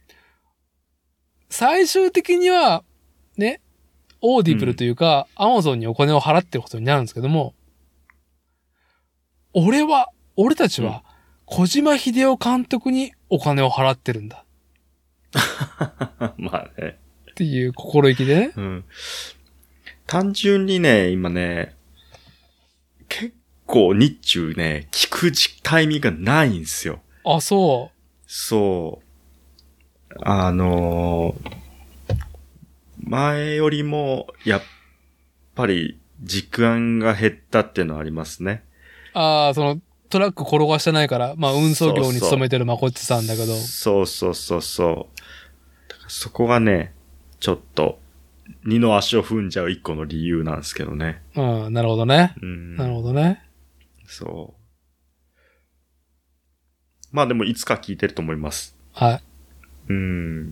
最終的には、ね、オーディブルというか、アマゾンにお金を払ってることになるんですけども、俺は、俺たちは、小島秀夫監督にお金を払ってるんだ。 まあね。 っていう心意気でね。 うん。単純にね、今ね、結構日中ね、聞くタイミングがないんですよ。 あ、そう。 そう。あのー、前よりも、やっぱり時間が減ったっていうのはありますね。 ああ、その、トラック転がしてないから、まあ運送業に勤めてるまこっちさんだけど。 そうそうそうそう。そこがね、ちょっと、二の足を踏んじゃう一個の理由なんですけどね。 うん、なるほどね。 うん、 なるほどね。 そう。まあでもいつか聞いてると思います。 はい。 うん。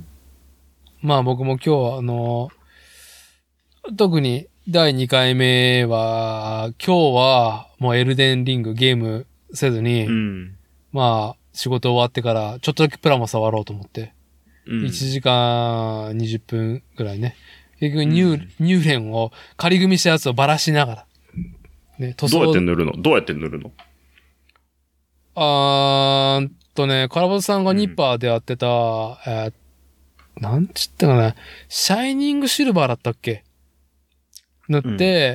まあ僕も今日はあの、特にだいにかいめは、今日はもうエルデンリングゲームせずに、 うん、 まあ仕事終わってからちょっとだけプラモ触ろうと思って。うん、いちじかんにじゅっぷんぐらいね。結局ニュー、うん、ニューレンを仮組みしたやつをばらしながら。 ね、塗装。どうやって塗るのどうやって塗るのあーんとね、カラボスさんがニッパーでやってた、うん、えー、なんちったかな、シャイニングシルバーだったっけ塗って、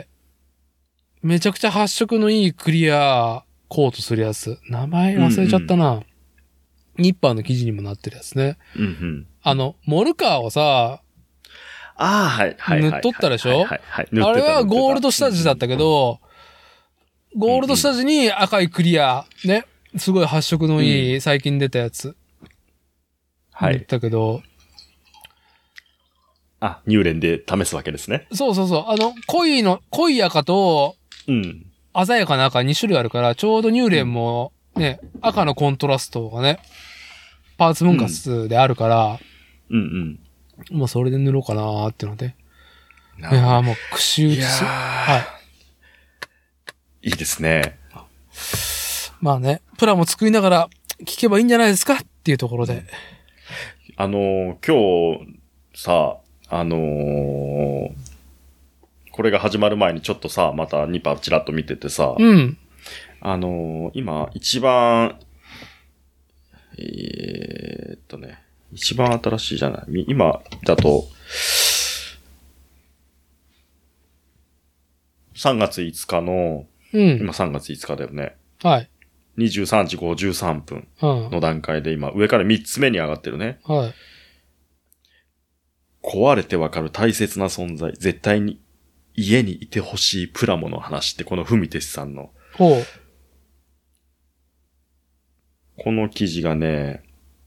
うん、めちゃくちゃ発色のいいクリアコートするやつ。名前忘れちゃったな。うんうん、ニッパーの生地にもなってるやつね。 うんうん、 あの、モルカーをさ、 ああ、はい、はい。 塗っとったでしょ、はいはいはい、あれはゴールド下地だったけど、うんうん、ゴールド下地に赤いクリア、ね。すごい発色のいい、うん、最近出たやつ。 はい。 だけど、 あ、ニューレンで試すわけですね。 そうそうそう。あの、濃いの、濃い赤と、 うん。 鮮やかな赤に種類あるから、ちょうどニューレンも、ね、うん、赤のコントラストがね、パーツ分割であるから、 うん、うん、うん。 もうそれで塗ろうかなーってので。いやーもう、串打ちす、はい。 いいですね。 まあね、プラも作りながら聞けばいいんじゃないですかっていうところで。 あのー、今日、さ、あのー、これが始まる前にちょっとさ、またニパチラッと見ててさ、 うん。 あのー、今、一番、えーっとね、一番新しいじゃない。今だと、さんがついつかの、 うん、 今さんがついつかだよね。 はい。 にじゅうさんじごじゅうさんぷんの段階で今、上からみっつめに上がってるね。 はい。 壊れてわかる大切な存在。絶対に家にいてほしいプラモの話ってこのふみてしさんの。 ほう。 この記事がね、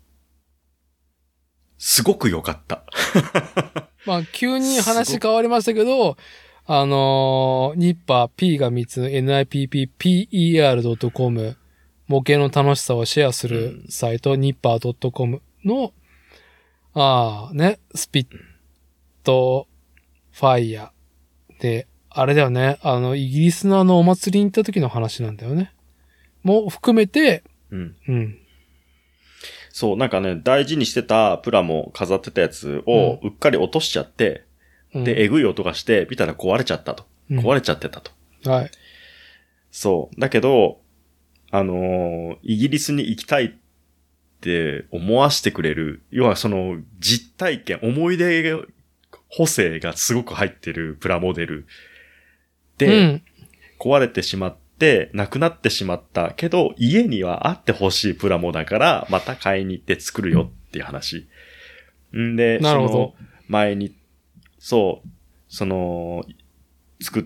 すごく良かった。 まあ、急に話変わりましたけど、あのー、ニッパー P がみっつ ニッパー ドットコム 模型の楽しさをシェアするサイト、うん、ニッパー ドットコム の、ああ、ね、スピットファイヤーで、あれだよね、あの、イギリスのあのお祭りに行った時の話なんだよね。も含めて、 うん。 うん。 そう、なんかね、大事にしてたプラモ飾ってたやつをうっかり落としちゃって、うん、で、えぐい音がして、見たら壊れちゃったと。壊れちゃってたと。 うん、はい。 そう。だけど、あのー、イギリスに行きたいって思わせてくれる、要はその実体験、思い出補正がすごく入ってるプラモデルで、うん、壊れてしまって、なくなってしまったけど、家にはあってほしいプラモだから、また買いに行って作るよっていう話。んで、 なるほど。 その前に、そう、その、作った、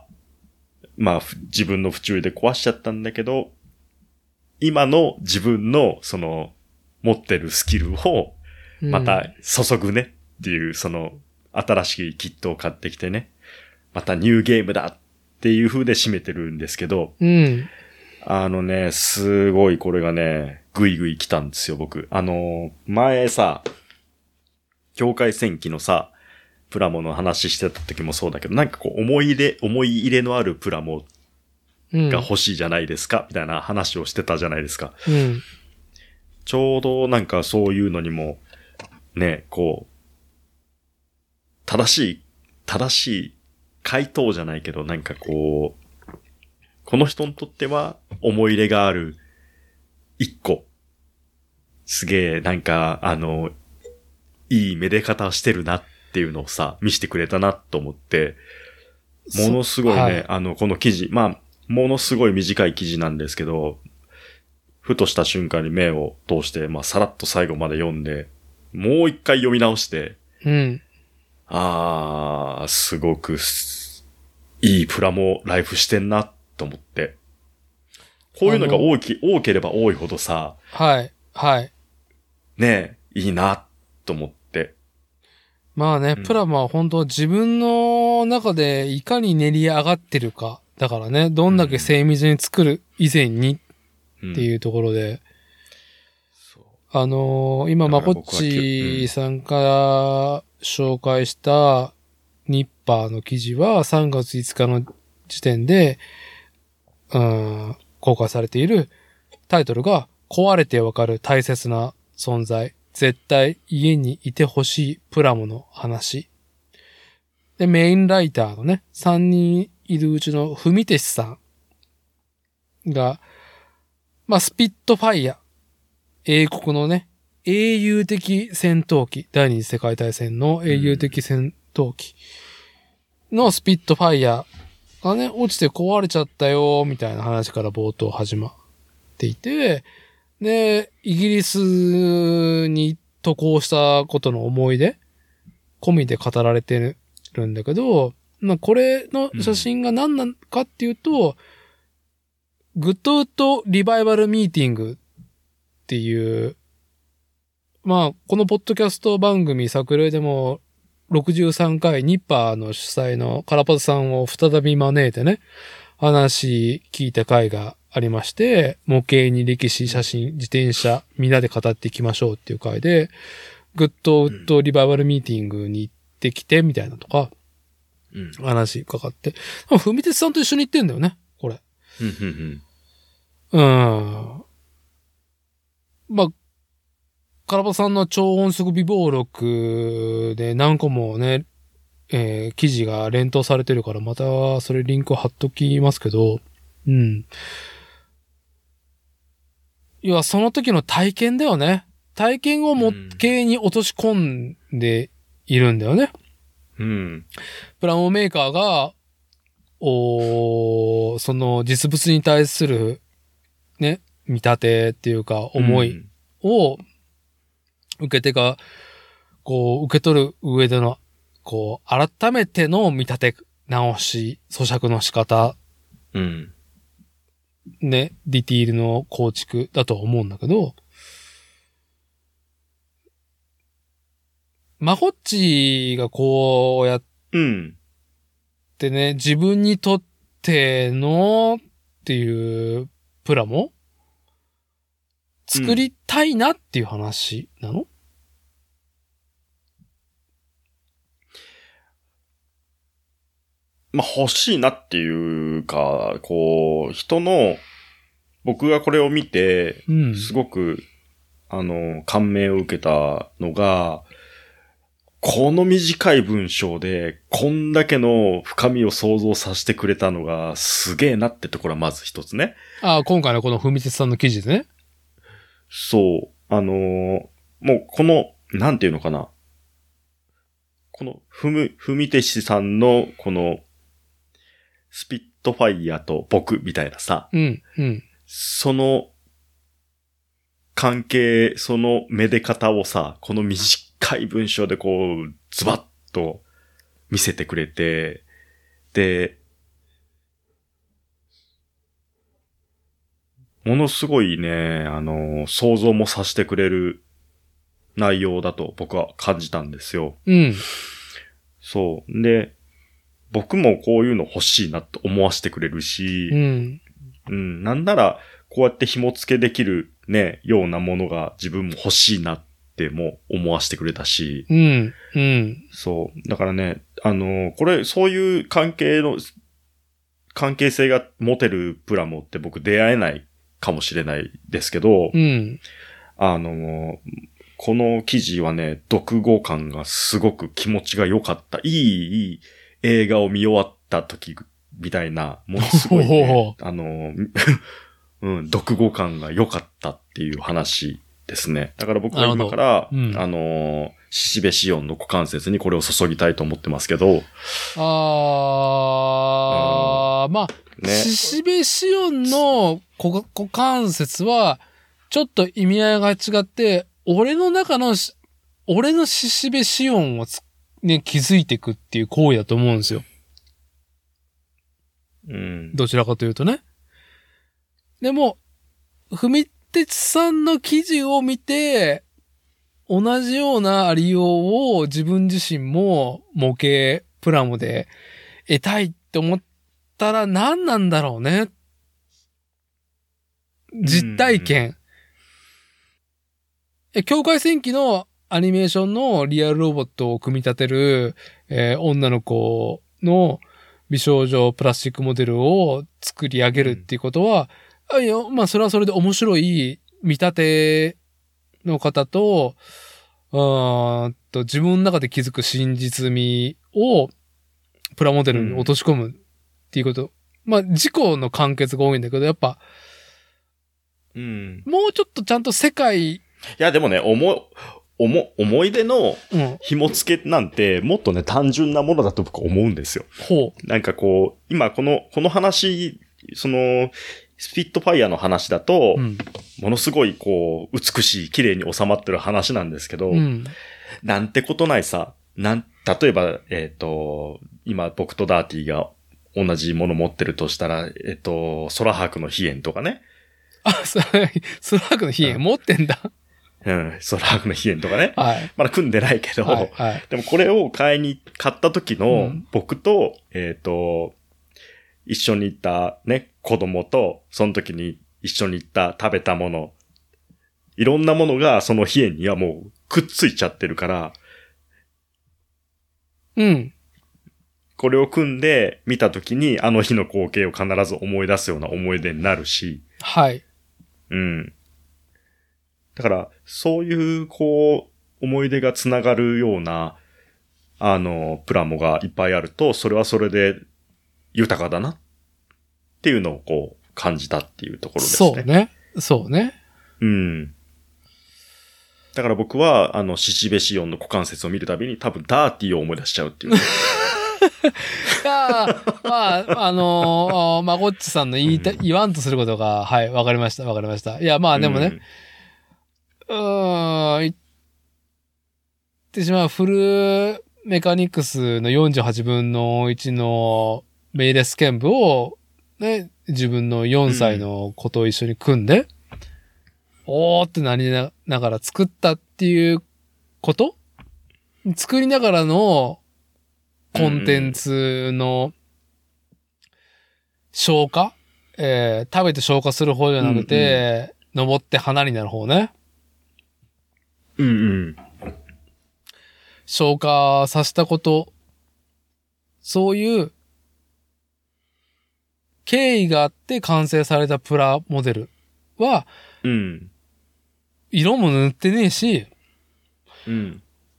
まあ、自分の不注意で壊しちゃったんだけど、今の自分の、その、持ってるスキルを、また注ぐねっていう、うん、その、新しいキットを買ってきてね、またニューゲームだっていう風で締めてるんですけど、 うん、 あのね、すごいこれがね、ぐいぐい来たんですよ、僕。あの、前さ、境界戦記のさ、プラモの話してた時もそうだけど、なんかこう思い入れ、思い入れのあるプラモが欲しいじゃないですか、うん、みたいな話をしてたじゃないですか。 うん、 ちょうどなんかそういうのにも、ね、こう、正しい、正しい回答じゃないけど、なんかこう、この人にとっては思い入れがある一個。すげえ、なんか、あの、いいめで方をしてるなっていうのをさ、見せてくれたなと思って、ものすごいね、はい、あの、この記事、まあ、ものすごい短い記事なんですけど、ふとした瞬間に目を通して、まあ、さらっと最後まで読んで、もう一回読み直して、 うん。 あー、すごく、いいプラモライフしてんなと思って。こういうのが多き、多ければ多いほどさ、 はい、はい。 ねえ、いいなと思って。 まあね、うん、プラモは本当自分の中でいかに練り上がってるか。だからね、どんだけ精密に作る以前にっていうところで、うん、あのー、今、まこっちさんから紹介したニッパーの記事はさんがついつかの時点で、うん、公開されているタイトルが壊れてわかる大切な存在。絶対家にいてほしいプラモの話。で、メインライターのね、さんにんいるうちのふみてしさんが、まあ、スピットファイヤー。英国のね、英雄的戦闘機。第二次世界大戦の英雄的戦闘機のスピットファイヤーがね、落ちて壊れちゃったよ、みたいな話から冒頭始まっていて、で、イギリスに渡航したことの思い出込みで語られてるんだけど、まあこれの写真が何なのかっていうと、うん、グッドウッドリバイバルミーティングっていう、まあこのポッドキャスト番組作例でもろくじゅうさんかいニッパーの主催のカラパズさんを再び招いてね、話聞いた回がありまして、模型に歴史、写真、自転車、みんなで語っていきましょうっていう回で、 グッドウッドリバイバルミーティングに行ってきて、みたいなとか、うん、話かかって。ふみてつさんと一緒に行ってんだよね、これ。うん、うん。まあ、カラバさんの超音速微暴録で何個もね、えー、記事が連投されてるから、またそれリンク貼っときますけど、うん。要はその時の体験だよね。体験を模型に落とし込んでいるんだよね。うん。プラモメーカーが、おその実物に対するね、見立てっていうか思いを受け手がこう受け取る上でのこう改めての見立て直し、咀嚼の仕方、うん、ね、ディティールの構築だと思うんだけど、マホッチがこうやってね、うん、自分にとってのっていうプラモ作りたいなっていう話なの？うん、 まあ、欲しいなっていうか、こう、人の、僕がこれを見て、すごく、うん、あの、感銘を受けたのが、この短い文章で、こんだけの深みを想像させてくれたのが、すげえなってところはまず一つね。 ああ、今回のこのふみてつさんの記事でね。 そう。あのー、もうこの、なんていうのかな。この、ふむ、ふみてしさんの、この、スピットファイヤーと僕みたいなさ。うん、うん。その、関係、そのめで方をさ、この短い文章でこう、ズバッと見せてくれて、で、ものすごいね、あの、想像もさせてくれる内容だと僕は感じたんですよ。うん。そう。で、僕もこういうの欲しいなと思わせてくれるし、うん。うん。なんなら、こうやって紐付けできるね、ようなものが自分も欲しいなっても思わせてくれたし、うん。うん。そう。だからね、あの、これ、そういう関係の、関係性が持てるプラモって僕出会えないかもしれないですけど、うん。あの、この記事はね、読後感がすごく気持ちが良かった。いい、いい映画を見終わった時みたいな、ものすごい、ね、あの、うん、読後感が良かったっていう話ですね。だから僕は今から、うん、あの、シシベシオンの股関節にこれを注ぎたいと思ってますけど。 あー、うん、まあ、ね、シシベシオンの股関節は、ちょっと意味合いが違って、俺の中の、俺のシシベシオンをね、気づいていくっていう行為だと思うんですよ。うん。どちらかというとね。でも、ふみてつさんの記事を見て、同じようなありようを自分自身も模型プラモで得たいって思ったら何なんだろうね。実体験。え、境界戦記のアニメーションのリアルロボットを組み立てる、えー、女の子の美少女プラスチックモデルを作り上げるっていうことは、うん、あいや、まあそれはそれで面白い見立ての方と、うーんと自分の中で気づく真実味をプラモデルに落とし込むっていうこと。うん、まあ自己の完結が多いんだけど、やっぱ、うん、もうちょっとちゃんと世界、 いや、でもね、思、思、思い出の紐付けなんて、もっとね、単純なものだと僕思うんですよ。ほう。なんかこう、今この、この話、その、スピットファイヤーの話だと、うん、ものすごいこう、美しい、綺麗に収まってる話なんですけど、うん、なんてことないさ、なん、例えば、えっと、今僕とダーティーが同じもの持ってるとしたら、えっと、空白の飛燕とかね。 あ、空白の飛燕持ってんだ。 うん、空白の飛燕とかね。はい。まだ組んでないけど、はいはい、でもこれを買いに、買った時の僕と、うん、えっと、一緒に行ったね、子供と、その時に一緒に行った食べたもの、いろんなものがその飛燕にはもうくっついちゃってるから、 うん。 これを組んで見たときにあの日の光景を必ず思い出すような思い出になるし。 はい。 うん。だから、そういう、こう、思い出がつながるような、あの、プラモがいっぱいあると、それはそれで豊かだなっていうのをこう、感じたっていうところですね。 そうね。そうね。 うん。だから僕は、あの、シシベシオンの股関節を見るたびに多分ダーティーを思い出しちゃうっていう。いやまあ、あのー、まごっちさんの言いた、うん、言わんとすることが、はい、わかりました、わかりました。いや、まあでもね、うん、うーん、言ってしまうフルメカニクスのよんじゅうはちぶんのいちのメイレス剣部を、ね、自分のよんさいの子と一緒に組んで、うん、おーってなりながら作ったっていうこと作りながらのコンテンツの消化、えー、食べて消化する方じゃなくて、うんうん、登って花になる方ね。 うんうん。 消化させたこと、そういう経緯があって完成されたプラモデルは、 うん、 色も塗ってねえし、 うん、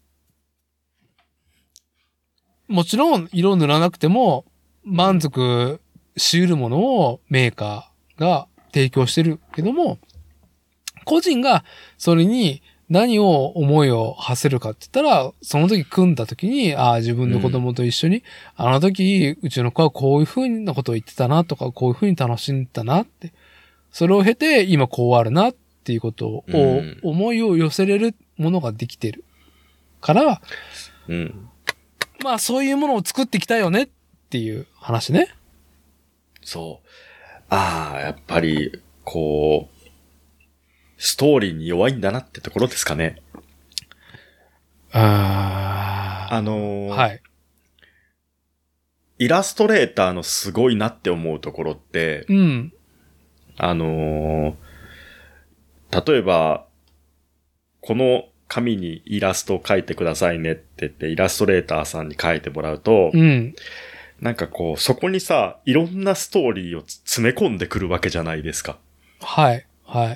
もちろん色塗らなくても満足し得るものをメーカーが提供してるけども、個人がそれに何を思いを馳せるかって言ったら、その時組んだ時に、ああ、自分の子供と一緒に、うん、あの時、うちの子はこういう風なことを言ってたなとか、こういう風に楽しんでたなって、それを経て今こうあるなっていうことを、うん、思いを寄せれるものができてるから、 うん、 まあそういうものを作ってきたよねっていう話ね。 そう。ああ、やっぱり、こう、ストーリーに弱いんだなってところですかね。 ああのー、 はい。 イラストレーターのすごいなって思うところって、 うん。 あのー、例えば、この紙にイラストを描いてくださいねって言ってイラストレーターさんに描いてもらうと、 うん、 なんかこう、そこにさ、いろんなストーリーを詰め込んでくるわけじゃないですか。 はい、はい。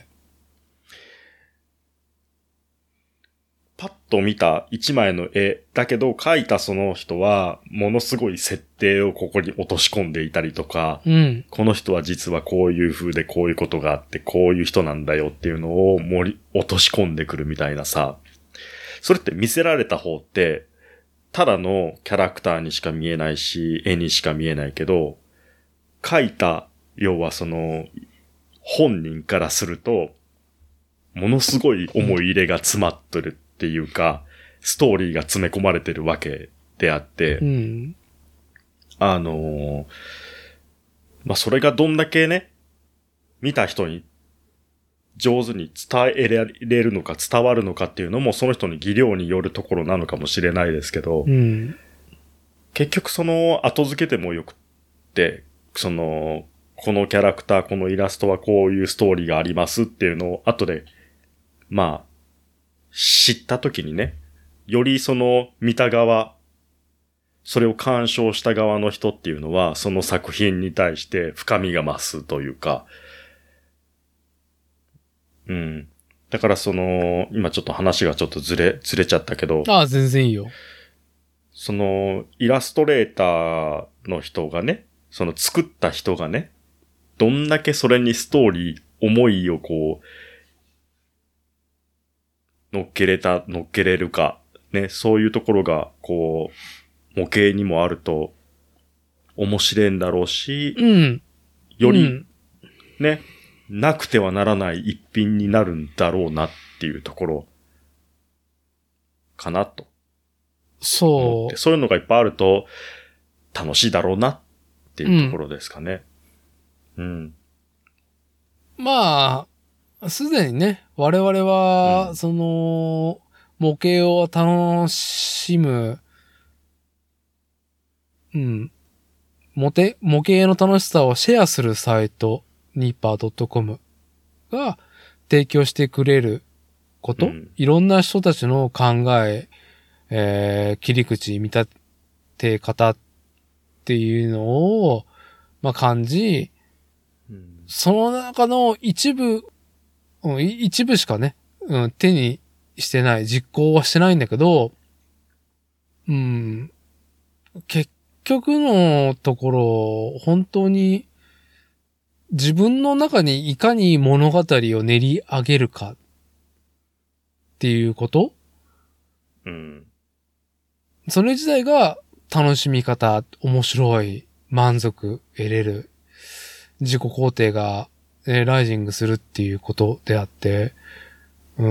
パッと見た一枚の絵だけど描いたその人はものすごい設定をここに落とし込んでいたりとか、 うん、 この人は実はこういう風でこういうことがあってこういう人なんだよっていうのを盛り落とし込んでくるみたいなさ、それって見せられた方ってただのキャラクターにしか見えないし絵にしか見えないけど、描いた要はその本人からするとものすごい思い入れが詰まってるっていうか、ストーリーが詰め込まれてるわけであって、 うん、 あのー、まあ、それがどんだけね、見た人に上手に伝えられるのか伝わるのかっていうのもその人の技量によるところなのかもしれないですけど、 うん、 結局その後付けてもよくって、その、このキャラクター、このイラストはこういうストーリーがありますっていうのを後で、まあ、知った時にね、よりその見た側、それを鑑賞した側の人っていうのは、その作品に対して深みが増すというか、うん。だからその、今ちょっと話がちょっとずれ、ずれちゃったけど、 ああ、全然いいよ。 その、イラストレーターの人がね、その作った人がね、どんだけそれにストーリー、思いをこう、乗っけれた、乗っけれるか、ね、そういうところが、こう、模型にもあると、面白いんだろうし、 うん。 より、うん、ね、なくてはならない一品になるんだろうなっていうところ、かなと。 そう。 そういうのがいっぱいあると、楽しいだろうなっていうところですかね。うん。うん、 まあ、すでにね、我々は、うん、その、模型を楽しむ、うん。模型、模型の楽しさをシェアするサイト、ニッパー .com が提供してくれること、うん、いろんな人たちの考え、えー、切り口、見立て方っていうのを、まあ、感じ、うん、その中の一部、うん、一部しかね、うん、手にしてない、実行はしてないんだけど、うん、結局のところ、本当に自分の中にいかに物語を練り上げるかっていうこと、 うん、 それ自体が楽しみ方、面白い、満足得れる、自己肯定が、えー、ライジングするっていうことであって、うん。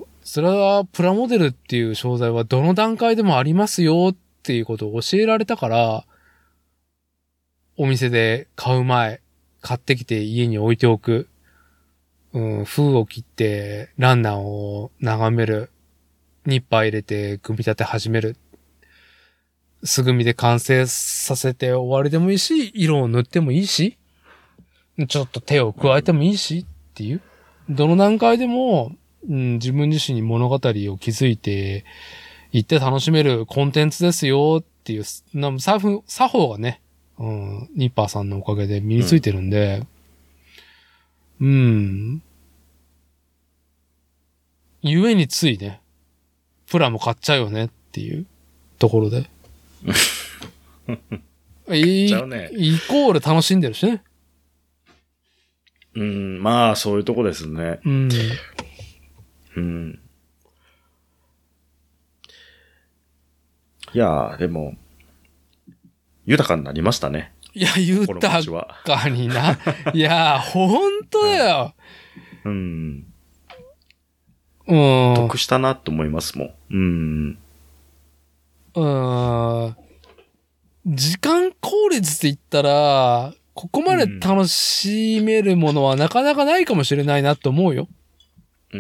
それはプラモデルっていう商材はどの段階でもありますよっていうことを教えられたから、お店で買う前、買ってきて家に置いておく。うん、封を切ってランナーを眺める。ニッパー入れて組み立て始める。素組みで完成させて終わりでもいいし、色を塗ってもいいし、ちょっと手を加えてもいいしっていう。どの段階でも、うん、自分自身に物語を築いていって楽しめるコンテンツですよっていう、な作法がね、うん、ニッパーさんのおかげで身についてるんで、うん、うん。ゆえについね、プラも買っちゃうよねっていうところで。いちゃうね。イコール楽しんでるしね。 うん、まあ、そういうとこですね。 うん。 うん。いやー、でも、豊かになりましたね。 いや、豊かにな。いや、ほんとだよ。 うん。 うん。 得したなと思いますもん。うん。 うん。時間効率って言ったら、ここまで楽しめるものはなかなかないかもしれないなと思うよ。 うん。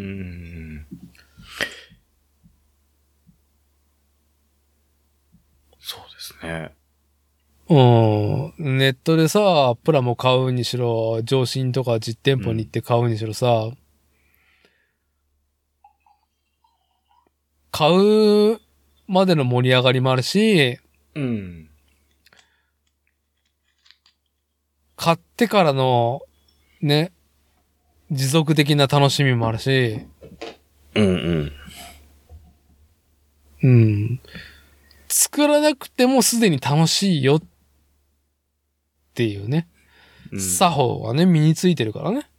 そうですね。 うん。ネットでさ、プラモ買うにしろ、上新とか実店舗に行って買うにしろさ、うん、買うまでの盛り上がりもあるし、 うん。 買ってからの、ね、持続的な楽しみもあるし。 うんうん。 うん。作らなくてもすでに楽しいよっていうね。うん、作法はね、身についてるからね。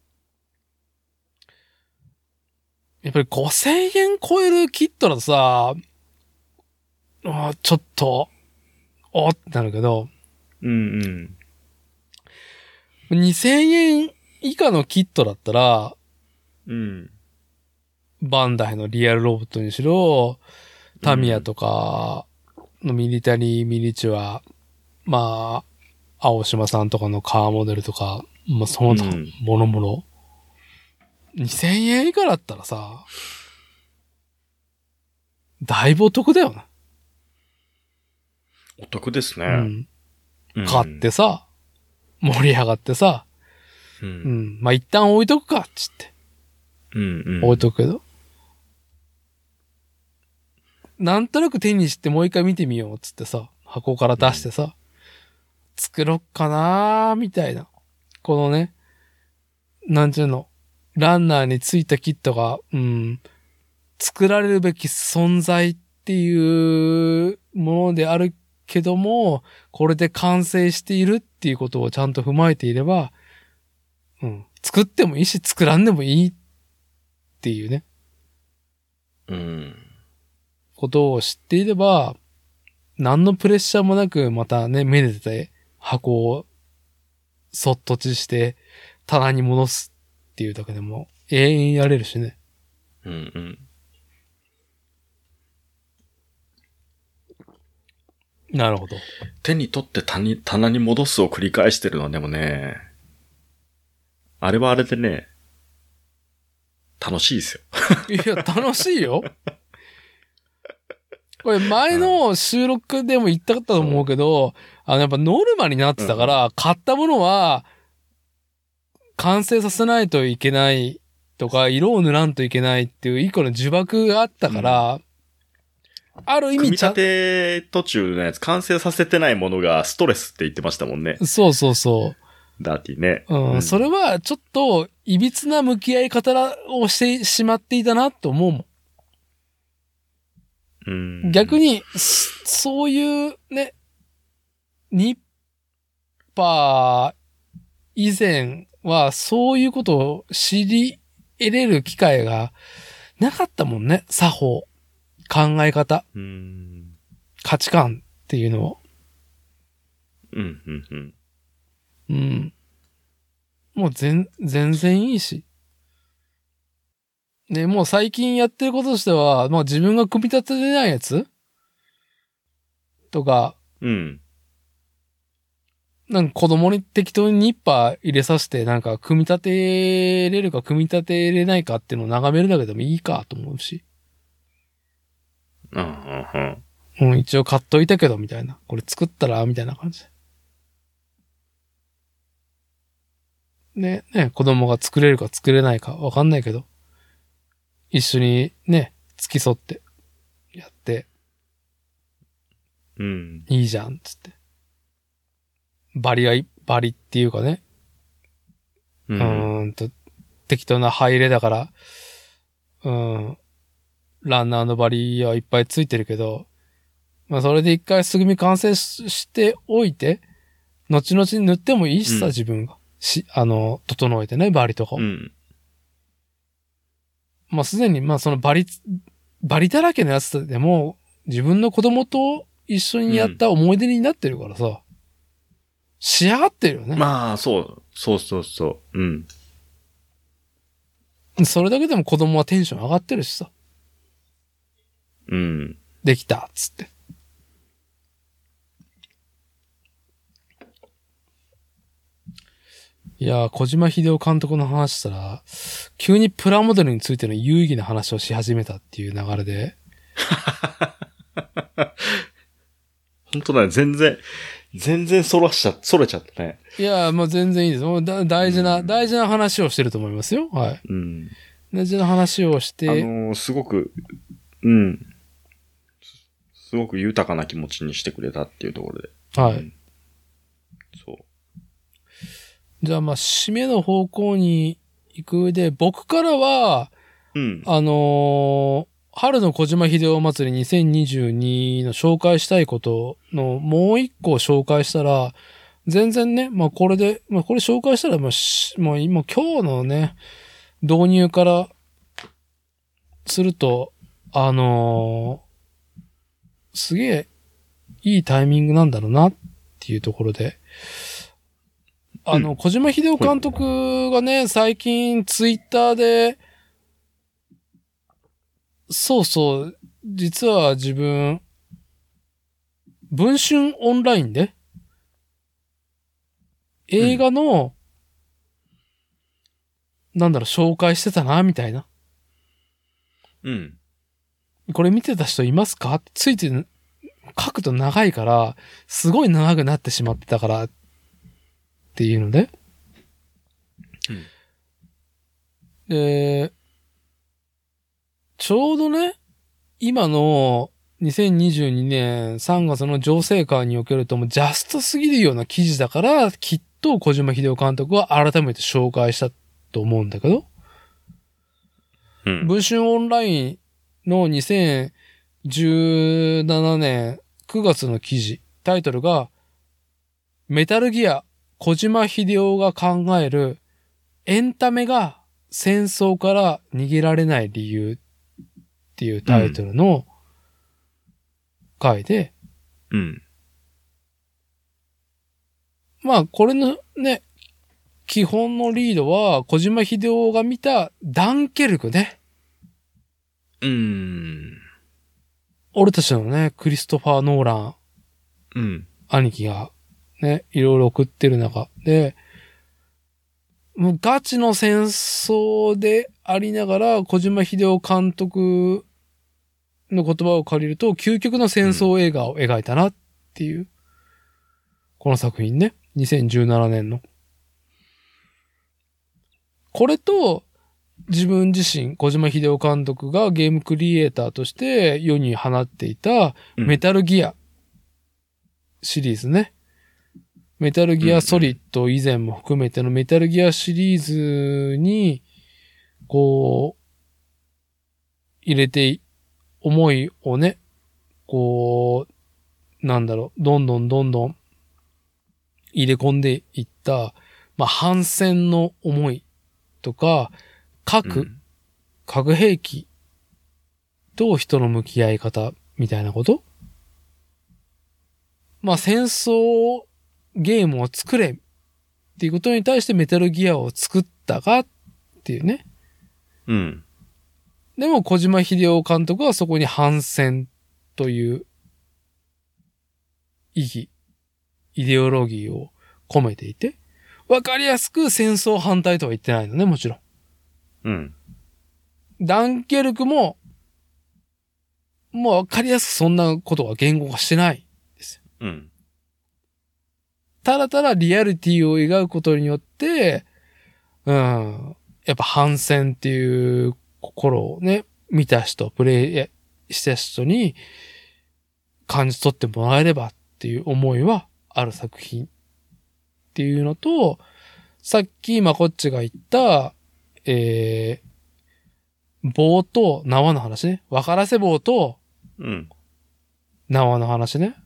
やっぱりごせんえん超えるキットだとさ、あちょっと、おってなるけど。 うんうん。 にせんえん以下のキットだったら、 うん。 バンダイのリアルロボットにしろ、タミヤとかのミリタリーミニチュア、うん、まあ、青島さんとかのカーモデルとか、まあ、その他、もろもろ。にせんえん以下だったらさ、だいぶお得だよな。 お得ですね。 うん。買ってさ、盛り上がってさ、うん。うん、まあ、一旦置いとくか、つって。 うんうん。 置いとくけど。なんとなく手にしてもう一回見てみよう、つってさ、箱から出してさ、うん、作ろっかなー、みたいな。このね、なんていうの、ランナーについたキットが、うん、作られるべき存在っていうものであるけども、これで完成しているっていうことをちゃんと踏まえていれば、うん、作ってもいいし、作らんでもいいっていうね。 うん。 ことを知っていれば、何のプレッシャーもなく、またね、めでて箱をそっとちして棚に戻すっていうだけでも永遠やれるしね。 うんうん。 なるほど。 手に取って棚に、棚に戻すを繰り返してるのはでもね、あれはあれでね、楽しいですよ。いや、楽しいよ。これ前の収録でも言ったかったと思うけど、あのやっぱノルマになってたから、うん、買ったものは完成させないといけないとか、色を塗らんといけないっていう一個の呪縛があったから、うん、ある意味組み立て途中のやつ、完成させてないものがストレスって言ってましたもんね。 そうそうそう。 ダーティーね。 うん。うん、それはちょっと、いびつな向き合い方をしてしまっていたなと思うもん。 うん、 逆に、そういうね、ニッパー以前はそういうことを知り得れる機会がなかったもんね。作法、考え方、 うん、 価値観っていうのを。 うん、うん、うん。 うん。もう全、全然いいし。で、もう最近やってることとしては、まあ自分が組み立ててないやつとか、 うん。 なんか子供に適当にニッパー入れさせて、なんか組み立てれるか組み立てれないかっていうのを眺めるだけでもいいかと思うし。 うん、うん、 うん。一応買っといたけど、みたいな。これ作ったらみたいな感じで。ね、ね、子供が作れるか作れないかわかんないけど、一緒にね、付き添ってやって、 うん。 いいじゃん、つって。バリが、バリっていうかね。うん、うーんと、適当なハイレだから、うん、ランナーのバリはいっぱいついてるけど、まあそれで一回すぐみ完成しておいて、後々に塗ってもいいしさ、うん、自分が。し、あの、整えてね、バリとかを。 うん、 まあすでに、まあそのバリ、バリだらけのやつでも、自分の子供と一緒にやった思い出になってるからさ、うん、仕上がってるよね。 まあ、そう。そうそうそう。うん。 それだけでも子供はテンション上がってるしさ。 うん。 できた、つって。いやー、小島秀夫監督の話したら、急にプラモデルについての有意義な話をし始めたっていう流れで。 本当だね。全然、全然そらしちゃ、それちゃったね。 いやー、もう全然いいです。もうだ大事な、うん、大事な話をしてると思いますよ。はい。 うん。 大事な話をして。 あのー、すごく、うん。すごく豊かな気持ちにしてくれたっていうところで。 はい。 うん、そう。 じゃあまあ、締めの方向に行く上で、僕からは、 うん。 あのー、春の小島秀夫祭りにせんにじゅうにの紹介したいことのもう一個紹介したら、全然ね、まあこれで、まあこれ紹介したらもう、もう今今日のね、導入からすると、あのー、すげえいいタイミングなんだろうなっていうところで、あの、うん、小島秀夫監督がね、最近ツイッターで、そうそう、実は自分、文春オンラインで、映画の、うん、なんだろう、紹介してたな、みたいな。 うん。 これ見てた人いますか？ついて書くと長いから、すごい長くなってしまってたから、っていうので。 うん。 で、ちょうどね、今のにせんにじゅうにねんさんがつの情勢下におけるともうジャストすぎるような記事だから、きっと小島秀夫監督は改めて紹介したと思うんだけど、 うん、 文春オンラインのにせんじゅうななねんくがつの記事、タイトルが、メタルギア小島秀夫が考えるエンタメが戦争から逃げられない理由っていうタイトルの回で、 うん。 まあこれのね、基本のリードは小島秀夫が見たダンケルクね。 うーん。 俺たちのね、クリストファー・ノーラン、 うん。 兄貴がね、いろいろ送ってる中で、もうガチの戦争でありながら、小島秀夫監督の言葉を借りると、究極の戦争映画を描いたなっていう、うん、この作品ね、にせんじゅうななねんの。これと、 自分自身、小島秀夫監督がゲームクリエイターとして世に放っていたメタルギアシリーズね。うん、メタルギアソリッド以前も含めてのメタルギアシリーズに、こう、入れて、思いをね、こう、なんだろう、どんどんどんどん入れ込んでいった、まあ、反戦の思いとか、核、うん、核兵器と人の向き合い方みたいなこと？まあ、戦争ゲームを作れっていうことに対してメタルギアを作ったかっていうね。 うん。 でも小島秀夫監督はそこに反戦という意義、イデオロギーを込めていて、わかりやすく戦争反対とは言ってないのね、もちろん。 うん。 ダンケルクも、もうわかりやすくそんなことは言語化してないですよ。 うん。 ただただリアリティを描くことによって、うん、やっぱ反戦っていう心をね、見た人、プレイした人に感じ取ってもらえればっていう思いはある作品っていうのと、さっきまこっちが言った、えー、棒と縄の話ね。分からせ棒と、 うん。 縄の話ね。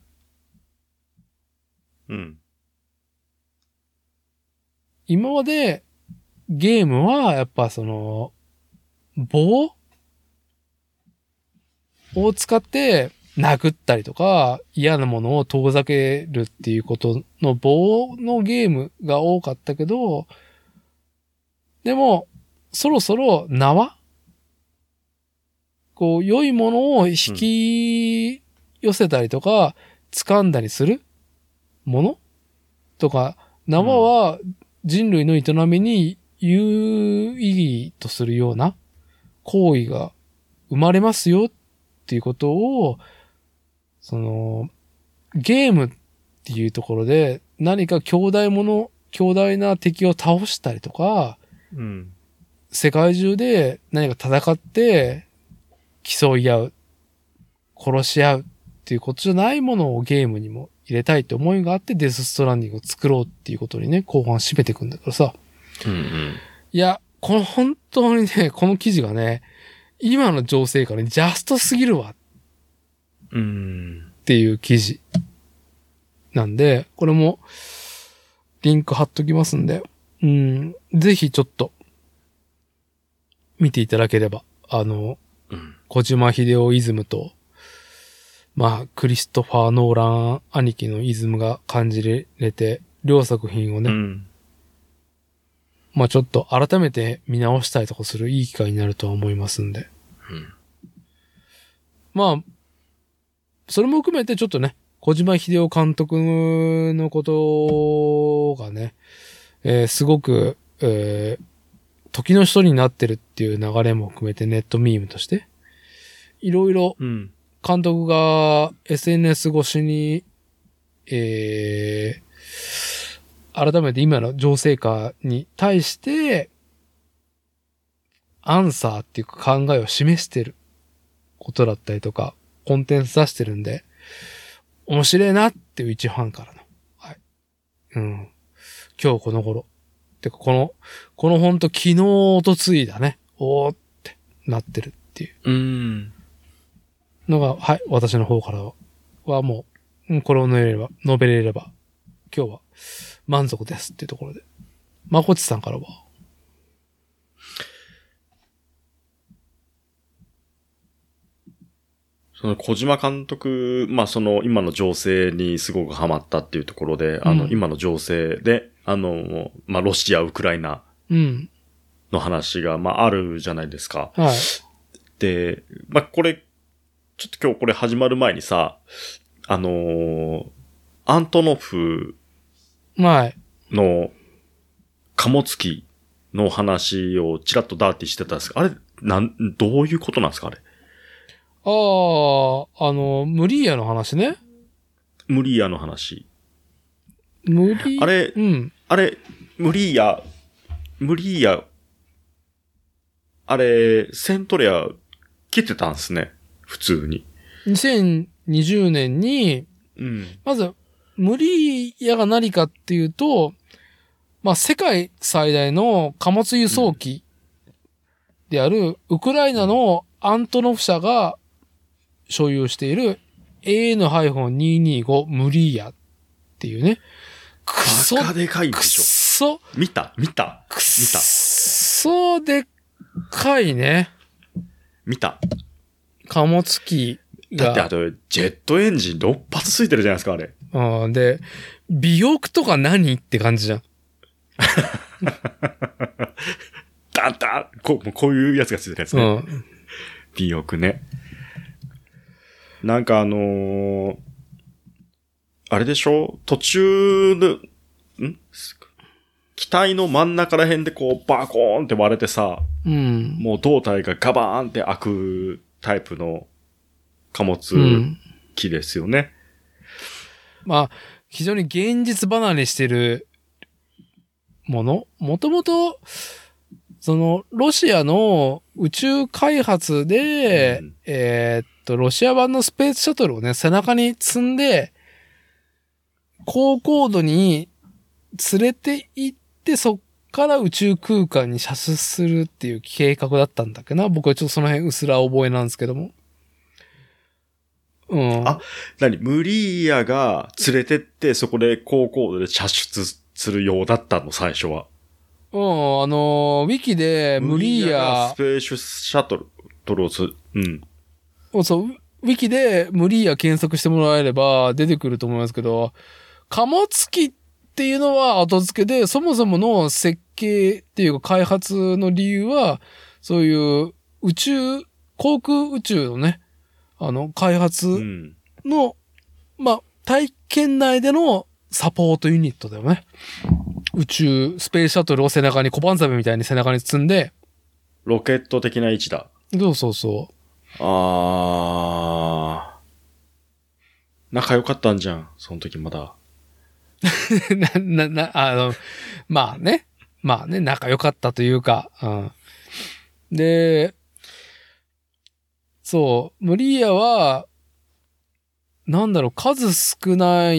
うん。 今までゲームはやっぱその、棒を使って殴ったりとか嫌なものを遠ざけるっていうことの棒のゲームが多かったけど、でもそろそろ縄こう良いものを引き寄せたりとか、掴んだりするものとか、縄は人類の営みに有意義とするような行為が生まれますよっていうことを、その、ゲームっていうところで何か強大もの、強大な敵を倒したりとか、 うん、 世界中で何か戦って競い合う、殺し合うっていうことじゃないものをゲームにも入れたいって思いがあってデスストランディングを作ろうっていうことにね、後半締めていくんだけどさ。 うんうん、 いや、この本当にね、この記事がね、今の情勢からジャストすぎるわ。 うん。 っていう記事。なんで、これもリンク貼っときますんで、うん、ぜひちょっと見ていただければ、あの、 うん、 小島秀夫イズムと、まあ、クリストファー・ノーラン兄貴のイズムが感じれて、両作品をね、 うん、 まあちょっと改めて見直したりとかするいい機会になるとは思いますんで。 うん、 まあ、それも含めてちょっとね、小島秀夫監督のことがね、えー、すごく、えー、時の人になってるっていう流れも含めてネットミームとして、いろいろ監督が エスエヌエス 越しに、えー、改めて今の情勢下に対して、アンサーっていうか考えを示してることだったりとか、コンテンツ出してるんで、面白いなっていう一ファンからの。はい。うん。今日この頃。てか、この、このほんと昨日おとついだね。おーってなってるっていう。 うん。 のが、はい。私の方からはもう、これを述べれば、述べれれば、今日は満足ですっていうところで。まこちさんからは。 その小島監督、まあその今の情勢にすごくハマったっていうところで、うん、あの今の情勢で、あの、まあロシア、ウクライナの話が、まああるじゃないですか。 はい。 で、まあこれ、ちょっと今日これ始まる前にさ、あのー、アントノフの貨物機の話をちらっとダーティしてたんですが、あれ、なん、どういうことなんですかあれ。 ああ、あの、ムリーヤの話ね。 ムリーヤの話。 ムリーあれ、 うん。 あれ、ムリーヤ、ムリーヤあれ、セントレア来てたんすね。普通に。 にせんにじゅうねんに、うん、まず、ムリーヤが何かっていうと、まあ、世界最大の貨物輸送機である、ウクライナのアントノフ社が所有している エーエヌにひゃくにじゅうご ムリーヤっていうね。 くそ。バカでかいんでしょ。 くそ。 見た見たくそでっかいね。 見た。 貨物機が。 だってあと、ジェットエンジンろっぱつついてるじゃないですか、あれ。 うん。で、尾翼とか何って感じじゃん。 ダンダンこう、こういうやつがついてるやつね。うん。尾翼ね。なんかあのー、あれでしょ途中で、ん機体の真ん中ら辺でこう、バコーンって割れてさ、うん、もう胴体がガバーンって開くタイプの貨物機ですよね。 うん、まあ、非常に現実離れしてるものもともと、その、ロシアの宇宙開発で、うん、えー、っと、ロシア版のスペースシャトルをね、背中に積んで、高高度に連れて行って、そっから宇宙空間に射出するっていう計画だったんだっけな。僕はちょっとその辺薄ら覚えなんですけども。うん。 あ、何ムリーヤが連れてって、そこで高高度で射出するようだったの、最初は。 うん、あのー、ウィキでムリーヤ。 スペースシャトル、トロス、うん。 そう、ウィキでムリーヤ検索してもらえれば出てくると思いますけど、貨物機っていうのは後付けで、そもそもの設計っていうか開発の理由は、そういう宇宙、航空宇宙のね、あの、開発の、うん、まあ、体験内でのサポートユニットだよね。宇宙、スペースシャトルを背中に、小判ザメみたいに背中に積んで。 ロケット的な位置だ。 そうそうそう。 あー。仲良かったんじゃん、その時まだ。 な、な、な、あの、まあね。まあね、仲良かったというか、うん。で、そう、ムリーヤは、なんだろう、数少ない、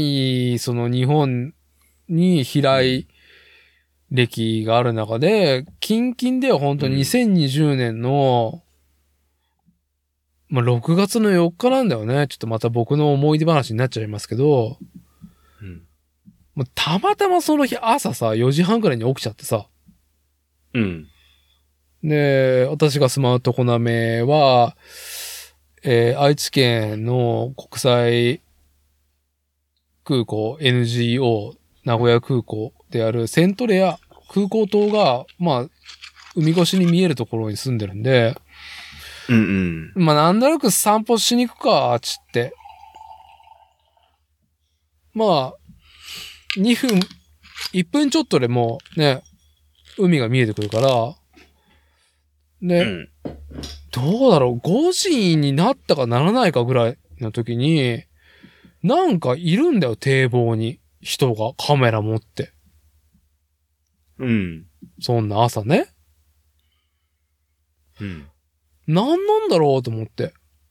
その日本に飛来歴がある中で、近々では本当ににせんにじゅうねんの、うん、まあ、ろくがつのよっかなんだよね。ちょっとまた僕の思い出話になっちゃいますけど、うん、もうたまたまその日朝さ、よじはんくらいに起きちゃってさ。 うん。 で、私が住まうとこなめは、えー、愛知県の国際空港 エヌジーオー 名古屋空港であるセントレア空港島が、まあ、海越しに見えるところに住んでるんで、 うんうん。 まあ、なんとなく散歩しに行くか、つって。まあ、にふん、いっぷんちょっとでもうね、海が見えてくるから、で、うん、どうだろう、ごじになったかならないかぐらいの時に、なんかいるんだよ、堤防に。人がカメラ持って。 うん。 そんな朝ね。 うん。 なんなんだろうと思って。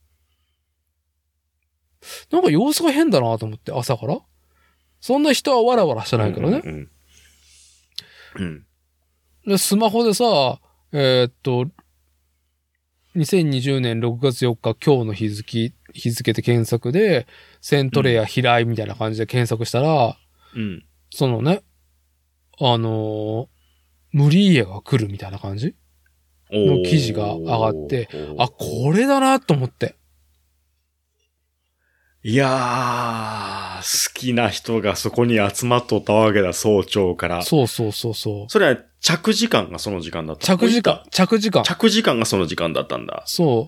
なんか様子が変だなと思って、朝から。そんな人はわらわらしてないからね。 うん、うん。うん。 で、スマホでさ、えー、っと、にせんにじゅうねんろくがつよっか、今日の日付、日付で検索で、セントレア飛来みたいな感じで検索したら、 うん。 そのね、あのー、ムリーヤが来るみたいな感じの記事が上がって、あ、これだなと思って。 いやー、好きな人がそこに集まっとったわけだ、早朝から。 そうそうそうそう。 それは着時間がその時間だった。 着時間、着時間。 着時間がその時間だったんだ。 そう。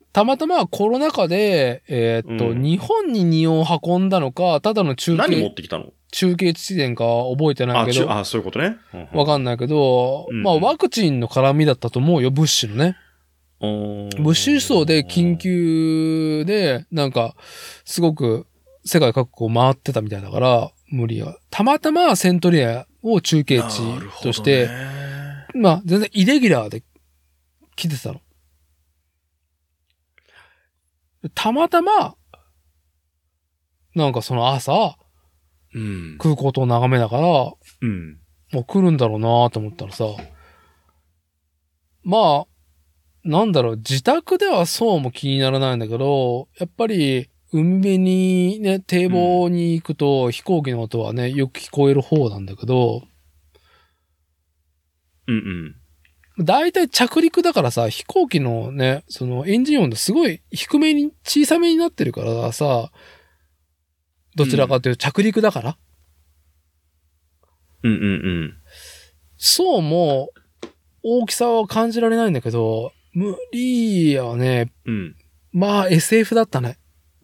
たまたまコロナ禍で、えー、っと、うん、日本に荷を運んだのか、ただの中継。 何持ってきたの？ 中継地点か覚えてないけど。 あ、あそういうことね。 わかんないけど、うん、まあワクチンの絡みだったと思うよ、物資のね。物資輸送で緊急で、なんか、すごく世界各国を回ってたみたいだから、無理は。たまたまセントレアを中継地としてまあ、全然イレギュラーで来てたの。たまたま、なんかその朝、うん、空港と眺めながら、うん、もう来るんだろうなと思ったらさ、まあ、なんだろう、自宅ではそうも気にならないんだけど、やっぱり、海辺にね、堤防に行くと、飛行機の音はね、よく聞こえる方なんだけど、 うんうん。だいたい着陸だからさ、飛行機のね、そのエンジン音ってすごい低めに、小さめになってるからさ、どちらかというと着陸だから。 うんうんうん。 そうも、大きさは感じられないんだけど、無理やね。うん。まあ エスエフ だったね。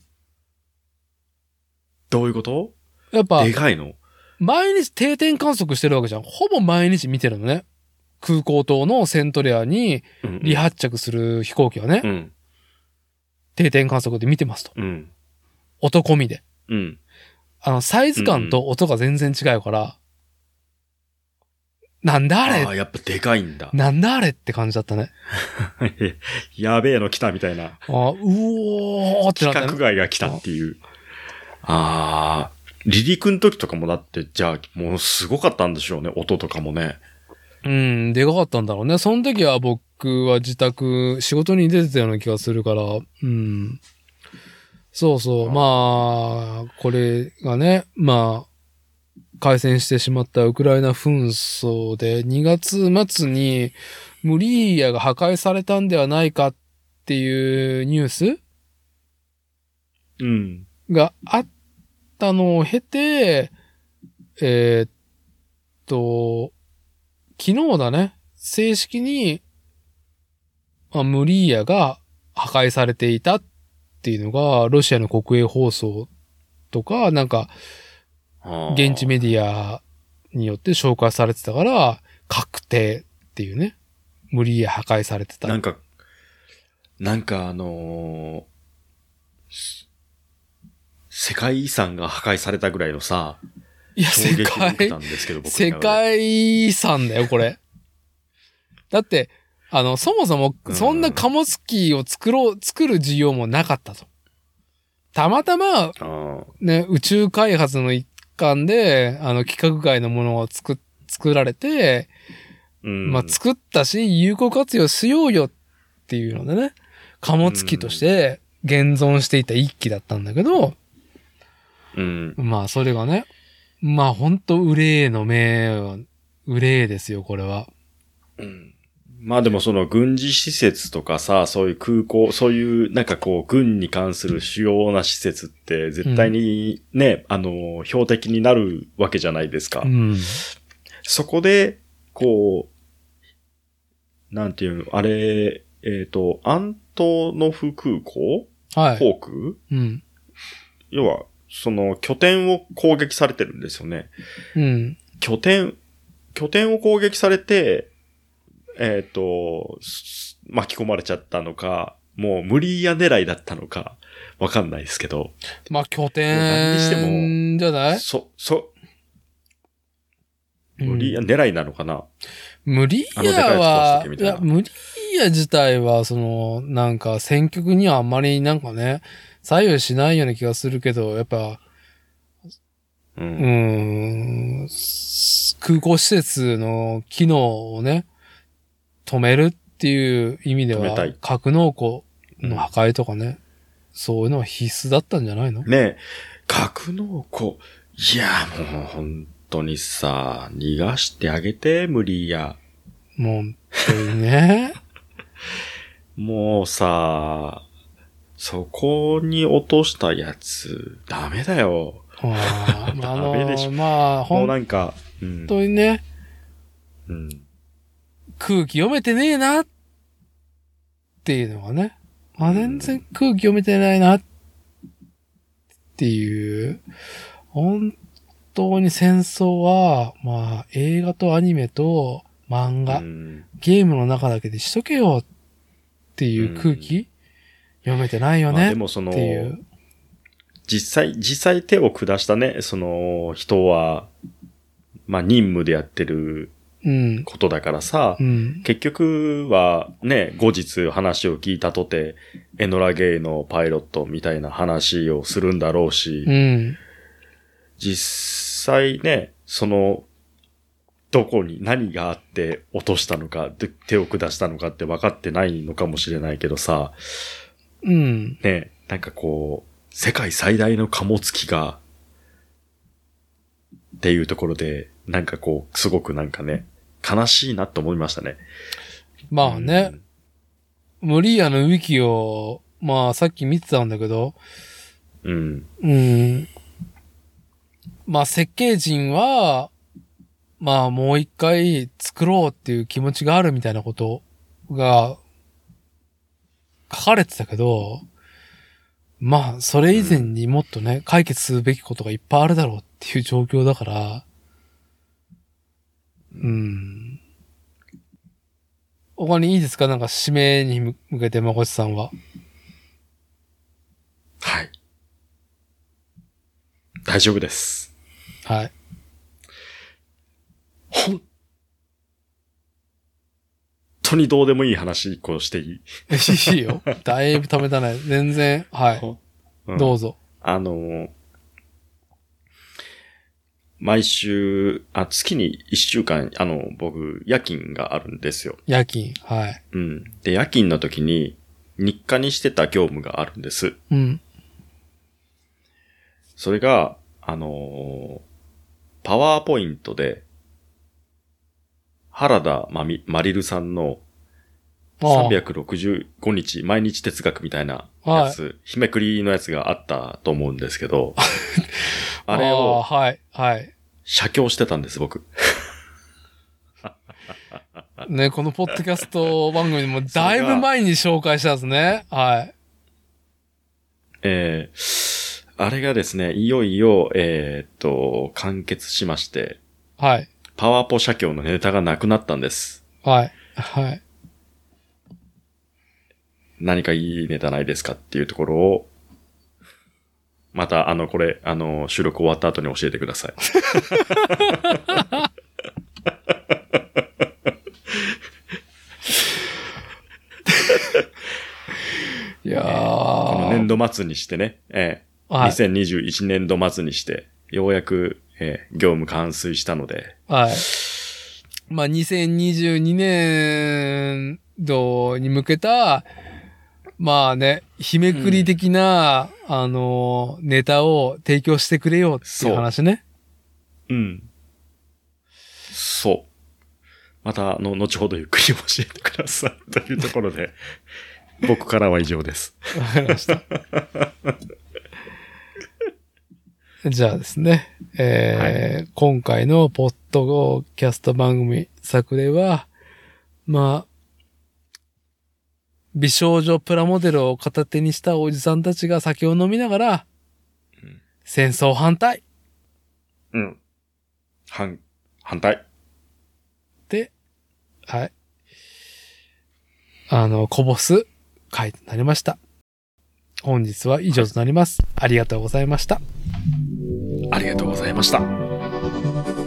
どういうこと？ やっぱ、 でかいの？ 毎日定点観測してるわけじゃん。ほぼ毎日見てるのね。空港島のセントレアに離発着する飛行機はね。うん、定点観測で見てますと。うん、音込みで。うん、あの、サイズ感と音が全然違うから。うん、なんだあれ？ ああ、やっぱでかいんだ。 なんだあれって感じだったね。 やべえの来たみたいな。ああ、うおーってなったね。 規格外が来たっていう。ああ、離陸の時とかもだって、じゃあ、もうすごかったんでしょうね、音とかもね。 うん、でかかったんだろうね。その時は僕は自宅、仕事に出てたような気がするから、うん。そうそう、まあ、これがね、まあ、開戦してしまったウクライナ紛争で、にがつ末にムリーヤが破壊されたんではないかっていうニュースうん。 があったのを経て、えー、っと、昨日だね、正式に、まあ、ムリーヤが破壊されていたっていうのが、ロシアの国営放送とか、なんか、現地メディアによって紹介されてたから、確定っていうね、ムリーヤ破壊されてた。 なんか、なんかあのー、世界遺産が破壊されたぐらいのさ、 いや、世界、世界遺産だよ、これ。だって、あの、そもそも、そんな貨物機を作ろう、作る需要もなかったと。たまたま、ね、宇宙開発の一環で、あの、規格外のものを作、作られて、まあ、作ったし、有効活用しようよっていうのでね、貨物機として現存していた一機だったんだけど、 うん、 まあ、それがね、まあ、ほんと、憂いの目、憂いですよ、これは。 うん。まあでもその軍事施設とかさ、そういう空港、そういうなんかこう軍に関する主要な施設って絶対にね、うん、あの、標的になるわけじゃないですか。 うん、そこで、こう、なんていうの、あれ、えっ、ー、と、アントノフ空港、 はい、 航空、うん、要は、その拠点を攻撃されてるんですよね。 うん、 拠点、拠点を攻撃されて、えっ、ー、と、巻き込まれちゃったのか、もう無理や狙いだったのか、わかんないですけど。 まあ、拠点何にしても、じゃない？ そ、そ、無理や狙いなのかな？ 無理やは、いや、無理や自体は、その、なんか戦局にはあんまりなんかね、左右しないような気がするけど、やっぱ、うん、うーん空港施設の機能をね、止めるっていう意味では、格納庫の破壊とかね、うん、そういうのは必須だったんじゃないの？ ねえ、格納庫、いや、もう本当にさ、逃がしてあげて、無理や。 もう、本当にね。 もうさ、そこに落としたやつ、ダメだよ。 あダメでしょ。まあ、 もうなんか、 本当にね、 うん、 空気読めてねえなっていうのがね。あ、全然空気読めてないなっていう。本当に戦争は、まあ、映画とアニメと漫画、うん、ゲームの中だけでしとけよっていう空気、うん、読めてないよね、まあ、でもそのっていう。 実際、実際手を下したね、その人は、まあ任務でやってることだからさ、うん、結局はね、後日話を聞いたとて、エノラゲイのパイロットみたいな話をするんだろうし、うん、実際ね、その、どこに何があって落としたのか、手を下したのかって分かってないのかもしれないけどさ、うん。ね、なんかこう、世界最大の貨物機が、っていうところで、なんかこう、すごくなんかね、悲しいなと思いましたね。 まあね、うん、ムリーアのウィキを、まあさっき見てたんだけど、うん。うん。まあ設計陣は、まあもう一回作ろうっていう気持ちがあるみたいなことが書かれてたけど、まあそれ以前にもっとね、うん、解決するべきことがいっぱいあるだろうっていう状況だから、うん。他にいいですか？なんか指名に向けてまこちさんは。 はい。大丈夫です。はい。本当にどうでもいい話一個していい？ いいよ。だいぶためたね。全然。はい。うん、どうぞ。 あの、毎週、あ、月に一週間、あの、僕、夜勤があるんですよ。 夜勤。はい。 うん。で、夜勤の時に、日課にしてた業務があるんです。うん。それが、あの、パワーポイントで、原田まみ、まりるさんのさんびゃくろくじゅうごにち毎日哲学みたいなやつ、はい、日めくりのやつがあったと思うんですけど、あれを、はい、はい。写経してたんです、僕。 ね、このポッドキャスト番組もだいぶ前に紹介したんですね。はい。 えー、あれがですね、いよいよ、えー、っと、完結しまして、はい。パワーポ写経のネタがなくなったんです。 はい。はい。 何かいいネタないですかっていうところを、また、あの、これ、あの、収録終わった後に教えてください。いやー。この年度末にしてね、えーはい、にせんにじゅういちねんど末にして、ようやく、えー、業務完遂したので。はい。 まあ、にせんにじゅうにねんどに向けた、まあね、日めくり的な、うん、あの、ネタを提供してくれよっていう話ね。 う。うん。そう。また、あの、後ほどゆっくり教えてください。というところで、僕からは以上です。わかりました。 じゃあですね、えーはい、今回のポッドキャスト番組作例は、まあ、美少女プラモデルを片手にしたおじさんたちが酒を飲みながら、うん、戦争反対。 うん。反、反対。 で、はい。あの、こぼす回となりました。本日は以上となります。ありがとうございました。 ありがとうございました。